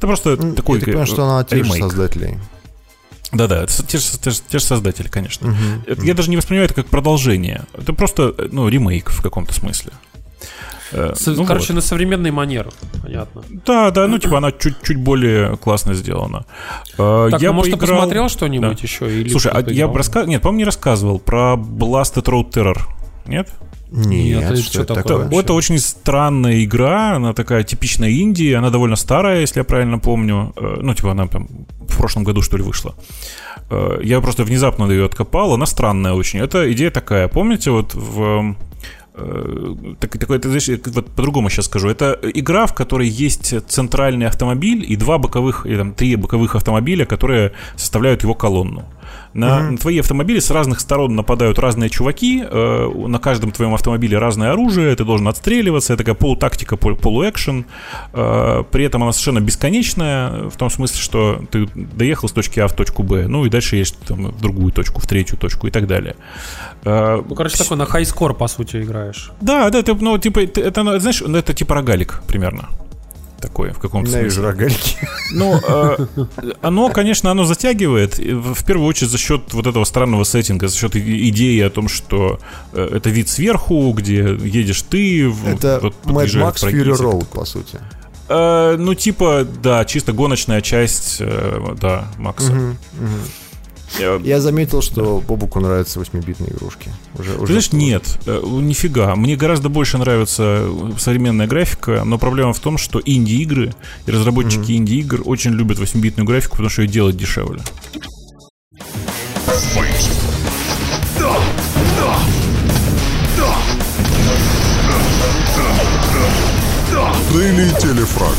Это просто Ну, такой я так понимаю, что она от тех же ремейк. создателей. Да-да, это те же, те, же, те же создатели, конечно. Мгм. Это, я даже не воспринимаю это как продолжение. Это просто, ну, ремейк в каком-то смысле. Э, С- ну Короче, вот. на современный манер, понятно. Да, да, ну типа она чуть-чуть более классно сделана. Э, Так, я ну, может, ты поиграл- посмотрел что-нибудь Да. еще? Или Слушай, а что-то я играл? рассказывал... Нет, по-моему, не рассказывал про Blasted Road Terror. Нет? Нет, это что что это такое? такое? Это, вообще? это очень странная игра, она такая типичная инди, она довольно старая, если я правильно помню. Э, Ну, типа она там в прошлом году, что ли, вышла. Э, Я просто внезапно ее откопал, она странная очень. Это идея такая, помните, вот в... э, так- такой, это, знаешь, вот по-другому сейчас скажу. Это игра, в которой есть центральный автомобиль и два боковых, или там три боковых автомобиля, которые составляют его колонну. На, на твои автомобили с разных сторон нападают разные чуваки, э, на каждом твоем автомобиле разное оружие, ты должен отстреливаться, это такая полутактика, пол- полуэкшен, э, при этом она совершенно бесконечная, в том смысле, что ты доехал с точки А в точку Б, ну и дальше есть там, в другую точку, в третью точку и так далее. Э, Ну, короче, такой на хай-скор, по сути, играешь. Да, да, ты, ну, типа, это, это, ну, знаешь, ну, это типа рогалик примерно. Такое, в каком-то Ненавижу смысле. рогальки. Ну, э, оно, конечно, оно затягивает, и в в первую очередь за счет вот этого странного сеттинга, за счет и- идеи о том, что э, это вид сверху, где едешь ты. в- Это вот Mad подъезжают Max враги, Fury всякое Road, такое. по сути. Э, ну, типа, да, чисто гоночная часть, э, да, Макса. Мгм, мгм. Э, Я заметил, что Бобуку нравятся восьмибитные игрушки. Уже, Ты уже знаешь, что- нет, э, нифига. Мне гораздо больше нравится современная графика, но проблема в том, что инди-игры и разработчики инди-игр очень любят восьмибитную графику, потому что ее делать дешевле. Daily Телефраг.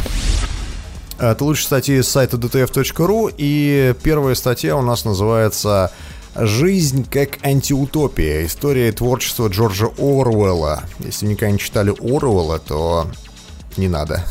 Это лучшие статьи с сайта ди ти эф точка ру, и первая статья у нас называется «Жизнь как антиутопия. История творчества Джорджа Оруэлла». Если вы никогда не читали Оруэлла, то не надо.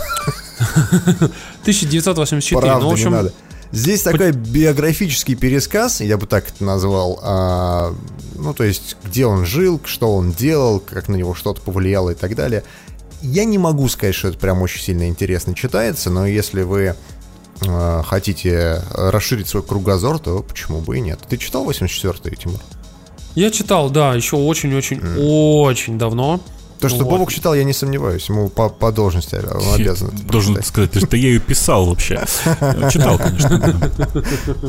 тысяча девятьсот восемьдесят четыре. Правда, Ну, в общем, не надо. Здесь такой биографический пересказ, я бы так это назвал. а, ну, то есть, где он жил, что он делал, как на него что-то повлияло и так далее. Я не могу сказать, что это прям очень сильно интересно читается, но если вы э, хотите расширить свой кругозор, то почему бы и нет. Ты читал восемьдесят четвёртый, Тимур? я читал, да, еще очень-очень-очень давно. То, что Вот. Бобок читал, я не сомневаюсь. Ему по, по должности он обязан. это Должен прочитать. сказать, что я ее писал вообще. Читал, конечно. да.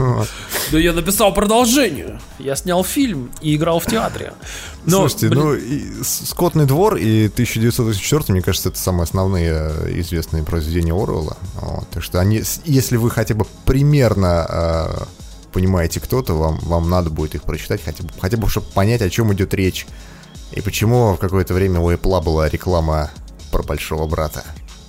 Да я написал продолжение. Я снял фильм и играл в театре. Но, Слушайте, блин, ну, и С- «Скотный двор» и тысяча девятьсот восемьдесят четвёртый, мне кажется, это самые основные э, известные произведения Оруэлла. Вот, так что они, с- если вы хотя бы примерно э, понимаете кто-то, вам, вам надо будет их прочитать, хотя бы, хотя бы, чтобы понять, о чем идет речь. И почему в какое-то время у Apple была реклама про большого брата.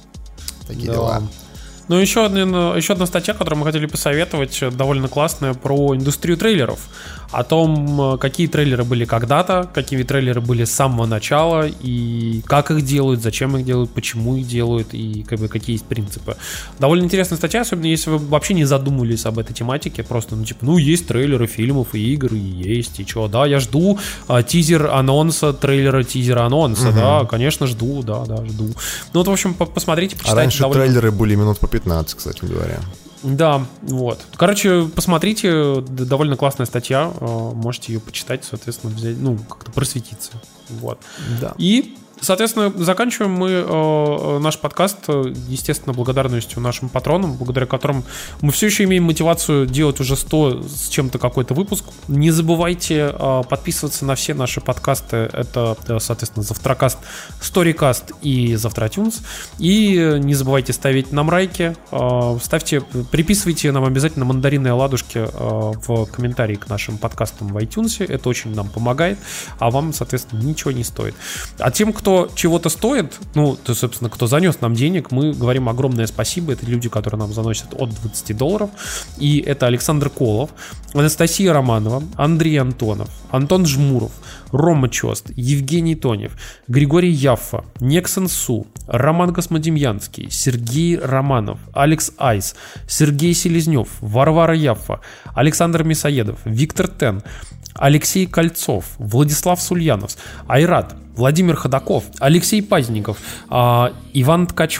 Такие да. дела. Ну, еще одна, еще одна статья, которую мы хотели посоветовать, довольно классная, про индустрию трейлеров. О том, какие трейлеры были когда-то, какие трейлеры были с самого начала, и как их делают, зачем их делают, почему их делают, и как бы, какие есть принципы. Довольно интересная статья, особенно если вы вообще не задумывались об этой тематике. Просто, ну, типа, ну, есть трейлеры фильмов и игр, и есть, и что, да, я жду а, тизер анонса, трейлера тизера анонса, Мгм. да, конечно, жду, да, да, жду. Ну, вот, в общем, по- посмотрите, А почитайте. раньше довольно- трейлеры были минут по пятнадцать, кстати говоря. Да, вот. Короче, посмотрите, д- довольно классная статья, э, можете ее почитать, соответственно, взять, ну, как-то просветиться. Вот. Да. И, соответственно, заканчиваем мы э, наш подкаст, э, естественно, благодарностью нашим патронам, благодаря которым мы все еще имеем мотивацию делать уже сто с чем-то какой-то выпуск. Не забывайте э, подписываться на все наши подкасты. Это, э, соответственно, Завтракаст, Storycast и Завтратюнс. И э, не забывайте ставить нам лайки, э, ставьте, приписывайте нам обязательно мандарины и ладушки э, в комментарии к нашим подкастам в iTunes. Это очень нам помогает, а вам, соответственно, ничего не стоит. А тем, кто чего-то стоит, ну, то, собственно, кто занес нам денег, мы говорим огромное спасибо. Это люди, которые нам заносят от двадцати долларов. И это Александр Колов, Анастасия Романова, Андрей Антонов, Антон Жмуров, Рома Чост, Евгений Тонев, Григорий Яффа, Нексон Су, Роман Космодемьянский, Сергей Романов, Алекс Айс, Сергей Селезнев, Варвара Яффа, Александр Мясоедов, Виктор Тен, Алексей Кольцов, Владислав Сульянов, Айрат, Владимир Ходаков, Алексей Пазников, а, Иван Ткачев,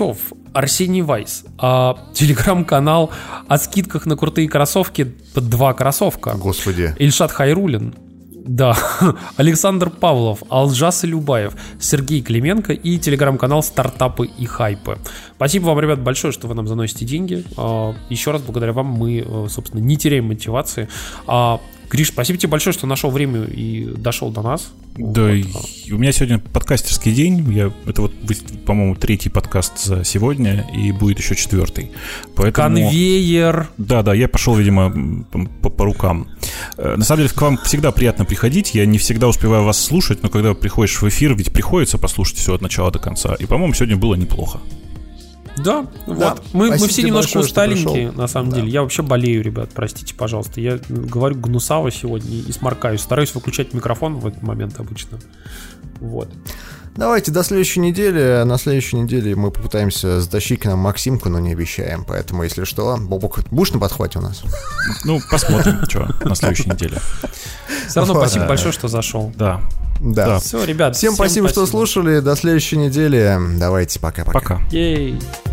Арсений Вайс. А, телеграм-канал о скидках на крутые кроссовки под два кроссовка. Господи. Ильшат Хайрулин. Да. Александр Павлов, Алжас Илюбаев, Сергей Клименко и телеграм-канал «Стартапы и хайпы». Спасибо вам, ребят, большое, что вы нам заносите деньги. Еще раз благодаря вам мы, собственно, не теряем мотивации. Гриш, спасибо тебе большое, что нашел время и дошел до нас. Да, вот. У меня сегодня подкастерский день. Я, это вот, по-моему, третий подкаст за сегодня, и будет еще четвертый. Поэтому... Конвейер. Да, да, я пошел, видимо, по, по рукам. На самом деле, к вам всегда приятно приходить. Я не всегда успеваю вас слушать, но когда приходишь в эфир, ведь приходится послушать все от начала до конца. И, по-моему, сегодня было неплохо. Да, да, вот. Мы, мы все немножко большое, усталенькие, на самом да. деле. Я вообще болею, ребят, простите, пожалуйста. Я говорю гнусаво сегодня и сморкаюсь. Стараюсь выключать микрофон в этот момент обычно. Вот. Давайте до следующей недели. На следующей неделе мы попытаемся затащить к нам Максимку, но не обещаем. Поэтому, если что, Бобок, будешь на подхвате у нас? Ну, посмотрим, что на следующей неделе. Все равно спасибо большое, что зашел. Да. Да. да. Все, ребят. Всем, всем спасибо, спасибо, что слушали. До следующей недели. Давайте, пока-пока. Пока. Ей.